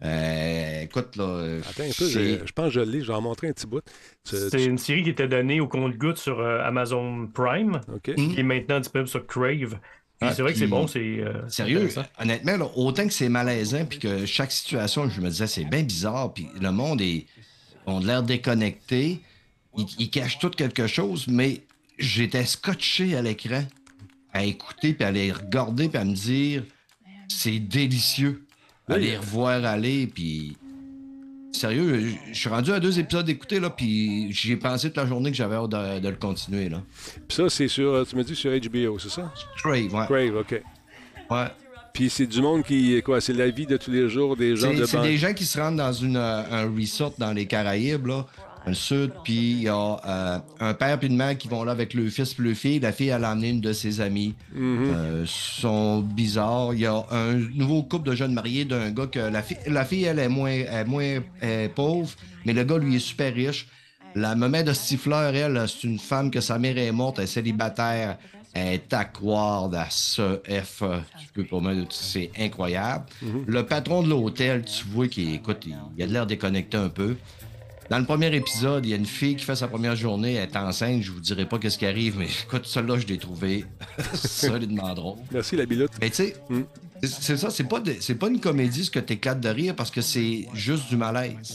Euh, écoute, là. Attends un peu, c'est- je, je pense que je l'ai. Je vais en montrer un petit bout. Tu- C'est tu- une série qui était donnée au compte-gouttes sur euh, Amazon Prime, OK. qui est maintenant disponible sur Crave. Puis Ah, c'est vrai que puis- c'est bon, c'est. euh, Sérieux, intéressant. honnêtement, là, autant que c'est malaisant, puis que chaque situation, je me disais, c'est bien bizarre, puis le monde est, on a l'air déconnecté, ils, ils cachent tout quelque chose, mais j'étais scotché à l'écran, à écouter, puis à les regarder, puis à me dire, c'est délicieux, à Oui. les revoir aller, puis sérieux, je je suis rendu à deux épisodes d'écouter, là, puis j'ai pensé toute la journée que j'avais hâte de, de le continuer, là. Puis ça, c'est sur, tu me dis, sur H B O, c'est ça? Crave, ouais. Crave, OK. Ouais. Puis c'est du monde qui, quoi, c'est la vie de tous les jours des gens C'est de c'est banque. des gens qui se rendent dans une, euh, un resort dans les Caraïbes, là, dans le sud, puis il y a euh, un père et une mère qui vont là avec le fils et le fille. La fille, elle a amené une de ses amies. Mhm. Euh, sont bizarres. Il y a un nouveau couple de jeunes mariés d'un gars que la fille, la fille elle, est moins, est moins est pauvre, mais le gars, lui, est super riche. La maman de Stifler, elle, c'est une femme que sa mère est morte, elle est célibataire. Elle est à croire à ce F. Tu peux pas me- c'est incroyable. Le patron de l'hôtel, tu vois qu'il écoute, il, il a de l'air déconnecté un peu. Dans le premier épisode, il y a une fille qui fait sa première journée, elle est enceinte, je vous dirai pas qu'est-ce qui arrive, mais écoute, celle-là, je l'ai trouvé solidement drôle. Merci, la biloute. Mais tu sais, c'est- c'est ça, c'est pas, de- c'est pas une comédie ce que t'éclates de rire parce que c'est juste du malaise.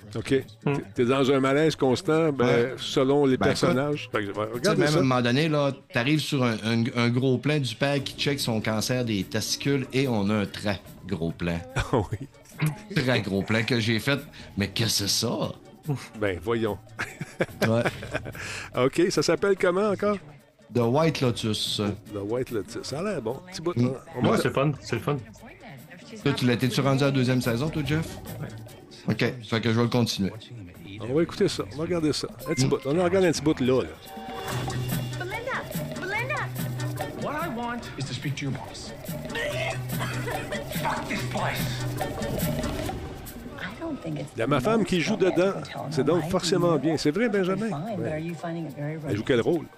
OK. Mm. T'es dans un malaise constant, ben, ouais. selon les ben, personnages. Écoute, fait que, regarde même ça. À un moment donné, là, t'arrives sur un, un, un gros plan du père qui check son cancer des testicules et on a un très gros plan. Ah oui. Très gros plan que j'ai fait. Mais qu'est-ce que c'est ça? Ben, voyons. Ouais. OK, ça s'appelle comment encore? The White Lotus. The White Lotus. Ça a l'air bon. Petit bout. Mm. Ouais, va... c'est fun. C'est le fun. Toi, tu l'as-tu rendu à la deuxième saison, toi, Jeff? Ouais. OK, ça fait que je vais le continuer. On va écouter ça. On va regarder ça. Un petit mm. bout. On regarde un petit bout là. là. Belinda! Belinda! What I want is to speak to your boss. Fuck this place! Il y a ma femme qui joue dedans. C'est donc forcément bien. C'est vrai, Benjamin? Ouais. Elle joue quel rôle?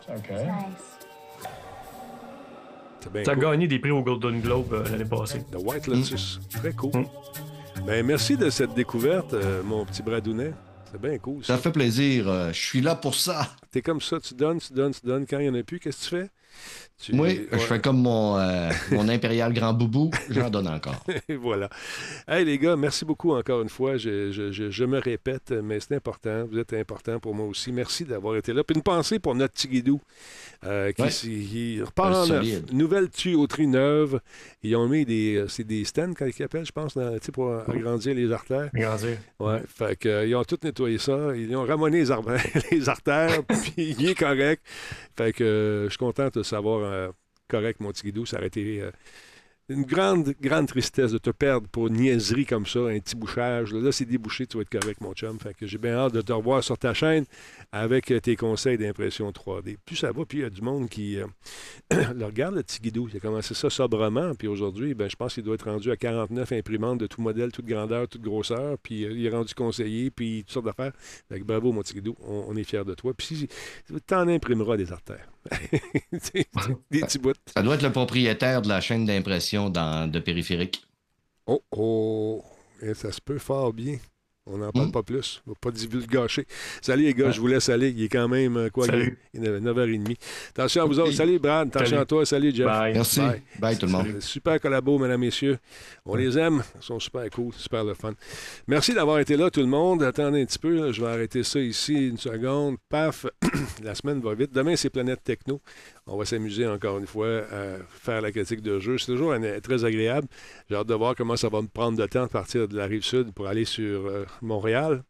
Ça a cool. gagné des prix au Golden Globe euh, l'année passée. The White Lotus. Mm. Très cool. Mm. Ben, merci de cette découverte, euh, mon petit Bradounet. C'est bien cool. Ça. ça fait plaisir. Euh, je suis là pour ça. T'es comme ça. Tu donnes, tu donnes, tu donnes. Quand il n'y en a plus, qu'est-ce que tu fais? Tu... Oui, ouais. je fais comme mon, euh, mon impérial grand boubou, j'en donne encore. Et voilà. Hey les gars, merci beaucoup encore une fois. Je, je, je, je me répète, mais c'est important. Vous êtes important pour moi aussi. Merci d'avoir été là. Puis une pensée pour notre petit Guidou euh, qui, ouais. qui repart en neuf. Nouvelle tuyauterie neuve. Ils ont mis des, c'est des stands, quand ils appellent, je pense, dans, pour agrandir les artères. Agrandir. Ouais. Fait que, euh, ils ont tout nettoyé ça. Ils ont ramoné les, ar- les artères, puis il est correct. Fait que euh, je suis content de savoir euh, correct, mon petit Guidou. Ça aurait été euh, une grande, grande tristesse de te perdre pour une niaiserie comme ça, un petit bouchage. Là, là c'est débouché, tu vas être correct, mon chum. Fait que j'ai bien hâte de te revoir sur ta chaîne avec tes conseils d'impression trois D. Plus ça va, puis il y a du monde qui euh, le regarde, le petit Guidou. Il a commencé ça sobrement, puis aujourd'hui, ben, je pense qu'il doit être rendu à quarante-neuf imprimantes de tout modèle, toute grandeur, toute grosseur, puis euh, il est rendu conseiller, puis toutes sortes d'affaires. Fait que bravo, mon petit Guidou, on, on est fiers de toi. Puis si t'en imprimeras des artères. des, des petits bouts. Ça doit être le propriétaire de la chaîne d'impression dans, de Périphérique. Oh, oh! Et ça se peut fort bien. On n'en parle mmh. pas plus. On va pas divulgacher. Salut les gars, ouais. je vous laisse aller. Il est quand même quoi? Il est neuf heures trente. Attention à vous autres. Salut Brad, attention Salut. à toi. Salut Jeff. Bye. Merci. Bye, Bye tout le monde. Super collabo, mesdames, messieurs. On ouais. les aime. Ils sont super cool, super le fun. Merci d'avoir été là, tout le monde. Attendez un petit peu. Là. Je vais arrêter ça ici une seconde. Paf. La semaine va vite. Demain, c'est Planète Techno. On va s'amuser encore une fois à faire la critique de jeu. C'est toujours un, très agréable. J'ai hâte de voir comment ça va me prendre de temps de partir de la Rive-Sud pour aller sur euh, Montréal.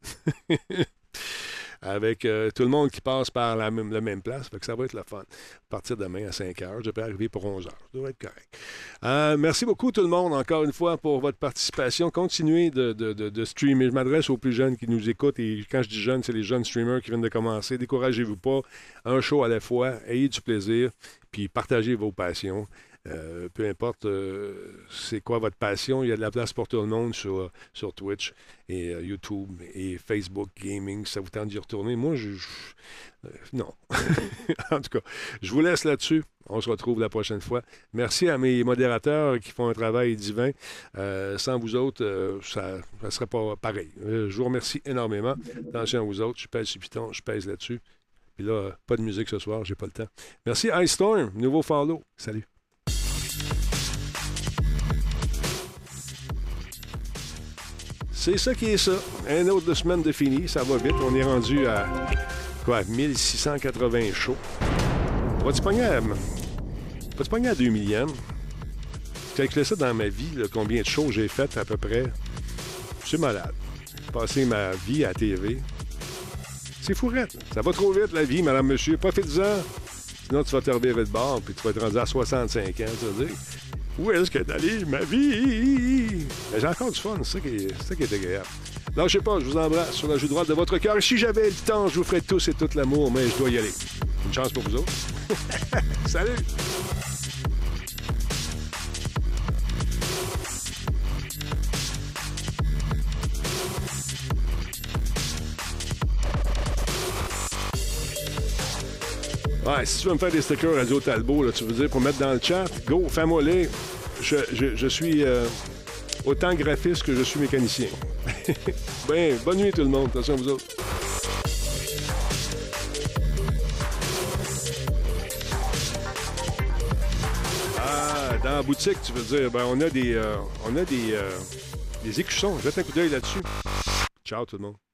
Avec euh, tout le monde qui passe par la même, la même place. Fait que ça va être le fun. À partir de demain à cinq heures, je peux arriver pour onze heures. Ça devrait être correct. Euh, merci beaucoup tout le monde, encore une fois, pour votre participation. Continuez de, de, de, de streamer. Je m'adresse aux plus jeunes qui nous écoutent. Et quand je dis jeunes, c'est les jeunes streamers qui viennent de commencer. Découragez-vous pas. Un show à la fois. Ayez du plaisir. Puis partagez vos passions. Euh, peu importe euh, c'est quoi votre passion, il y a de la place pour tout le monde sur, sur Twitch et euh, YouTube et Facebook Gaming. Ça vous tente d'y retourner? Moi, je... je euh, non. En tout cas, je vous laisse là-dessus. On se retrouve la prochaine fois. Merci à mes modérateurs qui font un travail divin. Euh, sans vous autres, euh, ça ne serait pas pareil. Euh, je vous remercie énormément. Attention à vous autres. Je pèse sur Python, je pèse là-dessus. Puis là, pas de musique ce soir, j'ai pas le temps. Merci Ice Storm, nouveau follow. Salut. C'est ça qui est ça. Un autre de semaine de fini. Ça va vite. On est rendu à quoi? mille six cent quatre-vingts shows. Va-tu pogner à, va-tu pogner à deux millième? Je calculais ça dans ma vie, là, combien de shows j'ai fait à peu près. Je suis malade. J'ai passé ma vie à la T V. C'est fourrette. Ça va trop vite, la vie, madame, monsieur. Profite-en. Sinon, tu vas te revirer de bord puis tu vas être rendu à soixante-cinq ans, tu vas dire. Où est-ce que d'aller, ma vie? Mais j'ai encore du fun, c'est ça qui est, c'est ça qui est agréable. Lâchez pas, je vous embrasse sur la joue droite de votre cœur. Et si j'avais le temps, je vous ferais tous et tout l'amour, mais je dois y aller. Une chance pour vous autres. Salut! Ouais, si tu veux me faire des stickers Radio Talbot, là, tu veux dire pour mettre dans le chat, go, fais-moi les. Je, je, je suis euh, autant graphiste que je suis mécanicien. Ben, bonne nuit tout le monde. Attention à vous autres. Ah, dans la boutique, tu veux dire, ben on a des, euh, on a des, euh, des écussons. Jette un coup d'œil là-dessus. Ciao tout le monde.